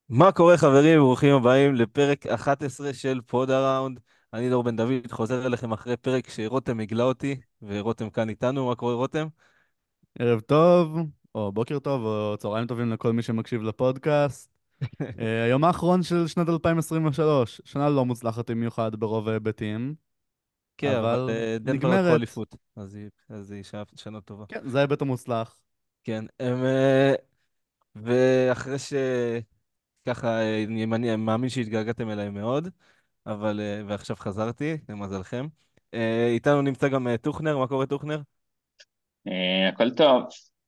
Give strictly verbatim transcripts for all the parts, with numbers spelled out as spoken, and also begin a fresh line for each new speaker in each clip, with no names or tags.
מה קורה חברים? ברוכים הבאים לפרק אחת עשרה של פוד אראונד. אני דור בן דוד, חוזר אליכם אחרי פרק שרותם הגלה אותי, ורותם כאן איתנו. מה קורה רותם?
ערב טוב, או בוקר טוב, או צהריים טובים לכל מי שמקשיב לפודקאסט. אה, היום האחרון של שנת אלפיים עשרים ושלוש, שנה לא מוצלחת במיוחד ברוב ההיבטים,
כן, אבל
אבל
אה, דנבר לקחו
נגמרת.
אליפות, אז היא, אז היא שנה, שנה טובה.
כן, זה ההיבט המוצלח.
כן, הם, אה, ואחרי שככה, אה, אני אני מאמין שהתגעגעתם אליי מאוד, אבל, אה, ועכשיו חזרתי, למזלכם. אה, איתנו נמצא גם אה, טוכנר. מה קורה טוכנר?
אה, הכל טוב.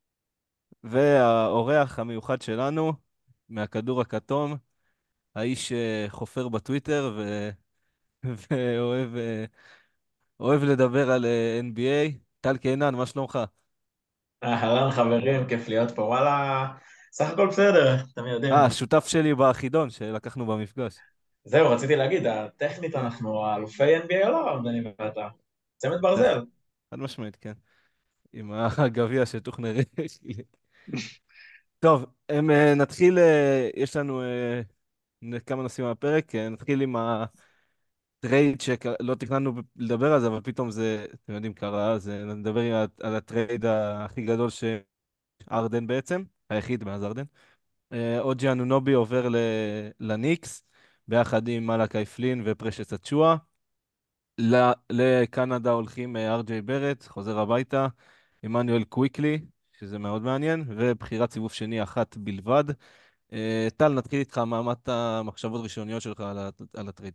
והאורח המיוחד שלנו, מהכדור הכתום, האיש שחופר בטוויטר ו... ואוהב אה, אוהב לדבר על אה, אן בי איי. טל קינן, מה שלומך?
אהלן חברים, כיף להיות פה, וואלה, סך הכל בסדר, אתם
אה,
יודעים.
השותף שלי בחידון שלקחנו במפגש.
זהו, רציתי להגיד, טכנית
כן,
אנחנו אלופי אן בי איי עולם, אני ואתה. צמד
תכף,
ברזל.
חד משמעית, כן. עם הגביע שטוכנר יש לי. טוב, הם, אה, נתחיל, אה, יש לנו אה, נ- כמה נושאים על הפרק. אה, נתחיל עם הטרייד שלא תכננו לדבר על זה, אבל פתאום זה, אתם יודעים, קרה. אז אה, נדבר על על הטרייד הכי גדול שארדן בעצם, היחיד מאז ארדן. אה, אוג'י אנונובי עובר ל- לניקס, ביחד עם מלאקי פלין ופרשס אצ'ואה. ל- לקנדה הולכים אה, אר ג'יי ברט, חוזר הביתה, עמנואל קוויקלי, שזה מאוד מעניין, ובחירת סיבוב שני אחת בלבד. אה, טל, נתחיל איתך. מה אמרת המחשבות ראשוניות שלך על ה- על הטריד?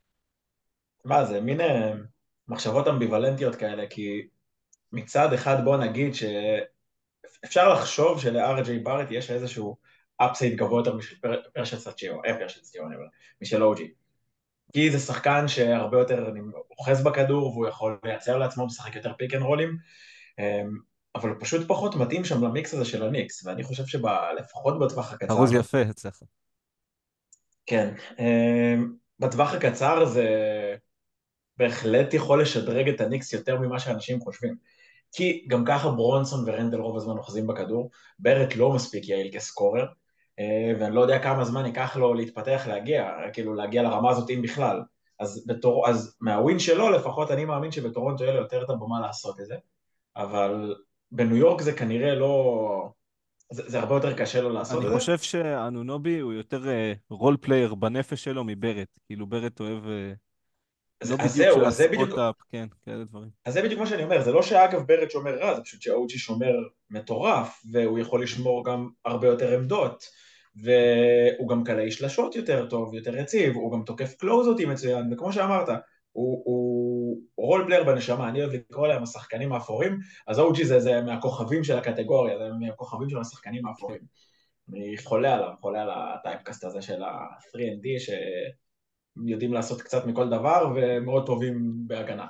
מה זה, מין אה, מחשבות אמביוולנטיות כאלה, כי מצד אחד בוא נגיד שאפשר לחשוב של-אר ג'יי בארט יש איזשהו אפסייד גבוה יותר משל פר- פרשס אצ'יו, אה פרשס אצ'יו, אני אומר, משל אוג'י. כי זה שחקן שהרבה יותר אוחז בכדור, והוא יכול לייצר לעצמו, משחק יותר פיק אנד רולים, אמ, אבל הוא פשוט פחות מתאים שם למיקס הזה של הניקס, ואני חושב שלפחות בטווח
ארוז
הקצר,
יפה אצלך.
כן, אמ, בטווח הקצר זה בהחלט יכול לשדרג את הניקס יותר ממה שאנשים חושבים. כי גם ככה ברונסון ורנדל רוב הזמן אוחזים בכדור, ברט לא מספיק יעיל כסקורר, אה, ואני לא יודע כמה זמן ייקח לו להתפתח להגיע, כאילו להגיע לרמה הזאת אם בכלל. אז, בתור, אז מהווין שלו לפחות אני מאמין שבטורונטו יהיה לו יותר את הבמה לעשות את זה, אבל בניו יורק זה כנראה לא... זה, זה הרבה יותר קשה לו לעשות
אני
את זה.
חושב שאנונובי הוא יותר רול פלייר בנפש שלו מברט. כאילו ברט אוהב אה,
אז,
לא
אז
בדיוק של
זהו, אז זה בדיוק,
הספוט-אפ, כן, כאלה דברים.
אז זה בדיוק מה שאני אומר, זה לא שאגב ברט שומר רע, זה פשוט שאוג'י שומר מטורף, והוא יכול
כן.
לשמור גם הרבה יותר עמדות, והוא גם קלעי שלשות יותר טוב, יותר יציב, הוא גם תוקף קלוז-אותי מצוין, וכמו שאמרת, הוא, הוא רול פלייר בנשמה, אני אוהב לקרוא להם השחקנים האפורים, אז אוג'י זה, זה מהכוכבים של הקטגוריה, זה מהכוכבים של השחקנים
כן.
האפורים. אני חולה עליו, חולה על הטייפקאסט הזה של ה-שלוש אנד די, שיודעים לעשות קצת מכל דבר, ומאוד טובים בהגנה.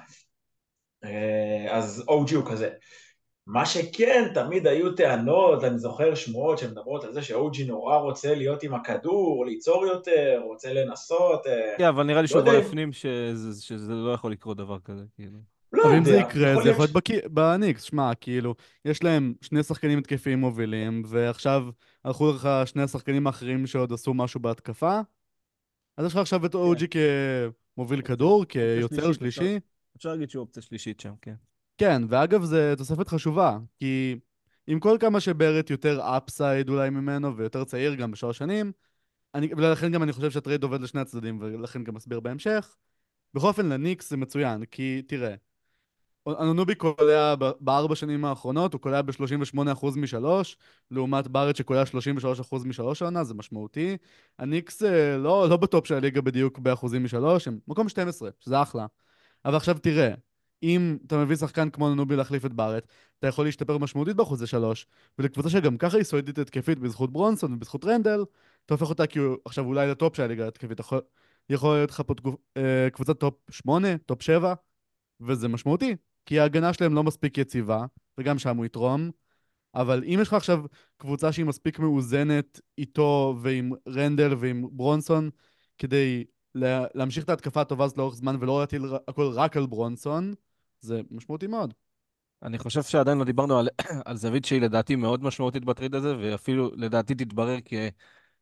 אה, אז אוג'י הוא כזה. מה שכן, תמיד היו טענות, אני זוכר שמועות שמדברות על זה שאוג'י נורא רוצה להיות עם הכדור, ליצור יותר, רוצה לנסות, אה,
כן, אבל נראה לי
לא
שהוא כבר
יודע אם,
הפנים שזה, שזה לא יכול לקרות דבר כזה, כאילו.
לא
אבל אם זה
יודע,
יקרה,
יכול
זה
להיות
יכול
ש...
להיות בקי- בניקס, שמע, כאילו, יש להם שני שחקנים התקפיים מובילים, ועכשיו הלכו לך שני השחקנים האחרים שעוד עשו משהו בהתקפה, אז יש לך עכשיו את
כן,
אוג'י כמוביל
אופציה,
כדור,
אופציה
כיוצר
שלישית, אפשר,
שלישי.
אפשר להגיד שהוא אופציה שלישית שם, כן.
כן, ואגב, זה תוספת חשובה, כי עם כל כמה שברט יותר אפסייד אולי ממנו, ויותר צעיר גם בשלוש שנים, אני, ולכן גם אני חושב שהטרייד עובד לשני הצדדים, ולכן גם אסביר בהמשך. בכל אופן, לניקס זה מצוין, כי תראה, אנונובי קולע ב- בארבע שנים האחרונות, הוא קולע ב-שלושים ושמונה אחוז משלוש, לעומת בארט שקולע שלושים ושלושה אחוז משלוש העונה, זה משמעותי. הניקס אה, לא, לא בטופ של הליגה בדיוק באחוזים משלוש, הם מקום שתים עשרה, שזה אחלה. אבל עכשיו תראה, אם אתה מביא שחקן כמו אנונובי להחליף את בארט, אתה יכול להשתפר משמעותית באחוזי שלוש, ולקבוצה שגם ככה היא סולידית התקפית בזכות ברונסון ובזכות רנדל, אתה הופך אותה כאילו עכשיו אולי לטופ של הליגה התקפית, יכול, יכול להיות לך פה תגוב- אה, קבוצת טופ שמונה, טופ שבע, וזה משמעותי, כי ההגנה שלהם לא מספיק יציבה, וגם שם הוא יתרום, אבל אם יש לך עכשיו קבוצה שהיא מספיק מאוזנת איתו ועם רנדל ועם ברונסון, כדי לה, להמשיך את ההתקפה הטובה הזאת לאורך זמן ולא להטיל ר- הכל רק על ברונסון, זה משמעותי מאוד.
אני חושב שעדיין לא דיברנו על, על זווית שהיא לדעתי מאוד משמעותית בטריד הזה, ואפילו לדעתי תתברר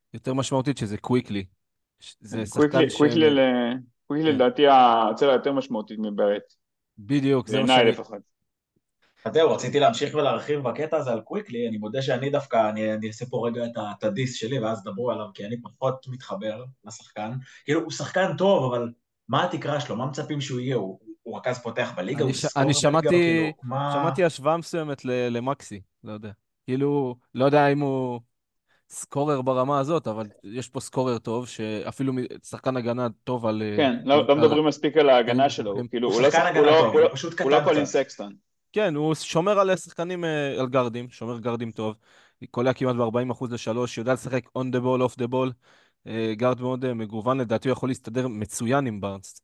יותר משמעותית שזה קוויקלי. זה שחקן
קוויקלי,
שהם...
קוויקלי, ל- קוויקלי
כן,
לדעתי הצלע יותר משמעותית מברט,
בדיוק, זה מה
בעיניי
שאני...
לפחות.
אז זהו, רציתי להמשיך ולהרחיב בקטע הזה על קוויקלי, אני מודה שאני דווקא, אני, אני אעשה פה רגע את ה- את הדיס שלי ואז דברו עליו, כי אני פחות מתחבר לשחקן. כאילו, הוא שחקן טוב, אבל מה התקרה שלו? מה מצפים שהוא יהיה? הוא, הוא רכז פותח בליגה?
אני,
הוא
ש... אני
סקורר בליגה? או
שמעתי,
כאילו, מה...
שמעתי השוואה מסוימת ל... למקסי, לא יודע. כאילו, לא יודע אם הוא סקורר ברמה הזאת, אבל יש פה סקורר טוב, שאפילו מ- שחקן הגנה טוב על... אה,
כן, לא, לא
על
מדברים מספיק על ההגנה
קטעים
שלו, הוא
נמוכים.
כאילו,
הוא
הוא לא,
שחקן
שח... הוא
הגנה
לא,
טוב,
הוא
הוא
לא,
פשוט
הוא לא
קטן
קולין
קצת.
סקסטון.
כן, הוא שומר על שחקנים, אה, על גארדים, שומר גארדים טוב, קולע כמעט ב-ארבעים אחוז לשלוש, יודע לשחק on the ball, off the ball, אה, גארד מאוד אה, מגוון, לדעתי הוא יכול להסתדר מצוין עם בארנס.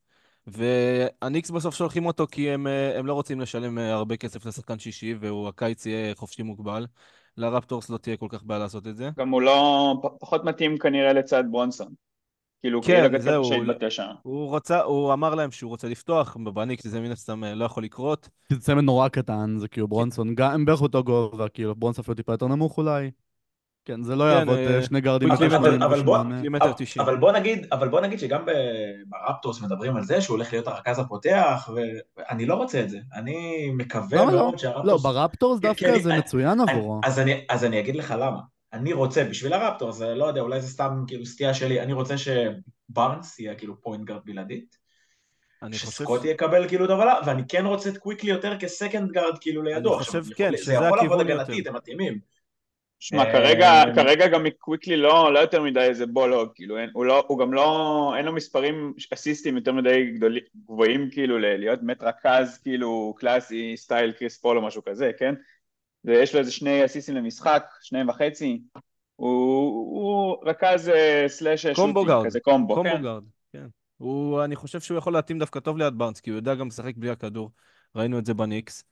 והניקס בסוף שולחים אותו כי הם, אה, הם לא רוצים לשלם אה, הרבה כסף לשחקן שישי, והוא הקיץ יהיה חופשי מוגבל. לרפטורס לא תהיה כל כך בעיה לעשות את זה.
גם הוא לא, פ- פחות מתאים כנראה לצד ברונסון. כאילו, קהיל
כן,
הגדול
זהו,
שהתבטא שם.
הוא רצה, הוא אמר להם שהוא רוצה לפתוח, בניקס זה מן הסתם אה, לא יכול לקרות.
זה צמד נורא קטן, זה כאילו ברונסון, גם הם בערך אותו גובה, כאילו ברונסון אפילו טיפה יותר נמוך אולי. כן, זה לא
כן,
יעבוד, אה,
אה,
שני גארדים
קוויקלי
מטר
אבל,
מטר,
אבל,
שמונים
אבל, בוא,
ושמונה.
קוויקלי מטר תשעים.
אבל בוא נגיד, אבל בוא נגיד שגם ב- ברפטורס מדברים על זה שהוא הולך להיות הרכז הפותח, ואני לא רוצה את זה. אני מקווה
למה לא?
מאוד
לא,
שהרפטורס...
ברפטורס
כי, כי
דווקא
אני,
זה מצוין
אני,
עבורו.
אז, אני, אז אני אגיד לך למה. אני רוצה, בשביל הרפטורס, זה לא יודע, אולי זה סתם כאילו סטייה שלי, אני רוצה שבארנס יהיה כאילו פוינט גארד בלעדית,
אני חושב, ש-
שסקוטי יקבל כאילו את ההובלה, ואני כן רוצה את קוויקלי יותר כסקנד גארד כאילו
אני
לידו. עכשיו,
חושב,
יכול,
כן,
זה
שזה
יכול לעבוד
הכיוון יותר.
הגנתית, הם מתאימים.
שמע, כרגע,
אה,
כרגע גם מקוויקלי לא, לא יותר מדי איזה בולוג, כאילו, אין, הוא, לא, הוא גם לא, אין לו מספרים אסיסטים יותר מדי גדולים, גבוהים, כאילו, ל- להיות באמת רכז, כאילו, קלאסי, סטייל קריס פול או משהו כזה, כן? ויש לו איזה שני אסיסטים למשחק, שניים וחצי, הוא, הוא רכז אה, סלאש
קומבו
שוטינג,
גארד,
כזה קומבו,
קומבו
כן?
גארד, כן. הוא, אני חושב שהוא יכול להתאים דווקא טוב ליד בארנס, כי הוא יודע גם לשחק בלי הכדור. ראינו את זה בניקס.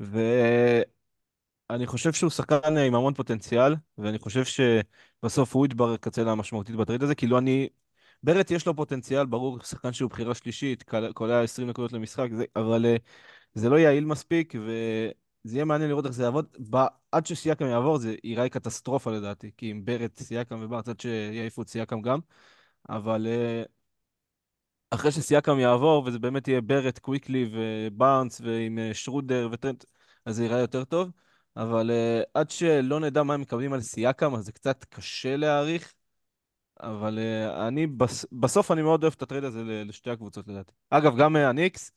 ואני חושב שהוא שחקן עם המון פוטנציאל, ואני חושב שבסוף הוא יתברר כצלע המשמעותית בטרייד הזה, כאילו אני... ברט יש לו פוטנציאל, ברור, שחקן שהוא בחירה שלישית, קל- קולע עשרים נקודות למשחק, זה, אבל אה, זה לא יעיל מספיק, וזה יהיה מעניין לראות איך זה יעבוד. ב... עד שסייקם יעבור, זה ייראה קטסטרופה לדעתי, כי עם ברט, סייקם ובארץ, עד שיעיפו את סייקם גם. אבל אה, אחרי שסייקם יעבור, וזה באמת יהיה ברט, קוויקלי ובארנס, ועם אה, שרודר וטרנט, אז זה ייראה יותר טוב. אבל אה, עד שלא נדע מה הם מקבלים על סייקם, אז זה קצת קשה להעריך. אבל אה, אני, בס... בסוף אני מאוד אוהב את הטרייד הזה ל- לשתי הקבוצות לדעתי. אגב, גם אה, הניקס,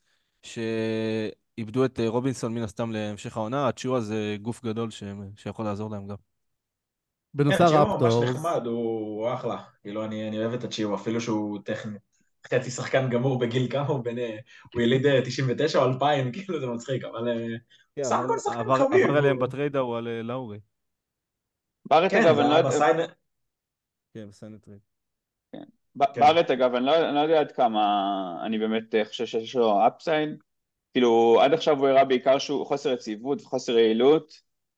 שאיבדו את אה, רובינסון מן הסתם להמשך העונה, הצ'ואה זה גוף גדול ש... שיכול לעזור להם גם.
בנושא
כן, צ'יו ממש
הרפטורס,
נחמד, הוא הוא אחלה. כאילו, אני, אני אוהב את הצ'יו, אפילו שהוא טכני. חצי שחקן גמור בגיל כמה, הוא בין... אה, הוא יליד אה, תשעים ותשע או אלפיים, כאילו זה מצחיק, אבל אה,
כן,
סך הכל
אבל
שחקן
עבר, עבר
חביב.
אליהם
הוא...
בטרייד ההוא על אה, לאורי.
בארט
כן,
אגב,
זה
אני לא
היה
יודע,
בסיין...
כן, בסיינת טרייד.
ב-
כן.
בארט אגב, אני לא, אני לא יודע עד כמה אני באמת אה, חושב שיש לו אפסייד, כאילו עד עכשיו הוא הראה בעיקר שהוא חוסר יציבות וחוסר יעילות,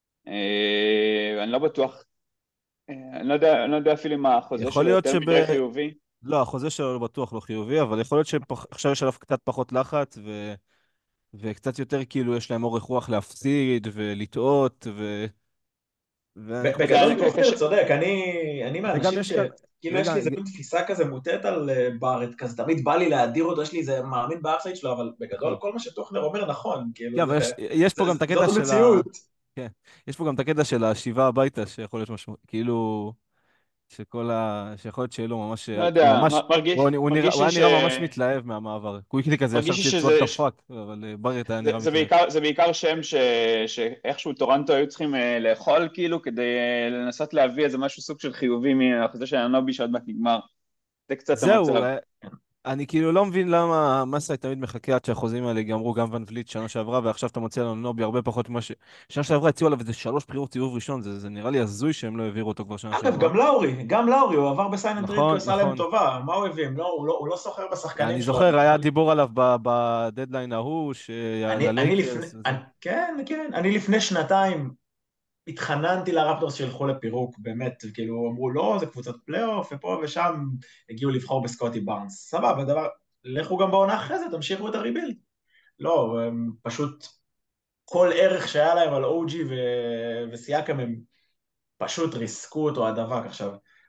אה, אני לא בטוח, אה, אני לא יודע, אני לא יודע אפילו אם החוזה
יכול
שלו
להיות
יותר
שב...
מדי חיובי.
לא, החוזה שלו בטוח לא חיובי, אבל יכול להיות שעכשיו יש עליו קצת פחות לחץ, ו... וקצת יותר כאילו יש להם אורך רוח להפסיד ולטעות, ו... ואני
ב-
חושב
זה
בגדול
אני
ש...
טוכנר
קשה,
צודק, אני, אני
וגם
מהאנשים
יש כאן...
שכאילו יש
רגע,
לי איזה מין תפיסה כזה מוטעת על אה, בארט, כזה תמיד בא לי להדיר אותו, יש לי איזה מאמין באפסייד שלו, אבל בגדול
נכון.
כל מה שטוכנר אומר נכון,
כן,
כאילו
אבל
זה,
יש, יש פה
זה,
גם את
זה,
הקטע
זאת
של ה...
המציאות.
כן, יש פה גם את הקטע של השיבה הביתה, שיכול להיות משמעות, כאילו, שכל ה... שיכול להיות שיהיה לו ממש...
לא
הוא
יודע,
ממש...
מ-
הוא,
מרגיש,
הוא, נראה,
מרגיש
הוא
לי
היה
ש...
נראה ממש מתלהב מהמעבר. קוויקלי כזה ישר
מרגיש לי
צלצול
שזה,
כפק, אבל אה, ברט היה
זה,
נראה
זה
מתלהב.
בעיקר, זה בעיקר שם ש, שאיכשהו טורנטו היו צריכים אה, לאכול כאילו כדי אה, לנסות להביא איזה משהו סוג של חיובי מהחוזה של אנובי שעוד מעט נגמר, זה קצת
זהו,
המצב.
אה, אני כאילו לא מבין למה מסאי תמיד מחכה עד שהחוזים האלה ייגמרו, גם ון וליט שנה שעברה, ועכשיו אתה מוצא לנו נובי הרבה פחות ממה ש... שנה שעברה הציעו עליו איזה שלוש בחירות סיבוב ראשון, זה, זה נראה לי הזוי שהם לא העבירו אותו כבר שנה
אגב,
שעברה.
גם לאורי, גם לאורי, הוא עבר בסיין אנד טרייד כי הוא
נכון,
עשה להם
נכון.
טובה, מה הוא הביא? לא, הוא לא, הוא לא סוחר בשחקנים
אני
שלו,
זוכר,
הם
היה
יכולים...
דיבור עליו ב- בדדליין ההוא,
אני, אני לפני,
ללייקרס וזה.
אני, כן, כן, אני לפני שנתיים התחננתי לרפטורס שילכו לפירוק, באמת, כאילו, אמרו, לא, זה קבוצת פלייאוף, ופה ושם הגיעו לבחור בסקוטי בארנס. סבבה, דבר, לכו גם בעונה אחרי זה, תמשיכו את הריבילד. לא, הם פשוט, כל ערך שהיה להם על או ג'י ו... וסייקם, הם פשוט ריסקו אותו עד דבק. עכשיו,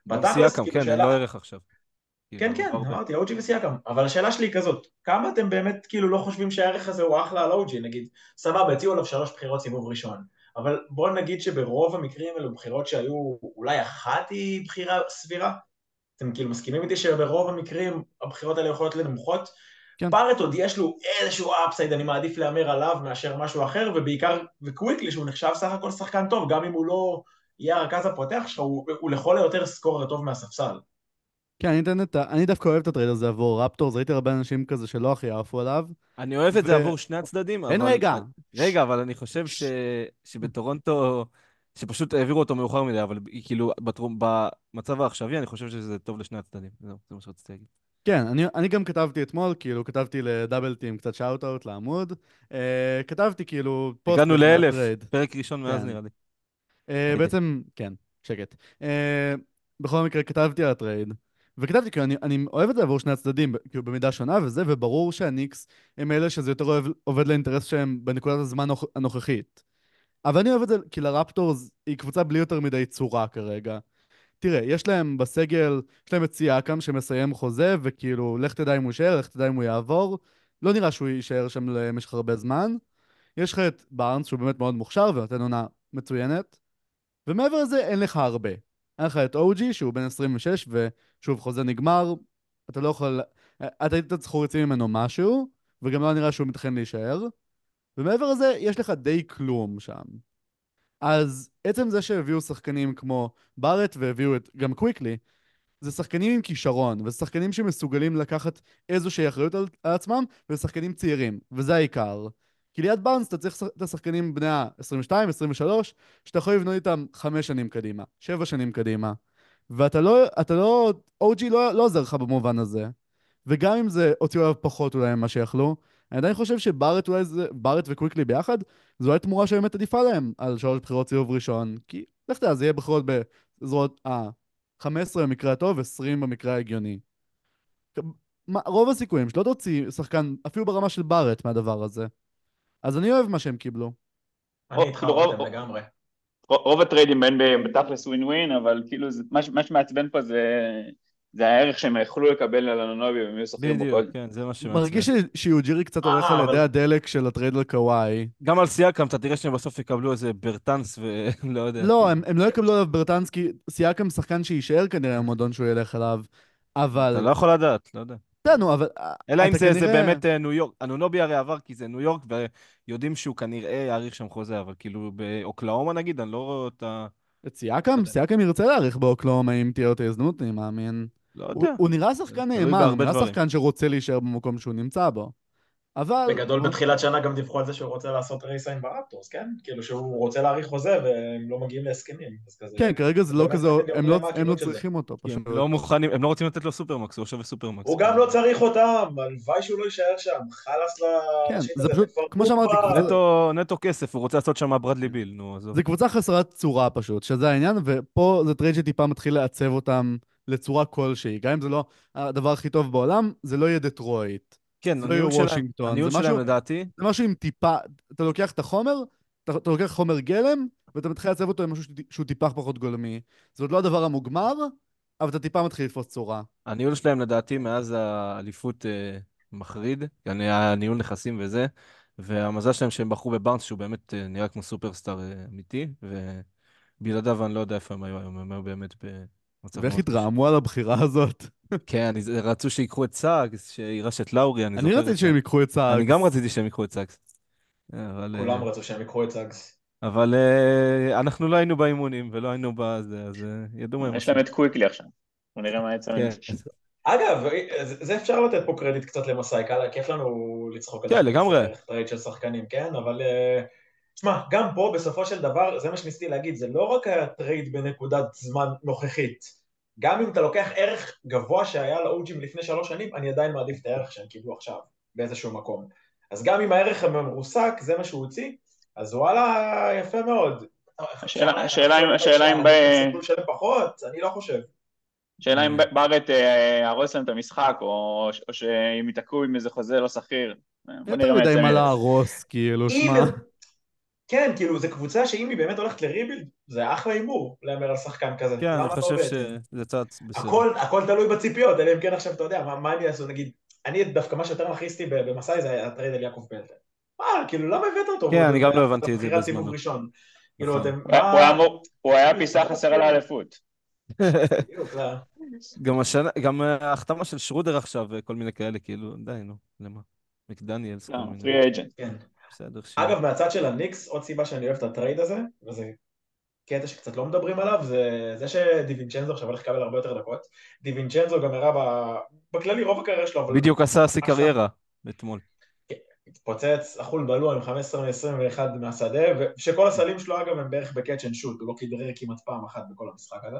גם
בתכלס,
סייקם,
כאילו
כן, אין לו
שאלה,
ערך עכשיו.
כן,
כאילו,
כן,
הוא הרבה.
אמרתי, או ג'י וסייקם, אבל השאלה שלי היא כזאת, כמה אתם באמת כאילו לא חושבים שהערך הזה הוא אחלה על או ג'י, נגיד, סבבה, הציעו עליו שלוש בחירות סיבוב ראשון, אבל בואו נגיד שברוב המקרים אלו בחירות שהיו, אולי אחת היא בחירה סבירה? אתם כאילו מסכימים איתי שברוב המקרים הבחירות האלה יכולות להיות נמוכות?
כן.
פארט עוד יש לו איזשהו אפסייד, אני מעדיף להמר עליו מאשר משהו אחר, ובעיקר, וקוויקלי, שהוא נחשב סך הכל שחקן טוב, גם אם הוא לא יהיה הרכז הפותח שלך, הוא, הוא לכל היותר סקורר טוב מהספסל.
כן, אני אתן את ה... אני דווקא אוהב את הטרייד הזה עבור רפטורס, ראיתי הרבה אנשים כזה שלא הכי עפו עליו.
אני אוהב את זה עבור שני הצדדים,
אין
אבל...
רגע.
רגע, אבל אני חושב ש... שבטורונטו... שפשוט העבירו אותו מאוחר מדי, אבל כאילו, בטרום... במצב העכשווי, אני חושב שזה טוב לשני הצדדים. זהו, זה מה שרציתי להגיד.
כן, אני, אני גם כתבתי אתמול, כאילו, כתבתי לדאבל טים קצת שאוט-אוט לעמוד. אה, כתבתי כאילו פוסט
הגענו
בעצם על
לאלף,
הטרייד.
פרק ראשון מאז
כן.
נראה לי.
אה,
ראיתי.
בעצם, כן, שקט. אה, בכל מקרה, כתבתי על הטרייד, וכתבתי, כאילו, אני, אני אוהב את זה עבור שני הצדדים, כאילו, במידה שונה וזה, וברור שהניקס הם אלה שזה יותר אוהב, עובד לאינטרס שלהם בנקודת הזמן הנוכ- הנוכחית. אבל אני אוהב את זה, כי לרפטורס היא קבוצה בלי יותר מדי צורה כרגע. תראה, יש להם בסגל, יש להם את סייקם שמסיים חוזה, וכאילו, לך תדע אם הוא יישאר, לך תדע אם הוא יעבור. לא נראה שהוא יישאר שם למשך הרבה זמן. יש לך את בארנס, שהוא באמת מאוד מוכשר ונותן עונה מצוינת. ומעבר לזה, אין לך הרבה. אין לך את או ג'י, שהוא בן עשרים ושש, ושוב, חוזה נגמר. אתה לא יכול... אתה היית צריך להוציא ממנו משהו, וגם לא נראה שהוא מתכן להישאר. ומעבר לזה, יש לך די כלום שם. אז עצם זה שהביאו שחקנים כמו בארט והביאו את גם קוויקלי, זה שחקנים עם כישרון, וזה שחקנים שמסוגלים לקחת איזושהי אחריות על, על עצמם, וזה שחקנים צעירים, וזה העיקר. כי ליד בארנס אתה צריך את השחקנים בני ה-עשרים ושתיים, עשרים ושלוש, שאתה יכול לבנות איתם חמש שנים קדימה, שבע שנים קדימה. ואתה לא, אתה לא, או ג'י לא, לא עוזר לך במובן הזה. וגם אם זה הוציאו עליו פחות אולי ממה שיכלו, אני עדיין חושב שבארט אולי זה, בארט וקוויקלי ביחד, זו אולי תמורה שבאמת עדיפה להם על שלוש בחירות סיבוב ראשון, כי לך תדע, זה יהיה בחירות בזרועות, אה, חמש עשרה במקרה הטוב, עשרים במקרה ההגיוני. מה, רוב הסיכויים שלא תוציא שחקן, אפילו ברמה של בארט מהדבר הזה. אז אני אוהב מה שהם קיבלו.
אני
או,
איתך
כאילו,
רותם
רוב,
לגמרי.
רוב הטריידים בין בתכלס ווין ווין, אבל כאילו זה, מה, ש- מה שמעצבן פה זה, זה הערך שהם יכלו לקבל על אנונובי והם היו שוכרים בו
בדיוק,
קודם.
כן, זה מה שמעצבן.
מרגיש ש- שיוג'ירי קצת הולך על
אה,
ידי
אבל
הדלק של הטרייד לקוואי.
גם על סייקם, אתה תראה שהם בסוף יקבלו איזה ברטנס ולא יודע.
לא, הם, הם לא יקבלו עליו ברטנסקי, סייקם שחקן שיישאר כנראה במועדון שהוא ילך אליו,
אתה
אבל...
לא יכול לדעת, לא יודע.
בסדר, אבל אה,
אלא אם
אתה
זה, זה
כנראה...
באמת אה, ניו יורק. אנונובי הרי עבר כי זה ניו יורק, ויודעים שהוא כנראה יאריך שם חוזה, אבל כאילו באוקלאומה נגיד, אני לא רואה אותה...
את
לא
סייקם?
יודע.
סייקם ירצה להאריך באוקלאומה אם תהיה אותה הזדמנות, אני מאמין.
לא
הוא,
יודע.
הוא נראה שחקן
תלוי
נאמן, הוא
בהרבה
נראה
דברים.
שחקן שרוצה להישאר במקום שהוא נמצא בו. אבל...
בגדול
בוא-
בתחילת שנה גם דיווחו על זה שהוא רוצה לעשות רייסיין ברפטורס, כן? כאילו שהוא רוצה להאריך חוזה והם לא מגיעים להסכמים. אז כזה...
כן, כרגע זה לא
באמת
כזה,
מעניין גם
הם
נראה
לא,
מה
הם לא
הקינות של זה.
צריכים אותו,
כי הם
פשוט.
לא מוכנים, הם לא רוצים לתת לו סופרמקס, הוא יושב בסופרמקס.
הוא גם לא צריך אותם, הלוואי שהוא לא יישאר שם, חלאס
כן,
לאנשים
זה
האלה,
פשוט,
כבר
כמו שאמרתי,
כבר-
קבוצה-
נטו, נטו כסף, הוא רוצה לעשות שם ברדלי ביל, נו, עזוב.
זה קבוצה חסרת צורה פשוט, שזה העניין, ופה זה טרייד שטיפה מתחיל לעצב אותם לצורה כלשהי. גם אם זה לא הדבר הכי טוב בעולם, זה לא יהיה דטרויט.
כן,
זה לא יהיה
הניהול שלהם,
וושינגטון.
הניהול
זה
שלהם
משהו,
לדעתי,
זה משהו עם טיפה, אתה לוקח את החומר, אתה, אתה לוקח חומר גלם, ואתה מתחיל לעצב אותו עם משהו שהוא- שהוא טיפה פחות גולמי. זה עוד לא הדבר המוגמר, אבל אתה טיפה מתחיל לתפוס צורה.
הניהול שלהם לדעתי מאז האליפות אה, מחריד, yani הניהול נכסים וזה, והמזל שלהם שהם בחרו בבארנס, שהוא באמת אה, נראה כמו סופרסטאר אה, אמיתי, ובלעדיו אני לא יודע איפה הם היו היום, הם היו באמת במצב
ואיך
מאוד קשה.
התרעמו על הבחירה הזאת?
כן, אני, רצו שיקחו את סאגס, שיירש את לאורי, אני
אני
זוכר.
רציתי
את
שהם
זה.
ייקחו את סאגס.
אני גם רציתי שהם ייקחו את סאגס. אבל,
כולם
אה,
רצו שהם יקחו את סאגס.
אבל אה, אנחנו לא היינו באימונים ולא היינו בזה, אז אה, ידעו מה הם
יש
עושים.
להם את קוויקלי עכשיו, בוא נראה מה יצא
כן,
מזה.
אגב, זה זה אפשר לתת פה קרדיט קצת למסאי, קל- כיף לנו לצחוק על
כן,
זה,
לגמרי.
זה טרייד של שחקנים, כן? אבל אה, תשמע, גם פה בסופו של דבר, זה מה שניסיתי להגיד, זה לא רק הטרייד בנקודת זמן נוכחית. גם אם אתה לוקח ערך גבוה שהיה לאוג'ים לפני שלוש שנים, אני עדיין מעדיף את הערך שהם קיבלו עכשיו, באיזשהו מקום. אז גם אם הערך המרוסק, זה מה שהוא הוציא, אז וואלה, יפה מאוד.
השאלה- השאלה אם- השאלה אם ב-
סיכוי לשלם פחות, אני לא חושב.
שאלה אם בארט אה, יהרוס להם את המשחק, או או שהם ייתקעו עם איזה חוזה לא שכיר. בוא נראה
יותר
מה
מדי
יצא
מה
מזה.
להרוס, כאילו,
אם-
שמע.
כן, כאילו, זו קבוצה שאם היא באמת הולכת לריבילד, זה אחלה הימור להמר על שחקן כזה.
כן, אני
למה לא
חושב
בעצם?
שזה צעד בסדר.
הכל, הכל תלוי בציפיות, אלא אם כן עכשיו אתה יודע, מה, מה אני אעשו, נגיד, אני דווקא מה שיותר מכעיס אותי במסאי זה הטרייד על יעקב פלטר. מה, כאילו, למה הבאת אותו?
כן,
והוא
אני גם לא
היה
הבנתי את זה
בבחירת סיבוב
בזמנו.
ראשון. כאילו,
נכון.
אתם,
הוא היה- הוא היה
מה...
אמור- הוא היה
כאילו,
פיסה
לפחות
חסרה
כאילו...
לאליפות.
בדיוק, לא.
גם השנה, גם ההחתמה של שרודר עכשיו, וכל מיני כאלה, כאילו, די, נו, למה? מקדניאלס, כל מיני.
פרי אייג'נט.
כן.
בסדר, שיהיה.
אגב, מהצד של הניקס, עוד סיבה שאני אוהב את הטרייד הזה, וזה קטע שקצת לא מדברים עליו, זה זה שדיווינצ'נזו עכשיו הולך לקבל הרבה יותר דקות. דיווינצ'נזו גם הראה ב... בכללי רוב הקריירה שלו, אבל
בדיוק עשה שיא
עכשיו
קריירה אתמול.
התפוצץ, אכול בלוע עם חמש עשרה מ-עשרים ואחת מהשדה, ושכל הסלים שלו אגב הם בערך בקאץ' אנד שוט, הוא לא כדרר כמעט פעם אחת בכל המשחק הזה,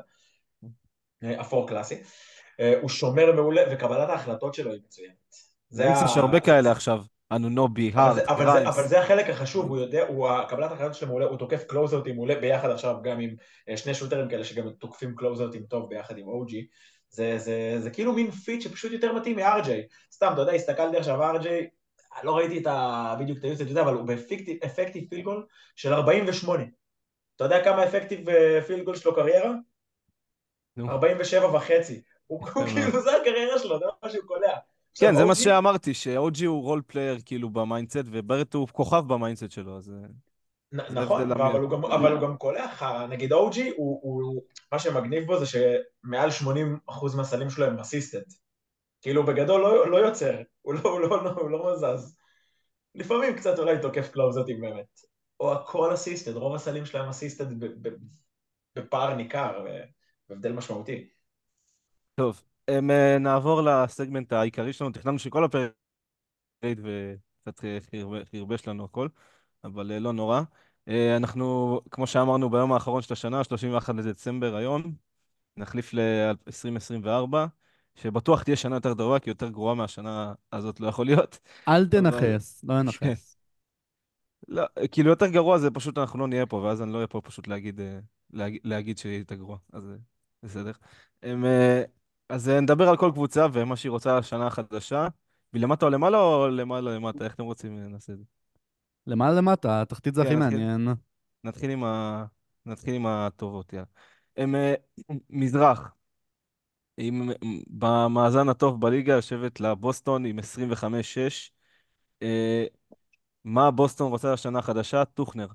אפור קלאסי. הוא שומר מעולה, וקבלת ההחלטות שלו היא מצוינת. זה
לניקס יש
ה...
הרבה כאלה עכשיו. אנונובי,
אבל זה,
הארט,
אבל, זה, אבל
גריימס.
זה החלק החשוב, הוא יודע, הוא, קבלת ההחלטות שלו מעולה, הוא תוקף קלוזאוטים מעולה ביחד עכשיו גם עם אה, שני שוטרים כאלה שגם תוקפים קלוזאוטים טוב ביחד עם או-ג'י. זה, זה, זה כאילו מין פיט שפשוט יותר מתאים מ-אר ג'יי. סתם, אתה יודע, הסתכלתי עכשיו אר ג'יי, לא ראיתי את ה... בדיוק את היוסט, אבל הוא באפקטיב פילגול של ארבעים ושמונה. אתה יודע כמה אפקטיב פילגול שלו קריירה?
נו,
ארבעים ושבע וחצי. הוא, הוא
יפה מאוד.
כאילו, זה הקריירה שלו, זה מה שהוא קולע. עכשיו,
כן, זה מה
או-ג'י,
שאמרתי, שאו-ג'י הוא רול פלייר כאילו במיינדסט, וברט הוא כוכב במיינדסט שלו, אז אה,
נ-
זה ההבדל
נכון,
המיידי.
אבל הוא גם, אבל הוא גם קולח, נגיד או-ג'י, הוא, הוא, מה שמגניב בו זה שמעל שמונים אחוז מהסלים שלו הם אסיסטנט. כאילו בגדול לא, לא יוצר, הוא לא, הוא לא, לא, הוא לא מזז. לפעמים קצת אולי תוקף קלוזטים באמת. או הכל אסיסטנט, רוב הסלים שלהם אסיסטנט בפער ניכר, בהבדל משמעותי.
טוב, אמ, אה, נעבור לסגמנט העיקרי שלנו. תכננו שכל הפרק ירד וקצת אה, חרב- חרבש לנו הכל, אבל אה, לא נורא. אה, אנחנו, כמו שאמרנו, ביום האחרון של השנה, שלושים ואחד לדצמבר היום, נחליף ל-עשרים עשרים וארבע, שבטוח תהיה שנה יותר גרועה, כי יותר גרועה מהשנה הזאת לא יכול להיות.
אל
אבל
תנכס, לא
כן,
ננכס.
לא, כאילו יותר גרוע זה פשוט אנחנו לא נהיה פה, ואז אני לא אהיה פה פשוט להגיד, אה, להגיד, להגיד שהיא הייתה גרועה, אז אה, בסדר. הם, אה, אז אה, נדבר על כל קבוצה ומה שהיא רוצה לשנה החדשה. מלמטה או למעלה או למעלה למטה? איך אתם רוצים אה, נעשה את זה?
למעלה למטה, התחתית זה הכי
כן, נתחיל,
מעניין.
נתחיל עם ה... נתחיל עם הטובות, יאללה. הם, אה, מזרח, עם, במאזן הטוב בליגה יושבת לבוסטון עם עשרים וחמש שש. אה, מה בוסטון רוצה לשנה החדשה? טוכנר.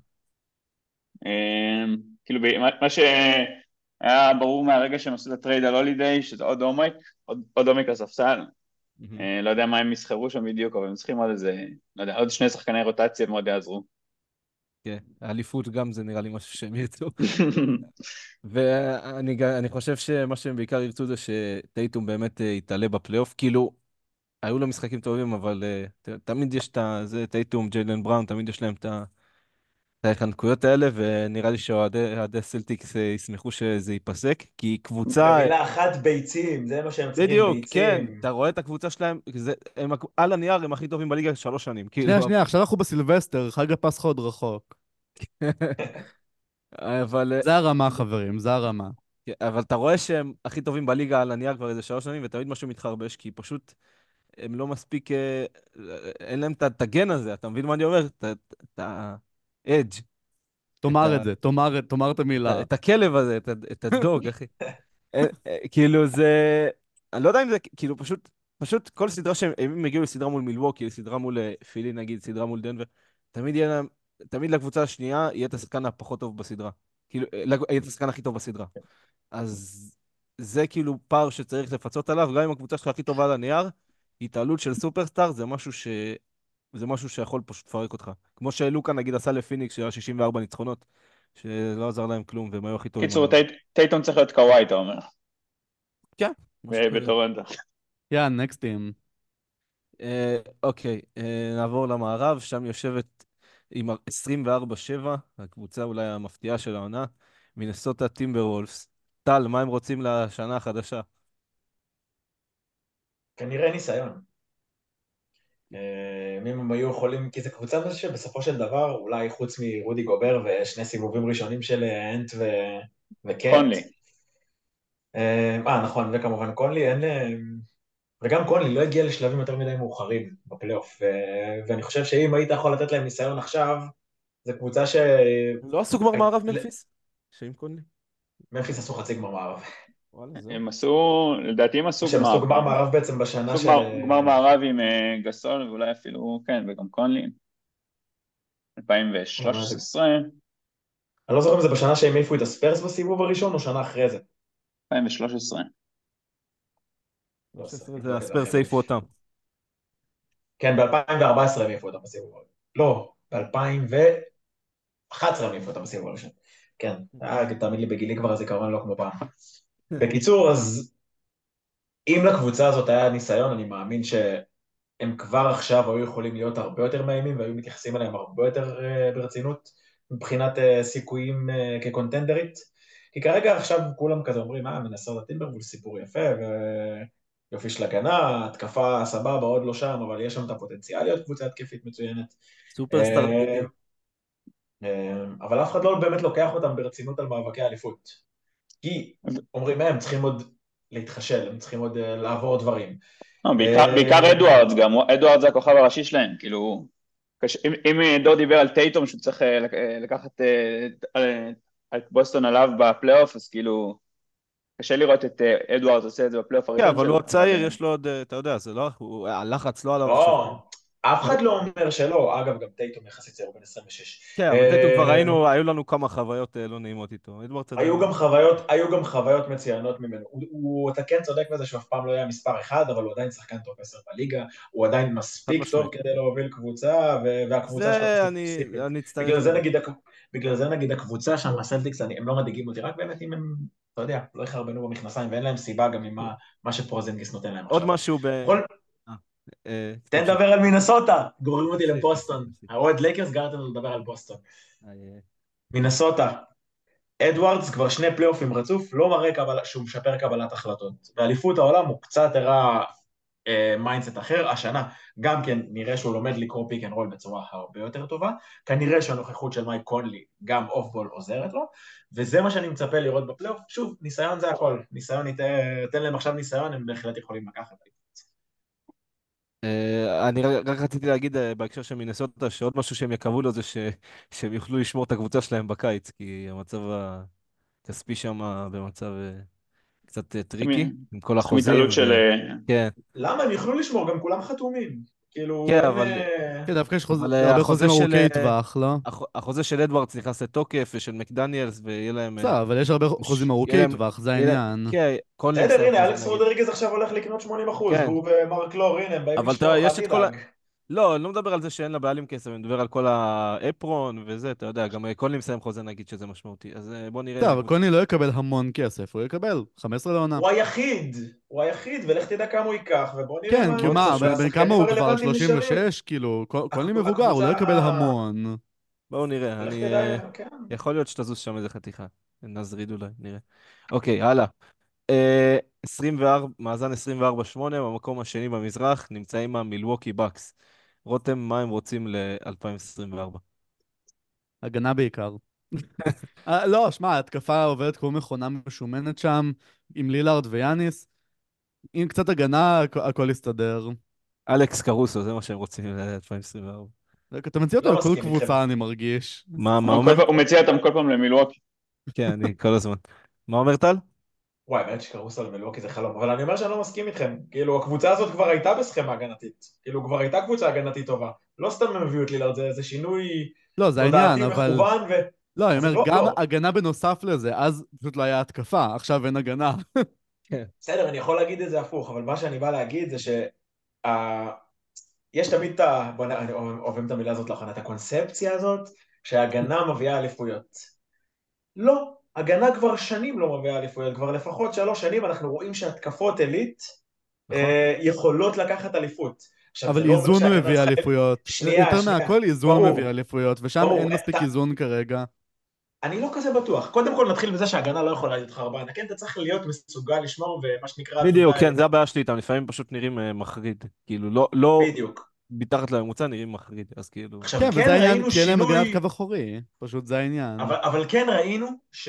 אמ, כאילו ב- מה מה שהיה ברור מהרגע שהם עשו את הטרייד על הולידיי, שזה עוד עומק, עוד עוד עומק לספסל.
מהמם.
אה, לא יודע מה הם יסחרו שם בדיוק, אבל הם צריכים עוד איזה, לא יודע, עוד שני שחקני רוטציה מאוד יעזרו.
כן, האליפות גם זה נראה לי משהו שהם ירצו. ואני ג- אני חושב שמה שהם בעיקר ירצו זה שטייטום באמת אה, יתעלה בפלייאוף. כאילו, היו לו משחקים טובים, אבל אה, ת- תמיד יש את ה... זה טייטום, ג'יילן בראון, תמיד יש להם את ה- את החנקויות האלה, ונראה לי שאוהדי אוהדי סלטיקס אה, ישמחו שזה ייפסק, כי קבוצה...
במילה אחת ביצים, זה מה שהם צריכים,
בדיוק, כן,
ביצים.
אתה רואה את הקבוצה שלהם, זה, הם, הכ- על הנייר הם הכי טובים בליגה שלוש שנים,
שנייה,
כאילו,
שנייה, עכשיו אנחנו בסילבסטר, חג הפסחא עוד רחוק.
אבל,
זה הרמה, חברים, זה הרמה.
כן, אבל אתה רואה שהם הכי טובים בליגה על הנייר כבר איזה שלוש שנים, ותמיד משהו מתחרבש, כי פשוט הם לא מספיק, אה, אין להם את את הגן הזה, אתה מבין מה אני אומר? את ה- את ה-edge, את
תאמר את
ה-
זה, תאמר, תאמר את
את ה-
המילה.
את הכלב הזה, את ה- את הדוג, אחי. אה, אה, כאילו זה, אני לא יודע אם זה, כאילו פשוט, פשוט כל סדרה שהם אם הם הגיעו לסדרה מול מילווקי, לסדרה מול אה, פילי נגיד, סדרה מול דנבר, תמיד יהיה להם, תמיד לקבוצה השנייה יהיה את השחקן הפחות טוב בסדרה. כאילו, אה, לג- יהיה את השחקן הכי טוב בסדרה. אז זה כאילו פער שצריך לפצות עליו, גם אם הקבוצה שלך הכי טובה על הנייר, התעלות של סופרסטאר זה משהו ש... זה משהו שיכול פשוט לפרק אותך. כמו שלוקה נגיד עשה לפיניקס של שישים וארבע ניצחונות, שלא עזר להם כלום, והם היו הכי טובים
קיצור,
עליו.
טי- טייטון צריך להיות קוואי, אתה אומר,
כן, משהו
ב-
כזה.
בטורונטו.
יא, נקסט טים.
אה, אוקיי, אה, נעבור למערב, שם יושבת עם עשרים וארבע שבע, הקבוצה אולי המפתיעה של העונה, מינסוטה טימבר וולפס. טל, מה הם רוצים לשנה החדשה?
כנראה ניסיון. אה, אם הם היו יכולים, כי זו קבוצה שבסופו של דבר, אולי חוץ מרודי גובר ושני סיבובים ראשונים של אה, אנט ו- וקנט,
קונלי.
אה, אה, נכון, וכמובן קונלי, אין להם, וגם קונלי לא הגיע לשלבים יותר מדי מאוחרים בפלייאוף, ו- ואני חושב שאם היית יכול לתת להם ניסיון עכשיו, זו קבוצה ש...
לא עשו גמר מערב ממפיס? שעם קונלי?
ממפיס עשו חצי גמר מערב.
וואלה, זהו.
הם עשו, לדעתי הם עשו
שהם
גמר.
עשו גמר מערב בעצם בשנה
עשו
של...
גמר, גמר מערב עם אה, גסול, ואולי אפילו, כן, וגם קונלי. אלפיים ושלוש עשרה,
אני לא זוכר אם זה בשנה שהם העיפו את הספרס בסיבוב הראשון, או שנה אחרי זה.
אלפיים ושלוש עשרה.
לא,
זה הספרס העיפו אותם.
כן, ב-אלפיים וארבע עשרה הם העיפו אותם בסיבוב הראשון. לא, ב-אלפיים ואחת עשרה הם העיפו אותם בסיבוב הראשון. כן, אה, תאמין לי, בגילי כבר הזיכרון לא כמו פעם. בקיצור, אז אם לקבוצה הזאת היה ניסיון, אני מאמין שהם כבר עכשיו היו יכולים להיות הרבה יותר מאיימים, והיו מתייחסים אליהם הרבה יותר uh, ברצינות, מבחינת uh, סיכויים uh, כקונטנדרית. כי כרגע עכשיו כולם כזה אומרים, אה, מנסות הטילברבול סיפור יפה, ויופי של הגנה, התקפה סבבה, עוד לא שם, אבל יש שם את הפוטנציאל להיות קבוצה התקפית מצוינת.
סופרסטאר
אה,
מדהימים.
אה, אבל אף אחד לא באמת לוקח אותם ברצינות על מאבקי האליפות. כי אומרים, הם צריכים עוד להתחשל, הם צריכים עוד אה, לעבור דברים.
לא, בעיקר, בעיקר אדוארדס גם, אדוארדס זה הכוכב הראשי שלהם, כאילו, קש... אם, אם דור דיבר על טייטום שהוא צריך אה, לק- אה, לקחת אה, אה, את בוסטון עליו בפלייאוף, אז כאילו, קשה לראות את אה, אדוארדס עושה את זה בפלייאוף
כן,
הראשון
אבל
שלו.
הוא הצעיר,
אה,
יש לו עוד, אתה יודע, זה לא, הוא- הלחץ לא עליו עכשיו.
לא, אף אחד לא אומר שלא, אגב, גם טייטום יחסית צעיר בן עשרים ושש.
כן, אבל טייטום כבר
אה,
ראינו, היו לנו כמה חוויות אה, לא נעימות איתו. אדוארדס
היו
עדיין.
גם חוויות, היו גם חוויות מצוינות ממנו. הוא, הוא, אתה כן צודק בזה שהוא אף פעם לא היה מספר אחד, אבל הוא עדיין שחקן טופ עשר בליגה, הוא עדיין
חד
מספיק טוב
משמעית.
כדי להוביל קבוצה, ו- והקבוצה שלו
זה
פשוט
אני,
פסיכית.
אני אצטרף
בגלל זה
לזה.
נגיד, הק- בגלל זה נגיד הקבוצה שם, הסלטיקס, אני- הם לא מדאיגים אותי, רק באמת אם הם, אתה יודע, לא יחרבנו במכנסיים, ואין להם סיבה גם עם מה, מה שפרוזינגיס נותן להם
עוד
עכשיו.
משהו ב...
כל,
אה, אה,
תן
תמשיך,
לדבר על מינסוטה, גוררים אותי
תמשיך, תמשיך,
לבוסטון.
תמשיך.
האוהד לייקרס גרתם לדבר על בוסטון.
אה, אה,
מינסוטה. אדוארדס כבר שני פלייאופים רצוף, לא מראה קבל... שהוא משפר קבלת החלטות. באליפות העולם הוא קצת הראה אה, מיינדסט אחר, השנה גם כן נראה שהוא לומד לקרוא פיק אנד רול בצורה הרבה יותר טובה, כנראה שהנוכחות של מייק קונלי גם אוף בול עוזרת לו, וזה מה שאני מצפה לראות בפלייאוף. שוב, ניסיון זה הכל, ניסיון ייתן להם עכשיו ניסיון, הם בהחלט יכולים לקחת.
אה, אני רק רק רציתי להגיד אה, בהקשר של מינסוטה, שעוד משהו שהם יקוו לו זה ש- שהם יוכלו לשמור את הקבוצה שלהם בקיץ, כי המצב הכספי שם במצב אה, קצת אה, טריקי, עם כל
צריכים
החוזים,
התעלות של...
ו...
אה,
כן,
למה? הם יוכלו לשמור, גם כולם חתומים. כאילו,
כן,
אין...
אבל
אה,
כן, דווקא יש חוז-
אבל אה,
הרבה
החוזה
חוזים
של
ארוכי
אה,
טווח, לא?
הח- החוזה של אדוארדס נכנס לתוקף, ושל מקדניאלס, ויהיה להם... אה,
בסדר, אבל יש הרבה
ש-
חוזים
יהיה
ארוכי
להם...
טווח, זה
יהיה להם...
העניין.
כן, קונלי
בסדר,
מסיים
הנה,
חוזה
אלכס
נגיד.
רודריגז עכשיו הולך לקנות שמונים אחוז,
כן,
והוא ומרק לור, הנה, הם באים
אבל אתה יודע,
לשמור, אל
יש את כל ה...
תדאג.
לא, אני לא מדבר על זה שאין לבעלים כסף, אני מדבר על כל האפרון וזה, אתה יודע, גם אה, קונלי מסיים חוזה נגיד שזה משמעותי, אז אה, בוא נראה
בסדר,
איזה
אבל
קבוצה.
קוני לא יקבל המון כסף, הוא יקבל חמש עשרה לעונה.
הוא היחיד, הוא היחיד, ולך תדע כמה הוא ייקח, ובוא נראה
כן,
מה
כי
מאוד
מה,
קשה.
בן בן
והשחקנים
כמה הוא כבר?
הרלוונטיים נשארים.
שלושים ושש? כאילו, קו- קוני
הקב-
מבוגר, הוא לא
הקבוצה,
יקבל המון.
בואו נראה,
לך
אני... אה,
תדע, כן.
יכול להיות שתזוז שם איזה חתיכה. נזריד אולי, נראה. אוקיי, הלאה. אה, עשרים וארבע, מאזן עשרים וארבע שמונה, במקום השני במזרח, נמצאים המילווקי בקס. רותם, מה הם רוצים ל-אלפיים עשרים וארבע?
הגנה בעיקר. אה, לא, שמע, ההתקפה עובדת כמו מכונה משומנת שם, עם לילארד ויאניס. עם קצת הגנה, הכ- הכל יסתדר.
אלכס קרוסו, זה מה שהם רוצים ל-אלפיים עשרים וארבע.
אתה מציע אותו
לא
לכל
מסכים איתכם.
קבוצה, אני מרגיש.
מה, מה
הוא כל
אומר?
פעם- הוא מציע אותם כל פעם למילווקי.
כן, אני כל הזמן. מה אומר טל?
וואי, באמת שקרוסו למילווקי זה חלום, אבל אני אומר שאני לא מסכים איתכם. כאילו, הקבוצה הזאת כבר הייתה בסכמה הגנתית. כאילו, כבר הייתה קבוצה הגנתית טובה. לא סתם הם הביאו את לילארד, זה, זה שינוי
לא, זה
תודעתי
העניין, אבל...
מכוון, ו...
לא, אני
אז
אומר,
לא,
גם
לא.
הגנה בנוסף לזה, אז פשוט לא היה התקפה, עכשיו אין הגנה.
כן.
בסדר, אני יכול להגיד את זה הפוך, אבל מה שאני בא להגיד זה ש... ה- יש תמיד את ה... בוא נ... אני אוהבים את המילה הזאת לאחרונה, את הקונספציה הזאת, שהגנה מביאה אליפויות. לא, הגנה כבר שנים לא מביאה אליפויות, כבר לפחות שלוש שנים אנחנו רואים שהתקפות עילית
נכון.
אה, יכולות לקחת אליפות. עכשיו,
אבל
זה לא אומר
איזון
שהגנה
מביא
צריכה-
אליפויות.
שנייה,
יותר
שנייה.
מהכל איזון
ברור.
מביא אליפויות, ושם
ברור,
אין מספיק
אתה-
איזון כרגע.
אני לא כזה בטוח. קודם כל נתחיל בזה שההגנה לא יכולה להיות לך ארבעה. כן, אתה צריך להיות מסוגל לשמור, ומה שנקרא...
בדיוק,
אתה יודע,
כן, זה הבעיה שלי איתם, לפעמים פשוט נראים אה, מחריד. כאילו, לא, לא
בדיוק.
מתחת לממוצע נראים מחריד, אז כאילו...
עכשיו,
כן,
כן
וזה העניין,
ראינו
כי אין להם הגנת
שינוי...
קו אחורי. פשוט זה העניין.
אבל, אבל כן ראינו ש...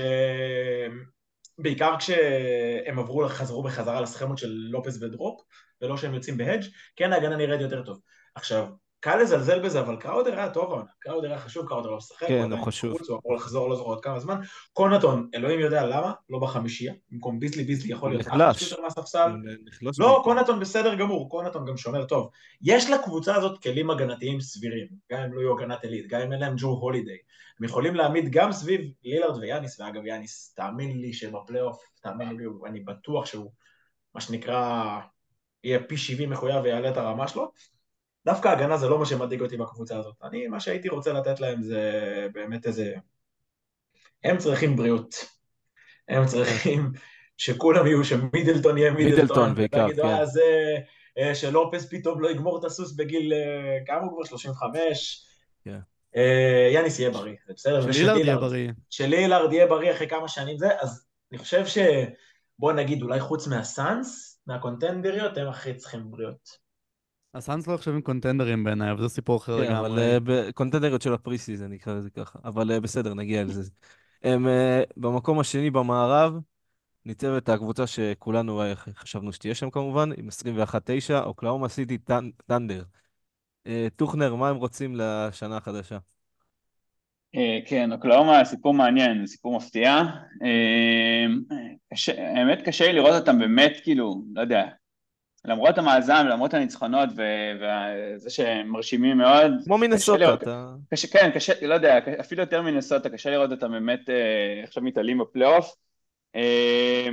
בעיקר כשהם עברו, חזרו בחזרה לסכמות של לופס ודרופ, ולא שהם יוצאים בהדג', כן ההגנה נראית יותר טוב. עכשיו, קל לזלזל בזה, אבל קראודר היה טוב העונה, קראודר היה חשוב, קראודר לא משחק, הוא
כן, הוא
עדיין
חשוב.
בחוץ, הוא אמור לחזור לא זוכר עוד כמה זמן. קונטון, אלוהים יודע למה, לא בחמישייה, במקום ביזלי, ביזלי יכול
הוא
להיות אחלה
נחלש.
שוטר מהספסל.
הוא נחלש
לא,
בעיקר.
קונטון בסדר גמור, קונטון גם שומר טוב. יש לקבוצה הזאת כלים הגנתיים סבירים, גם אם לא יהיו הגנת עילית, גם אם אין להם ג'ו הולידיי. הם יכולים להעמיד גם סביב לילארד ויאניס, ואגב יאניס, תאמין לי שבפלייאוף, תאמין לי, אני בטוח שהוא, מה שנקרא, יהיה פי שבעים מחויב ויעלה את הרמה שלו. דווקא ההגנה זה לא מה שמדאיג אותי בקבוצה הזאת. אני, מה שהייתי רוצה לתת להם זה באמת איזה... הם צריכים בריאות. הם צריכים שכולם יהיו, שמידלטון יהיה
מידלטון
מידלטון,
בעיקר,
ולהגיד,
כן.
אה, זה... אה, שלופס פתאום לא יגמור את הסוס בגיל, אה, כמה הוא כבר? שלושים וחמש.
כן.
אה, יאניס יהיה בריא, זה בסדר.
שלילארד יהיה בריא.
שלילארד יהיה בריא אחרי כמה שנים זה, אז אני חושב ש... בוא נגיד, אולי חוץ מהסאנס, מהקונטנדריות, הם הכי צריכים בריאות.
הסאנס לא חושבים קונטנדרים בעיניי, אבל זה סיפור אחר
כן, אבל
לגמרי.
בקונטנדריות של הפריסיזן, נקרא לזה ככה. אבל אה, בסדר, נגיע לזה. הם אה, במקום השני במערב, ניצבת הקבוצה שכולנו אה, חשבנו שתהיה שם כמובן, עם עשרים ואחת תשע, אוקלאומה סיטי טנדר. אה, טוחנר, מה הם רוצים לשנה החדשה?
אה, כן, אוקלאומה סיפור מעניין, סיפור מפתיע. אה, קשה- האמת קשה לי לראות אותם באמת, כאילו, לא יודע, למרות המאזן, למרות הניצחונות ו- וזה שהם מרשימים מאוד,
כמו
קשה
מינסוטה,
לראות,
אתה...
קשה, כן, קשה, לא יודע, אפילו יותר מנסוטה, קשה לראות אותם באמת אה, עכשיו מתעלים בפלייאוף. אה,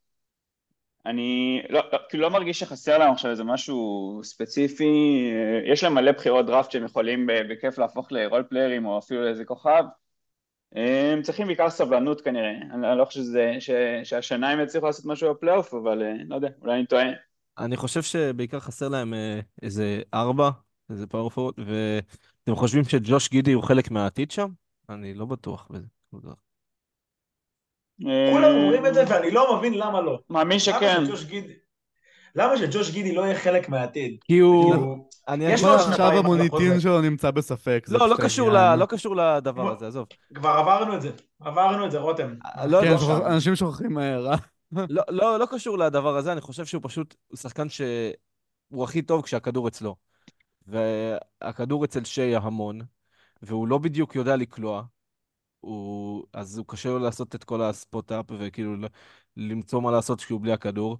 אני לא, לא, כאילו לא מרגיש שחסר להם עכשיו איזה משהו ספציפי, אה, יש להם מלא בחירות דראפט שהם יכולים ב- בכיף להפוך לרול פליירים או אפילו לאיזה כוכב, אה, הם צריכים בעיקר סבלנות כנראה, אני אני לא חושב שזה, ש, שהשנה הם יצליחו לעשות משהו בפלייאוף, אבל אה, לא יודע, אולי אני טועה.
אני חושב שבעיקר חסר להם אה, איזה ארבע, איזה פאורפורט, ואתם חושבים שג'וש גידי הוא חלק מהעתיד שם? אני לא בטוח בזה.
כולם
אה,
אומרים את זה ואני לא מבין למה לא.
מאמין
למה
שכן.
שג'וש גידי, למה שג'וש גידי לא יהיה חלק מהעתיד?
כי הוא...
כאילו,
אני
יש
אגיד
לו
כבר
עוד
לך...
עכשיו
שנתיים על החוזה.
המוניטין שלו נמצא בספק, זה
לא, לא
פשוט
קשור,
העניין.
ל... לא קשור לדבר הזה, עזוב.
כבר עברנו את זה, עברנו את זה, רותם.
לא,
כן,
לא
שוכח-
שם.
אנשים שוכחים מהר, אה?
לא, לא, לא קשור לדבר הזה, אני חושב שהוא פשוט, הוא שחקן שהוא הכי טוב כשהכדור אצלו. והכדור אצל שיה המון, והוא לא בדיוק יודע לקלוע, הוא... אז הוא קשה לו לעשות את כל הספוט-אפ, וכאילו ל- למצוא מה לעשות כשהוא בלי הכדור,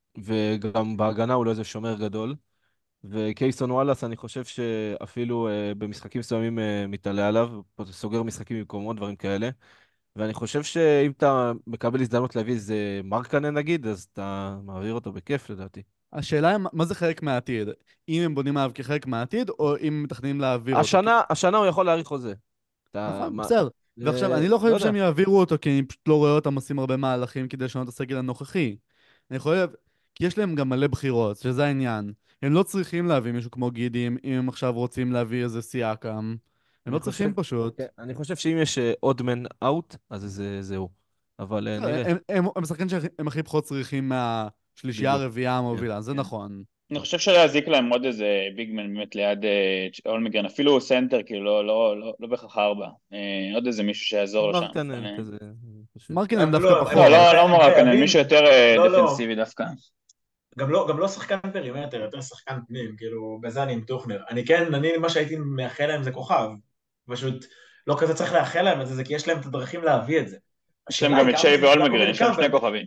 וגם בהגנה הוא לא איזה שומר גדול. וקייסון וואלאס, אני חושב שאפילו אה, במשחקים מסוימים אה, מתעלה עליו, סוגר משחקים במקומו, דברים כאלה. ואני חושב שאם אתה מקבל הזדמנות להביא איזה מרקנן נגיד, אז אתה מעביר אותו בכיף לדעתי.
השאלה היא, מה זה חלק מהעתיד? אם הם בונים עליו כחלק מהעתיד, או אם הם מתכננים להעביר אותו?
השנה, השנה הוא יכול להאריך חוזה. אתה,
נכון,
מה,
בסדר.
זה-
ועכשיו, אני לא
לא
חושב
יודע.
שהם יעבירו אותו, כי אני פשוט לא רואה אותם עושים הרבה מהלכים כדי לשנות את הסגל הנוכחי. אני חושב, כי יש להם גם מלא בחירות, שזה העניין. הם לא צריכים להביא מישהו כמו גידי, אם אם הם עכשיו רוצים להביא איזה סייקם. הם
אני
לא
חושב,
צריכים פשוט.
כן, אני חושב שאם יש עוד מן אאוט, אז זה, זהו. אבל אה, נראה,
הם- הם הם שחקנים שהם הכי פחות צריכים מהשלישייה
בדיוק.
הרביעייה
כן,
המובילה, זה
כן.
נכון.
אני חושב שלא יזיק להם עוד איזה ביגמן באמת ליד אה, אולמגרן, אפילו סנטר, כאילו לא, לא, לא, לא בהכרח ארבע, אה, עוד איזה מישהו שיעזור לו שם. אבל,
מרקנן
אה,
כזה, אני חושב.
מרקינן
הם
דווקא
לא,
פחות.
לא,
הם-
לא, לא
הם
מרקנן,
חייבים-
מישהו יותר אה,
לא, לא.
דפנסיבי דווקא.
גם לא, גם לא שחקן פרימטר, יותר שחקן פנים, כאילו, בזה אני עם טוחנר. אני כן, אני, מה שהייתי מאחל להם זה כוכב. פשוט לא כזה צריך לאחל להם את זה, זה כי יש להם את הדרכים להביא את זה.
יש להם
השאלה
גם
היא
את
כמה
שיי
זה יפגע
ואולמגרן,
בוויל
יש להם שני
קמפבל.
כוכבים.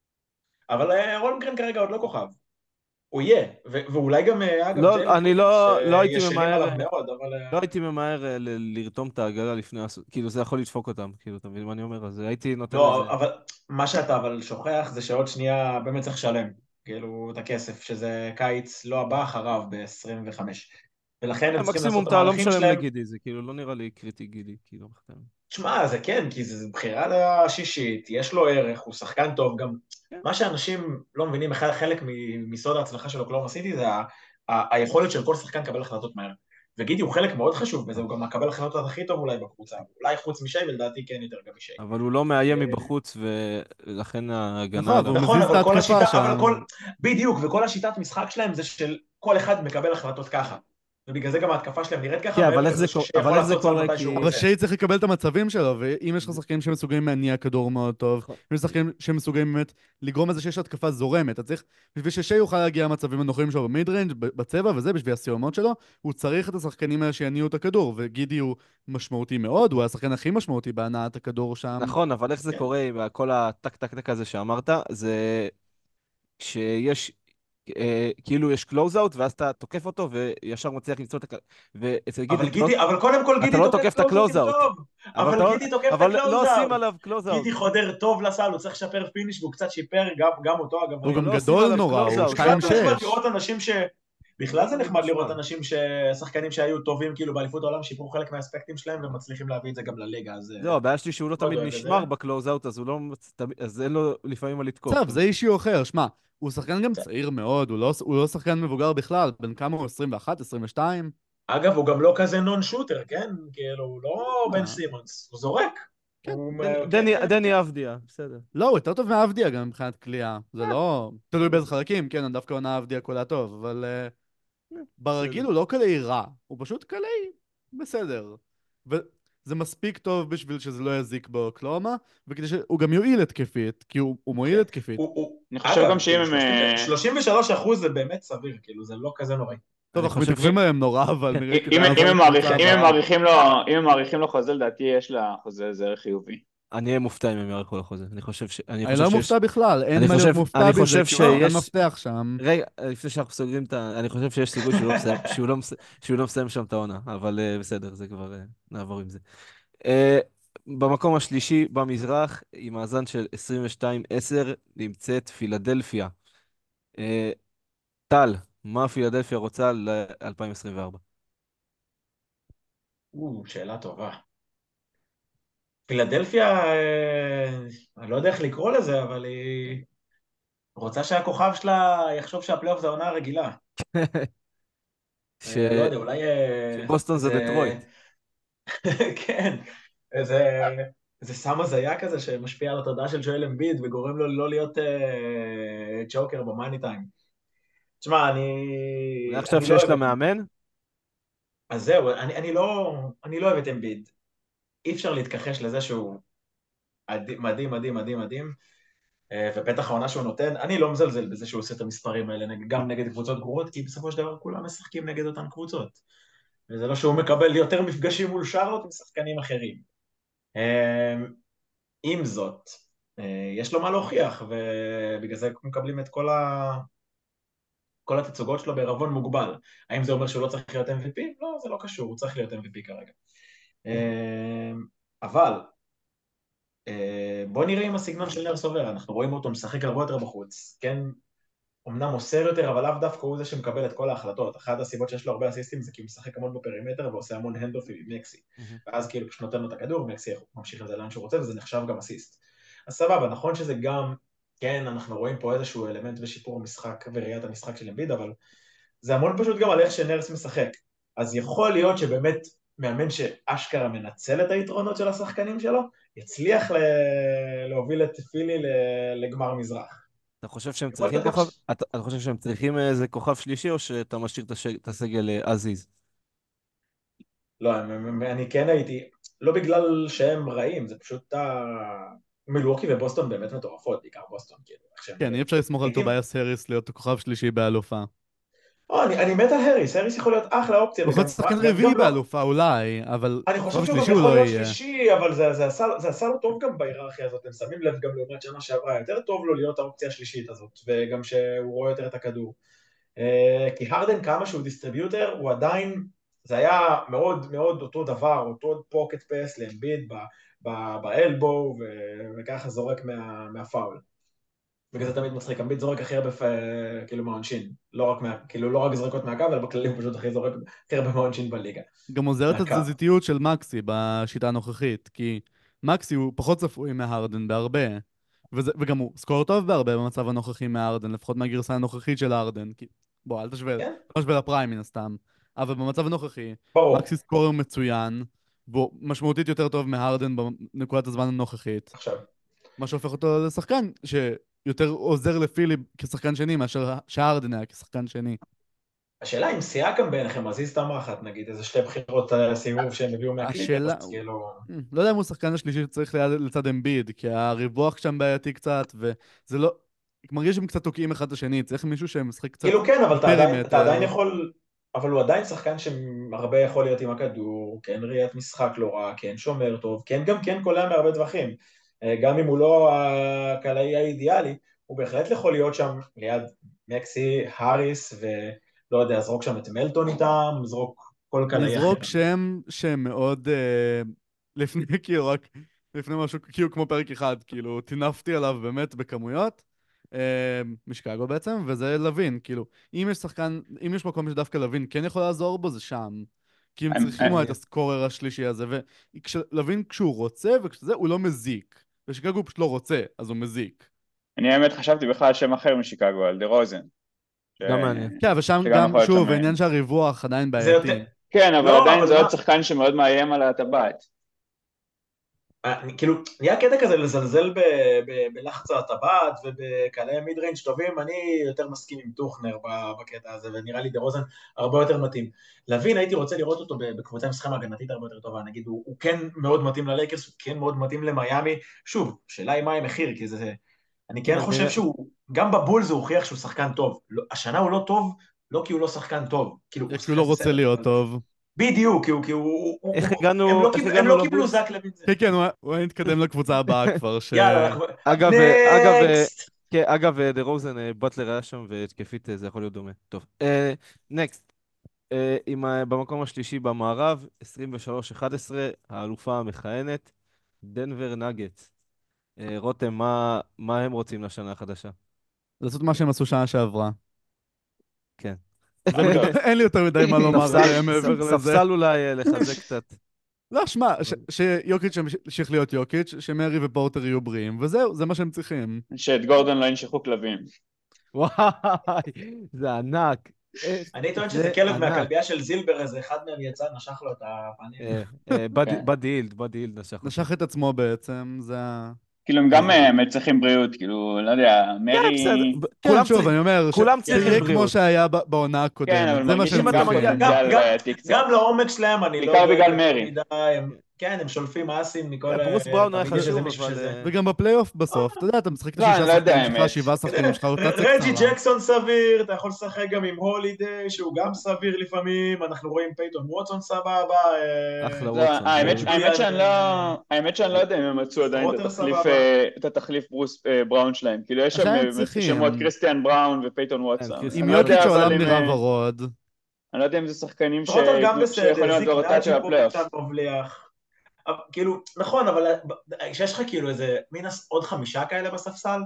אבל אה, רולמגרן כרגע עוד לא כוכב. הוא יהיה, ו- ואולי גם, אה, אגב,
לא,
ג'יילן
אני לא, לא הייתי
שישנים
ממהר,
עליו מאוד, אבל... אה,
לא הייתי ממהר אה, ל- לרתום את העגלה לפני, הס- כאילו זה יכול לדפוק אותם, כאילו, אתה מבין מה אני אומר? אז הייתי נותן לזה.
לא, אבל מה שאתה אבל שוכח זה שעוד שנייה באמת צריך לשלם, כאילו, את הכסף, שזה קיץ לא הבא אחריו ב-עשרים וחמש. ולכן הם צריכים
מקסימום
לעשות את
אתה לא
המהלכים
משלם
שלהם.
לגידי, זה כאילו לא נראה לי קריטי גידי, כאילו.
תשמע, זה כן, כי זו בחירה השישית, יש לו ערך, הוא שחקן טוב, גם
כן.
מה שאנשים לא מבינים, אחד- חלק מ- מסוד ההצלחה של אוקלאומה סיטי זה ה- ה- היכולת של כל שחקן לקבל החלטות מהר. וגידי הוא חלק מאוד חשוב בזה, הוא גם מקבל החלטות הכי טוב אולי בקבוצה, אולי חוץ משי, ולדעתי כן יותר גם משי.
אבל הוא לא מאיים
אה,
מבחוץ, ולכן ההגנה
נכון,
עליו.
והוא
נכון,
מזיז את
אבל כל
ההתקפה
השיטה, אבל
שם.
כל, בדיוק, וכל השיטת משחק שלהם זה של כל אחד מקבל החלטות ככה. ובגלל זה גם ההתקפה שלהם נראית ככה,
כן, אבל
מעבר
איך זה
לזה
קורה-
ששיי
אבל
יכול
איך זה
לעשות סל
קורה?
מתי
כי-
שהוא
אבל
רוצה.
שיי צריך לקבל את המצבים שלו, ואם יש לך שחקנים שמסוגלים להניע כדור מאוד טוב,
נכון.
אם יש שחקנים שמסוגלים באמת לגרום לזה שיש התקפה זורמת, אתה צריך, בשביל ששיי יוכל להגיע למצבים הנוחים שלו במיד ריינג' בצבע וזה, בשביל הסיומות שלו, הוא צריך את השחקנים האלה שיניעו את הכדור, וגידי הוא משמעותי מאוד, הוא השחקן הכי משמעותי בהנעת הכדור שם.
נכון, אבל איך זה
כן.
קורה עם כל הטק טק טק הזה שאמרת, זה כשיש, אה, כאילו יש קלוז אאוט, ואז אתה תוקף אותו, וישר מצליח למצוא את הכ... ואצל גידי,
אבל
אתה לא,
גידי, אבל קודם כל
אתה
גידי
לא
תוקף
תוקף את
קלוז
הקלוז
אאוטים
אאוט,
טוב.
אבל,
אבל
אתה,
גידי תוקף את
אבל
הקלוז
לא עושים
אאוט.
עליו קלוז אאוט.
גידי חודר טוב לסל, הוא צריך לשפר פיניש, והוא קצת שיפר גם, גם אותו, אגב.
הוא
אבל
גם
לא עושים
גדול
עליו
נורא,
close
הוא
out.
שתיים
בכלל זה נחמד
שש.
לראות אנשים ש... בכלל זה
לא
נחמד
נשמע.
לראות אנשים ש... שחקנים שהיו טובים כאילו באליפות העולם, שיפרו חלק מהאספקטים שלהם ומצליחים להביא את זה גם לליגה, אז
זהו, הבעיה שלי שהוא לא
מאוד
תמיד
אוהב את זה.
נשמר בקלוז אאוט, אז הוא לא, אז אין לו לפעמים מה לתקוף.
בסדר, זה אישיו אחר, שמע, הוא שחקן גם צעיר מאוד, הוא לא, הוא לא שחקן מבוגר בכלל, בן כמה הוא? עשרים ואחת, עשרים ושתיים?
אגב, הוא גם לא כזה נון שוטר, כן? כאילו, הוא לא בן
אה.
סימונס, הוא זורק.
כן,
הוא
דני-
מ-
דני-
כן,
דני אבדיה, בסדר.
לא, הוא יותר טוב מאבדיה גם מבחינת קליעה, זה לא... תלוי באיזה חלקים, כן, דווקא עונה אבדיה קולע טוב, אבל אה, ברגיל
בסדר.
הוא לא קלעי רע, הוא פשוט קלעי בסדר. וזה מספיק טוב בשביל שזה לא יזיק באוקלאומה, וכדי שהוא גם יועיל התקפית, כי הוא, הוא מועיל התקפית.
הוא- הוא-
אני חושב
אגב,
גם שאם
כאילו,
הם, אה,
שלושים ושלוש אחוז זה באמת סביר, כאילו, זה לא כזה נוראי.
טוב,
אני
אנחנו
חושב
מתעכבים
ש-
עליהם נורא, אבל נראה
אם
כדאי
אם
לעבור
הם
לקבוצה
מעריכים- אם הם
הבאה.
מעריכים לו, אם הם מעריכים לו חוזה, לדעתי יש לחוזה איזה ערך חיובי.
אני אהיה מופתע אם הם יאריכו לחוזה. אני חושב ש... אני
אני
חושב
לא
שיש...
מופתע בכלל, אין
אני
מה להיות
חושב-
מופתע
אני
בזה,
חושב
כי הוא שחקן
שיש-
מפתח שם.
רגע, לפני שאנחנו סוגרים את ה... אני חושב שיש סיכוי שהוא לא מסיים, שהוא לא, מס... שהוא לא מסיים שם את העונה, אבל uh, בסדר, זה כבר... Uh, נעבור עם זה. Uh, במקום השלישי במזרח, עם מאזן של עשרים ושתיים עשר, נמצאת פילדלפיה. Uh, טל, מה פילדלפיה רוצה ל-אלפיים עשרים וארבע?
או, שאלה טובה. פילדלפיה, אה, אני לא יודע איך לקרוא לזה, אבל היא רוצה שהכוכב שלה יחשוב שהפלייאוף זה העונה הרגילה.
ש...
אה, לא יודע, אולי... אה,
שבוסטון זה דטרויט.
כן, איזה... איזה סם הזיה כזה שמשפיע על התודעה של ג'ואל אמביד וגורם לו לא להיות אה, צ'וקר במאני טיים. תשמע, אני...
אולי עכשיו
אני לא
שיש
אוהב
לה
את-
מאמן?
אז זהו, אני, אני, לא, אני לא אוהב את אמביד. אי אפשר להתכחש לזה שהוא מדהים, מדהים, מדהים, מדהים, מדהים. אה, ובטח העונה שהוא נותן, אני לא מזלזל בזה שהוא עושה את המספרים האלה נגד- גם נגד קבוצות גרועות, כי בסופו של דבר כולם משחקים נגד אותן קבוצות. וזה לא שהוא מקבל יותר מפגשים מול שרלוט עם שחקנים אחרים. אה, עם זאת, אה, יש לו מה להוכיח, ובגלל זה מקבלים את כל, ה... כל התצוגות שלו בערבון מוגבל. האם זה אומר שהוא לא צריך להיות אם וי פי? לא, זה לא קשור, הוא צריך להיות אם וי פי כרגע. אה, אבל, אה, בוא נראה אם הסגנון של נרס עובר, אנחנו רואים אותו משחק הרבה יותר בחוץ, כן, אמנם מוסר יותר, אבל לאו דווקא הוא זה שמקבל את כל ההחלטות. אחת הסיבות שיש לו הרבה אסיסטים זה כי הוא משחק המון בפרימטר ועושה המון הנדופים עם מקסי. ואז כאילו פשוט נותן לו את הכדור, מקסי ממשיך את זה לאן שהוא רוצה, וזה נחשב גם אסיסט. אז סבבה, נכון שזה גם, כן, אנחנו רואים פה איזשהו אלמנט בשיפור המשחק וראיית המשחק של אמביד, אבל זה המון פשוט גם על איך שנרס משחק. אז יכול להיות שבאמת מאמן שאשכרה מנצל את היתרונות של השחקנים שלו, יצליח ל- להוביל את פילי ל- לגמר מזרח.
אתה חושב שהם
יכול
צריכים
להיות
כוכב?
ש-
אתה אתה חושב שהם צריכים איזה כוכב שלישי, או שאתה משאיר את הש- את הסגל אה, as is?
לא, הם- הם- אני כן הייתי, לא בגלל שהם רעים, זה פשוט ה... מילווקי ובוסטון באמת מטורפות, בעיקר בוסטון, כאילו, איך שהם...
כן, אי אפשר לסמוך על
הייתי-
טובייס האריס להיות הכוכב שלישי באלופה.
או, אני, אני מת על האריס, האריס יכול להיות אחלה אופציה.
הוא יכול
וגם-
להיות שחקן
גם
רביעי
לא-
באלופה אולי, אבל
אני חושב
כוכב
שהוא גם
שלישי הוא
יכול
לא
להיות
יהיה.
שלישי, אבל זה, זה, עשה, זה עשה לו טוב גם בהיררכיה הזאת, הם שמים לב גם לעומת שנה שעברה, יותר טוב לו להיות האופציה השלישית הזאת, וגם שהוא רואה יותר את הכדור. אה, כי הרדן כמה שהוא דיסטריביוטר, הוא עדיין, זה היה מאוד מאוד אותו דבר, אותו פוקט פס לאמביד באלבו, וככה זורק מה, מהפאול. בגלל זה תמיד מצחיק, אמביד זורק הכי הרבה פ- כאילו מהעונשין, לא רק מה, כאילו לא רק זריקות מהקו, אלא בכללי הוא פשוט הכי זורק הכי הרבה מהעונשין בליגה.
גם עוזרת
מהקו.
התזזיתיות של מקסי בשיטה הנוכחית, כי מקסי הוא פחות צפוי מהרדן בהרבה, וזה, וגם הוא סקור טוב בהרבה במצב הנוכחי מהרדן, לפחות מהגרסה הנוכחית של הרדן, כי בוא, אל תשווה,
כן.
לא תשווה לפריים מן הסתם, אבל במצב הנוכחי,
ברור.
מקסי סקורר מצוין, והוא משמעותית יותר טוב מהרדן בנקודת הזמן הנוכחית,
עכשיו,
מה שהופך אותו לשחקן שיותר עוזר לפילי כשחקן שני מאשר שהרדן היה כשחקן שני.
השאלה אם סייקם בעיניכם מזיז את המחט, נגיד, איזה שתי בחירות הסיבוב שהם הביאו
השאלה,
מהקליפרס, כאילו...
לא יודע אם הוא שחקן השלישי שצריך ליד לצד אמביד, כי הריווח שם בעייתי קצת, וזה לא... מרגיש שהם קצת תוקעים אחד את השני, צריך מישהו שמשחק קצת
כאילו כן, אבל אתה עדיין, אתה עדיין
פרימטר.
יכול... אבל הוא עדיין שחקן שהרבה יכול להיות עם הכדור, כן ראיית משחק לא רע, כן שומר טוב, כן גם כן קולע מהרבה טווחים. אה, גם אם הוא לא הקלעי האידיאלי, הוא בהחלט יכול להיות שם ליד מקסי, האריס, ולא יודע, זרוק שם את מלטון איתם, זרוק כל קלעי אחר.
נזרוק שם שהם מאוד... אה, לפני, כאילו, רק לפני משהו, כאילו כמו פרק אחד, כאילו, טינפתי עליו באמת בכמויות, אה, משקגו בעצם, וזה לוין, כאילו, אם יש שחקן, אם יש מקום שדווקא לוין כן יכול לעזור בו, זה שם. כי הם צריכים
אני-
את הסקורר השלישי הזה, ולוין כשהוא רוצה, וכשזה, הוא לא מזיק. ושיקגו הוא פשוט לא רוצה, אז הוא מזיק.
אני האמת חשבתי בכלל על שם אחר משיקגו, על דה רוזן. ש-
גם מעניין.
כן, אבל שם
שגם
גם,
יכול להיות
שוב,
שם-
העניין שהריווח עדיין
זה יותר...
בעייתי.
כן, אבל
לא,
עדיין
אבל
זה
מה-
עוד שחקן שמאוד מאיים על הטבעת.
אני, כאילו, נהיה קטע כזה לזלזל ב, ב, בלחץ הטבעת ובקלעי מיד ריינג' טובים, אני יותר מסכים עם טוחנר ב- בקטע הזה, ונראה לי דה רוזן הרבה יותר מתאים. לוין, הייתי רוצה לראות אותו ב- בקבוצה עם סכמה הגנתית הרבה יותר טובה, נגיד, הוא, הוא כן מאוד מתאים ללייקרס, הוא כן מאוד מתאים למיימי, שוב, שאלה היא מה המחיר, כי זה, אני כן
אבל
חושב
נראה-
שהוא, גם בבולס הוא הוכיח שהוא שחקן טוב, לא, השנה הוא לא טוב, לא כי הוא לא שחקן טוב, כאילו, הוא
כי הוא לא
שחקן
רוצה
בסדר,
להיות
אבל-
טוב.
בדיוק, כי הוא, כי הוא, הוא-
איך
הוא-
הגענו-
הם לא
איך
קיבלו- הם
הגענו
לא קיבלו
לבולס?
זק לוין זה.
כן, כן, הוא היה- הוא היה מתקדם לקבוצה הבאה כבר, ש...
יאללה, אנחנו...
אגב, אגב,
נקסט!
כן, אגב, דה רוזן, אה, באטלר היה שם, והתקפית אה, זה יכול להיות דומה. טוב, נקסט. במקום השלישי במערב, עשרים ושלוש אחת עשרה, האלופה המכהנת, דנבר נגטס. אה, רותם, מה מה הם רוצים לשנה החדשה?
לעשות מה שהם עשו שנה שעברה.
כן.
זה בגדול, אין לי יותר מדי מה לומר
ספסל-
עליהם מעבר לזה.
ספסל אולי אה, לחזק קצת.
לא, שמע, ש- שיוקיץ' ימשיך להיות יוקיץ', שמרי ופורטר יהיו בריאים, וזהו, זה מה שהם צריכים.
שאת גורדון לא ינשכו כלבים.
וואי, זה ענק. איך
אני טוען
זה
שזה כלב
ענק.
מהכלבייה של זילבר, איזה אחד מהם יצא, נשך לו את הפנים.
אה, אה, בד-
כן.
בד הילד, בד הילד נשך אותו.
נשך את עצמו בעצם, זה ה...
כאילו הם גם אה, באמת צריכים בריאות, כאילו, לא יודע,
כן,
מרי...
בסדר.
כן,
כולם
שוב,
צריכים-
אני אומר,
כולם
ש-
צריכים
שיהיה
בריאות.
כמו שהיה ב- בעונה
כן,
הקודמת,
אבל
זה מה
מרגיש
שהם
אם אתה
גם
מגיע-
צריכים.
גם-
פוטנציאל
גם-
בעייתי קצת.
גם לעומק שלהם, אני לא...
בעיקר
דואג
בגלל
יותר
מרי.
מדי, הם- כן, הם שולפים אסים מכל...
ברוס
אה,
בראון היה
תמיד יש איזה
חשוב,
מישהו
אבל...
שזה-
אה,
וגם בפלייאוף בסוף, אתה יודע, אתה משחק את
לא, אני
השישה
לא יודע,
שחקנים שלך,
האמת.
שבעה שחקנים שלך, רוטציה
רג'י
קצרה.
ג'קסון סביר, אתה יכול לשחק גם עם הולידיי, שהוא גם סביר לפעמים, אנחנו רואים פייטון ווטסון סבבה. אה,
אחלה
לא,
ווטסון.
האמת-
זה-
האמת שאני לא... האמת שאני לא יודע אם הם מצאו עדיין את
רוטר
התחליף,
סבבה.
אה, את התחליף ברוס אה, בראון שלהם. כאילו יש שם
עכשיו הם
אה,
צריכים.
שמות קריסטיאן בראון ופייתון ווטסון.
קריס-
אני
עם
לא יודע,
יוקיץ'
אבל
העולם
אם,
נראה
אה,
ורוד.
אני לא יודע אם זה שחקנים ש-
רוטר גם בסדר,
שיכולים להיות
זיק
ברוטציה
נאג'י פה
בפלייאוף.
קצת מבליח. אבל, כאילו, נכון, אבל כשיש לך כאילו איזה מינוס עוד חמישה כאלה בספסל,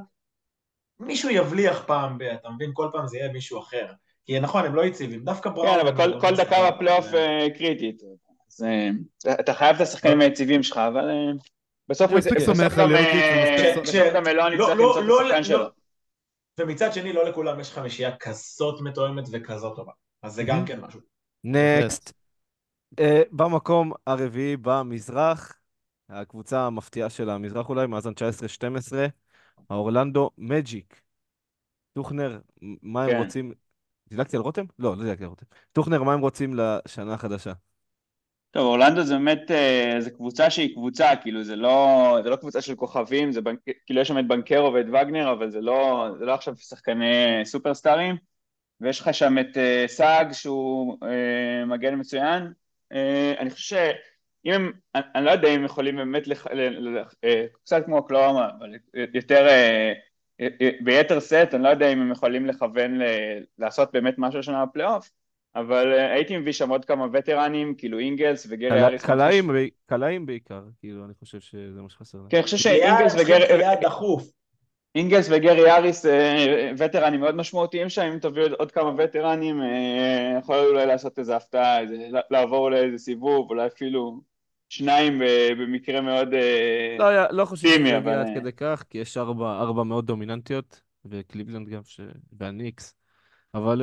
מישהו יבליח פעם ב... אתה מבין? כל פעם זה יהיה מישהו אחר. כי נכון, הם לא יציבים, דווקא בראון...
כן, אבל
הם
כל-
לא
כל דקה
סבבה,
בפלייאוף
אבל-
אה, קריטית. אז אה, אתה חייב את השחקנים היציבים שלך, אבל אה, בסוף
אני מספיק
בסוף
סומך
גם,
על
אה,
יוקיץ' ומספיק
בסוף
סומך-
גם מלון
לא,
יצטרך
לא,
למצוא את
לא,
השחקן
לא.
שלו.
ומצד שני, לא לכולם יש חמישייה כזאת מתואמת וכזאת טובה. אז זה גם
Mhm.
כן משהו.
נקסט. אה, במקום הרביעי במזרח, הקבוצה המפתיעה של המזרח אולי, מאזן תשע עשרה שתים עשרה, האורלנדו מג'יק. טוחנר, מה הם
כן.
רוצים... דילגתי על רותם? לא, לא דילגתי על רותם. טוחנר, מה הם רוצים לשנה החדשה?
טוב, אורלנדו זה באמת, אה, זה קבוצה שהיא קבוצה, כאילו זה לא, זה לא קבוצה של כוכבים, זה בנק, כאילו יש שם את בנקרו ואת וגנר, אבל זה לא, זה לא עכשיו שחקני סופרסטארים, ויש לך שם את אה, סאג שהוא אה, מגן מצוין. אה, אני חושב שאם הם, אני, אני לא יודע אם הם יכולים באמת, לח, ל, ל, אה, קצת כמו אוקלאומה, אבל יותר, אה, אה, ביתר סט, אני לא יודע אם הם יכולים לכוון ל, לעשות באמת משהו השנה בפלייאוף, אבל uh, הייתי מביא שם עוד כמה וטרנים, כאילו אינגלס וגרי אריס.
קלעים, קלעים בעיקר, כאילו, אני חושב שזה מה שחסר.
כן, אני חושב שאינגלס וגרי...
ליד דחוף.
אינגלס וגרי אריס וטרנים מאוד משמעותיים שם, אם תביאו עוד כמה וטרנים, יכול אולי לעשות איזו הפתעה, לעבור לאיזה סיבוב, אולי אפילו שניים במקרה מאוד
לא חושב שזה
טימי,
יגיע עד כדי כך, כי יש ארבע מאוד דומיננטיות, וקליבלנד גם, והניקס, אבל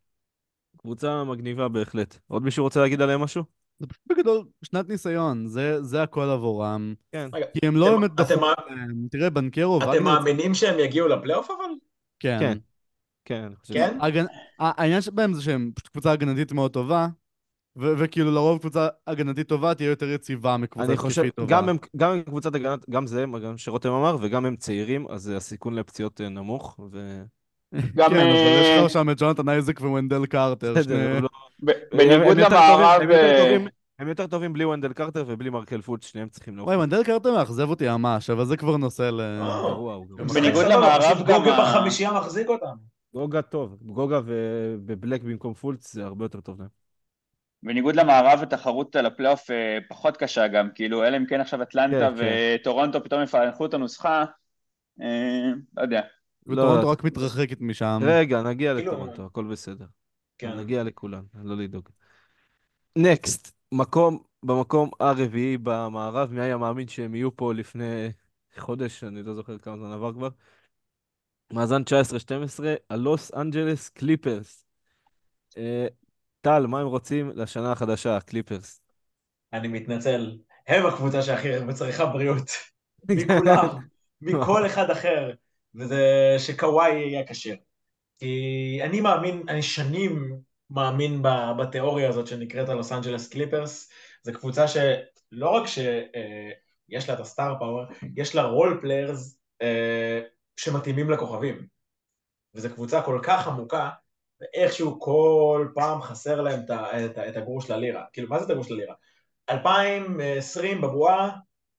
קבוצה מגניבה בהחלט. עוד מישהו רוצה להגיד עליהם משהו?
זה פשוט בגדול שנת ניסיון, זה, זה הכל עבורם.
כן.
כי הם לא באמת
אתם,
דחו להם. תראה, בנקרו...
אתם מאמינים שהם יגיעו לפלייאוף אבל?
כן.
כן. כן, אני חושב ש...
כן?
הגנ... ה- העניין שבהם זה שהם פשוט קבוצה הגנתית מאוד טובה, ו- וכאילו לרוב קבוצה הגנתית טובה תהיה יותר יציבה מקבוצה
אני חושב,
התקפית טובה.
גם הם, גם הם קבוצת הגנת, גם זה, גם שרותם אמר, וגם הם צעירים, אז הסיכון לפציעות אה, נמוך, ו...
גם
כן, אבל יש
אה,
לך שם את ג'ונתן אייזק וונדל קרטר, שני...
בסדר, הם לא...
ב-
הם,
בניגוד
הם יותר טובים,
למערב,
הם יותר
אה,
טובים, הם יותר טובים בלי ונדל קרטר ובלי מרקל פולץ, שניהם צריכים לעוף
וואי,
את
וונדל קרטר מאכזב אותי ממש, אבל זה כבר נושא ל...
הוא
אה,
גרוע, הוא
יום
גרוע.
אחר.
משחק
בניגוד
סבבה, פשוט
למערב גם
גוגה
ה...
בחמישייה מחזיק אותם.
גוגה טוב, גוגה ו- ובלק במקום פולץ זה הרבה יותר טוב להם.
בניגוד למערב התחרות על הפלייאוף אה, פחות קשה גם, כאילו אלא אם כן עכשיו
כן,
אטלנטה
כן.
וטורונטו פתאום יפענחו את הנוסחה, אה, לא יודע.
לא,
וטורונטו רק מתרחקת משם.
רגע, נגיע
כאילו,
לטורונטו, הכל בסדר.
כן.
נגיע לכולן, לא לדאוג. נקסט, מקום, במקום הרביעי במערב, מי היה מאמין שהם יהיו פה לפני חודש, אני לא זוכר כמה זמן עבר כבר. מאזן תשע עשרה שתים עשרה, הלוס אנג'לס קליפרס. אה, טל, מה הם רוצים לשנה החדשה, הקליפרס?
אני מתנצל. הם הקבוצה שהכי הרבה צריכה בריאות. מכולם. מכל אחד אחר. וזה שקוואי יהיה כשיר. כי אני מאמין, אני שנים מאמין ב- בתיאוריה הזאת שנקראת הלוס אנג'לס קליפרס. זו קבוצה שלא רק שיש לה את הסטאר פאוור, יש לה רול פליירס שמתאימים לכוכבים. וזו קבוצה כל כך עמוקה, ואיכשהו כל פעם חסר להם את, ה- את, ה- את הגרוש ללירה. כאילו, מה זה את הגרוש ללירה? אלפיים ועשרים בבועה,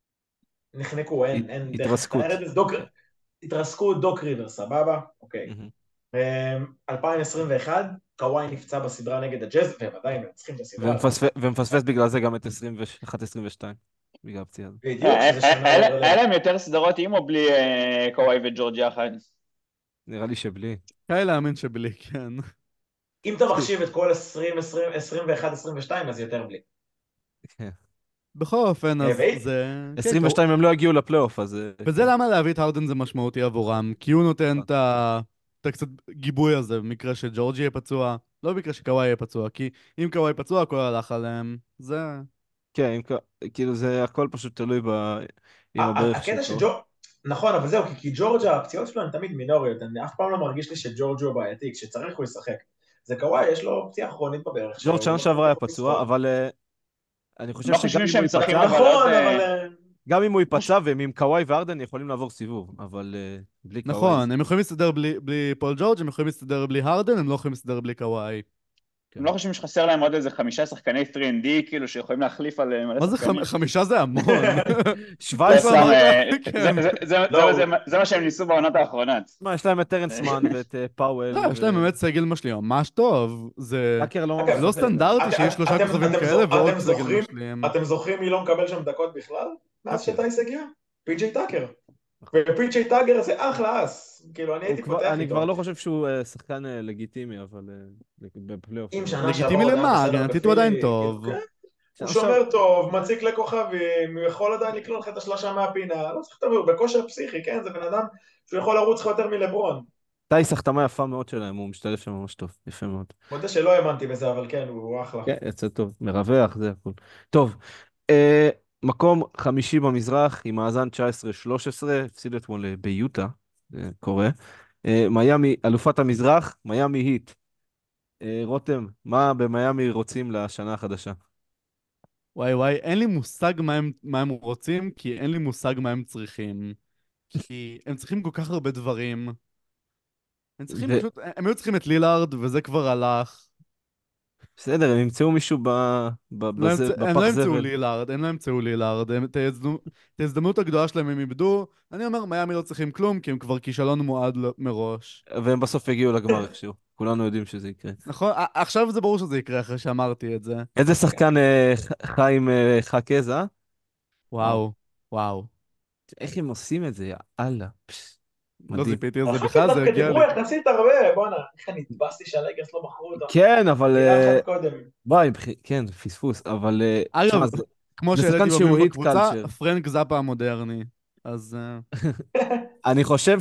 נחנקו, אין, אין דרך
התרסקות.
לתאר את זה, דוק, התרסקו דוק ריבר, סבבה? אוקיי.
מהמם.
אלפיים עשרים ואחת, קוואי נפצע בסדרה נגד הג'אז, והם עדיין מנצחים את הסדרה הזאת.
ומפספס ומפספס בגלל זה גם את עשרים ואחת עשרים ושתיים, בגלל הפציעה הזאת.
בדיוק, שזה שנה
היה
לא
היה להם יותר סדרות עם או בלי אה, קוואי וג'ורג' יחד?
נראה לי שבלי.
קל להאמין שבלי, כן.
אם אתה מחשיב את כל עשרים, עשרים, עשרים ואחת, עשרים ושתיים, אז יותר בלי.
כן.
בכל אופן,
אה,
אז
ואי-
זה... כן,
עשרים ושתיים הם לא הגיעו לפלייאוף, אז... אה,
וזה למה להביא את הרדן זה משמעותי עבורם, כי הוא נותן את ה... את הקצת גיבוי הזה במקרה שג'ורג' יהיה פצוע, לא במקרה שקוואי יהיה פצוע, כי אם קוואי פצוע הכל הלך עליהם, זה...
כן, אם כ- כאילו זה הכל פשוט תלוי ב... עם
ה- ה-
הברך
הקטע
שלו.
שג'ורג'... נכון, אבל זהו, כי- כי ג'ורג' הפציעות שלו הן תמיד מינוריות, אני אף פעם לא מרגיש לי שג'ורג' הוא בעייתי, כשצריך הוא ישחק. זה קוואי, יש לו פציעה כרונית בברך שלו.
ג'ורג' שנה
הוא לא
שעברה היה
יכול
פצוע,
לשחק.
אבל אה, אני
הם
חושב
לא
שגם
חושבים
אם הוא
שהם צריכים
ייפצע,
לבלות...
נכון,
אה,
אבל... אה,
גם אם הוא ייפצע והם עם קוואי וארדן יכולים לעבור סיבוב, אבל אה, בלי קוואי...
נכון, הם יכולים להסתדר בלי, בלי פול ג'ורג', הם יכולים להסתדר בלי הרדן, הם לא יכולים להסתדר בלי קוואי.
כן.
הם לא חושבים שחסר להם עוד איזה חמישה שחקני שלוש אנד די, כאילו שיכולים להחליף על מלא
מה זה
שחקנים.
חמ... חמישה זה המון.
שבע
יש
עשרה,
להם
סתם,
רק-
אה,
כן.
זה- זה- זה-
לא,
זה- זה- זה מה שהם ניסו בעונות האחרונות.
מה, יש להם את טרנס מן ואת אה, פאוול.
לא, יש להם באמת סגל משלים ממש טוב. זה
טאקר לא
אגב,
ממש...
לא
עובד.
סטנדרטי
אתם-
שיש שלושה
אתם-
כוכבים
אתם
כאלה
זוכ-
ועוד
אתם
סגל
זוכרים-
משלים.
אתם זוכרים מי לא מקבל שם דקות בכלל? מאז
טאקר.
שטייס הגיע? פי.ג'יי טאקר. ופי.ג'יי טאקר זה אחלה אס. כאילו, אני
הוא
הייתי
כבר-
פותח
אני
איתו.
כבר לא חושב שהוא אה, שחקן אה, לגיטימי, אבל אה, בפלייאוף.
אם
אבל-
שנה שעברה
לגיטימי
הוא עדיין
למה?
בסדר
הגנתית הוא
בפילי,
עדיין טוב.
כאילו, כן. הוא
עכשיו-
שומר טוב, מציק לכוכבים, הוא יכול עדיין לקלול לך את השלושה מהפינה, לא צריך לדבר, הוא בכושר פסיכי, כן? זה בן אדם שהוא יכול לרוץ לך יותר מלברון.
טייס החתמה יפה מאוד שלהם, הוא משתלב שם ממש טוב, יפה מאוד.
מודה שלא האמנתי בזה, אבל כן, הוא אחלה.
כן, יצא טוב, מרווח, זה הכול. טוב, אה, מקום חמישי במזרח, עם מאזן תשע עשרה שלוש עשרה, הפסיד אתמול אה, ביוטה, זה קורה. אה, מיאמי, אלופת המזרח, מיאמי היט. אה, רותם, מה במיאמי רוצים לשנה החדשה?
וואי וואי, אין לי מושג מה הם, מה הם רוצים, כי אין לי מושג מה הם צריכים. כי הם צריכים כל כך הרבה דברים. הם צריכים
ו-
פשוט, הם היו צריכים את לילארד, וזה כבר הלך.
בסדר, הם ימצאו מישהו ב- ב-
הם לא
בזה-
ימצא- הם
בפח
לא ימצאו
זבל.
לילארד, הם לא ימצאו לילארד. הם- את ההזדמנות- את ההזדמנות הגדולה שלהם הם איבדו. אני אומר, מיאמי לא צריכים כלום, כי הם כבר כישלון מועד ל- מראש.
והם בסוף יגיעו לגמר איכשהו. כולנו יודעים שזה יקרה.
נכון? ע- עכשיו זה ברור שזה יקרה אחרי שאמרתי את זה.
איזה שחקן אה, ח- חי עם אה, חכז, אה?
וואו, וואו.
איך הם עושים את זה, יא אללה. פש,
לא
מדהים.
ציפיתי לזה
אחר כך
בכלל, זה
דווקא
הגיע
דיברו
לי.
יחסית הרבה, בואנה, איך אני התבאסתי שהלייקרס לא בחרו אותו.
כן, אבל...
מילה
אה,
אחת קודם.
וואי, מבח- כן, פספוס, אבל... אה,
אגב,
תשמע, זה-
כמו
זה
שהעליתי
שחקן שהוא
במילים
היט
בקבוצה,
קלצ'ר.
פרנק זאפה המודרני. אז אה,
אני חושב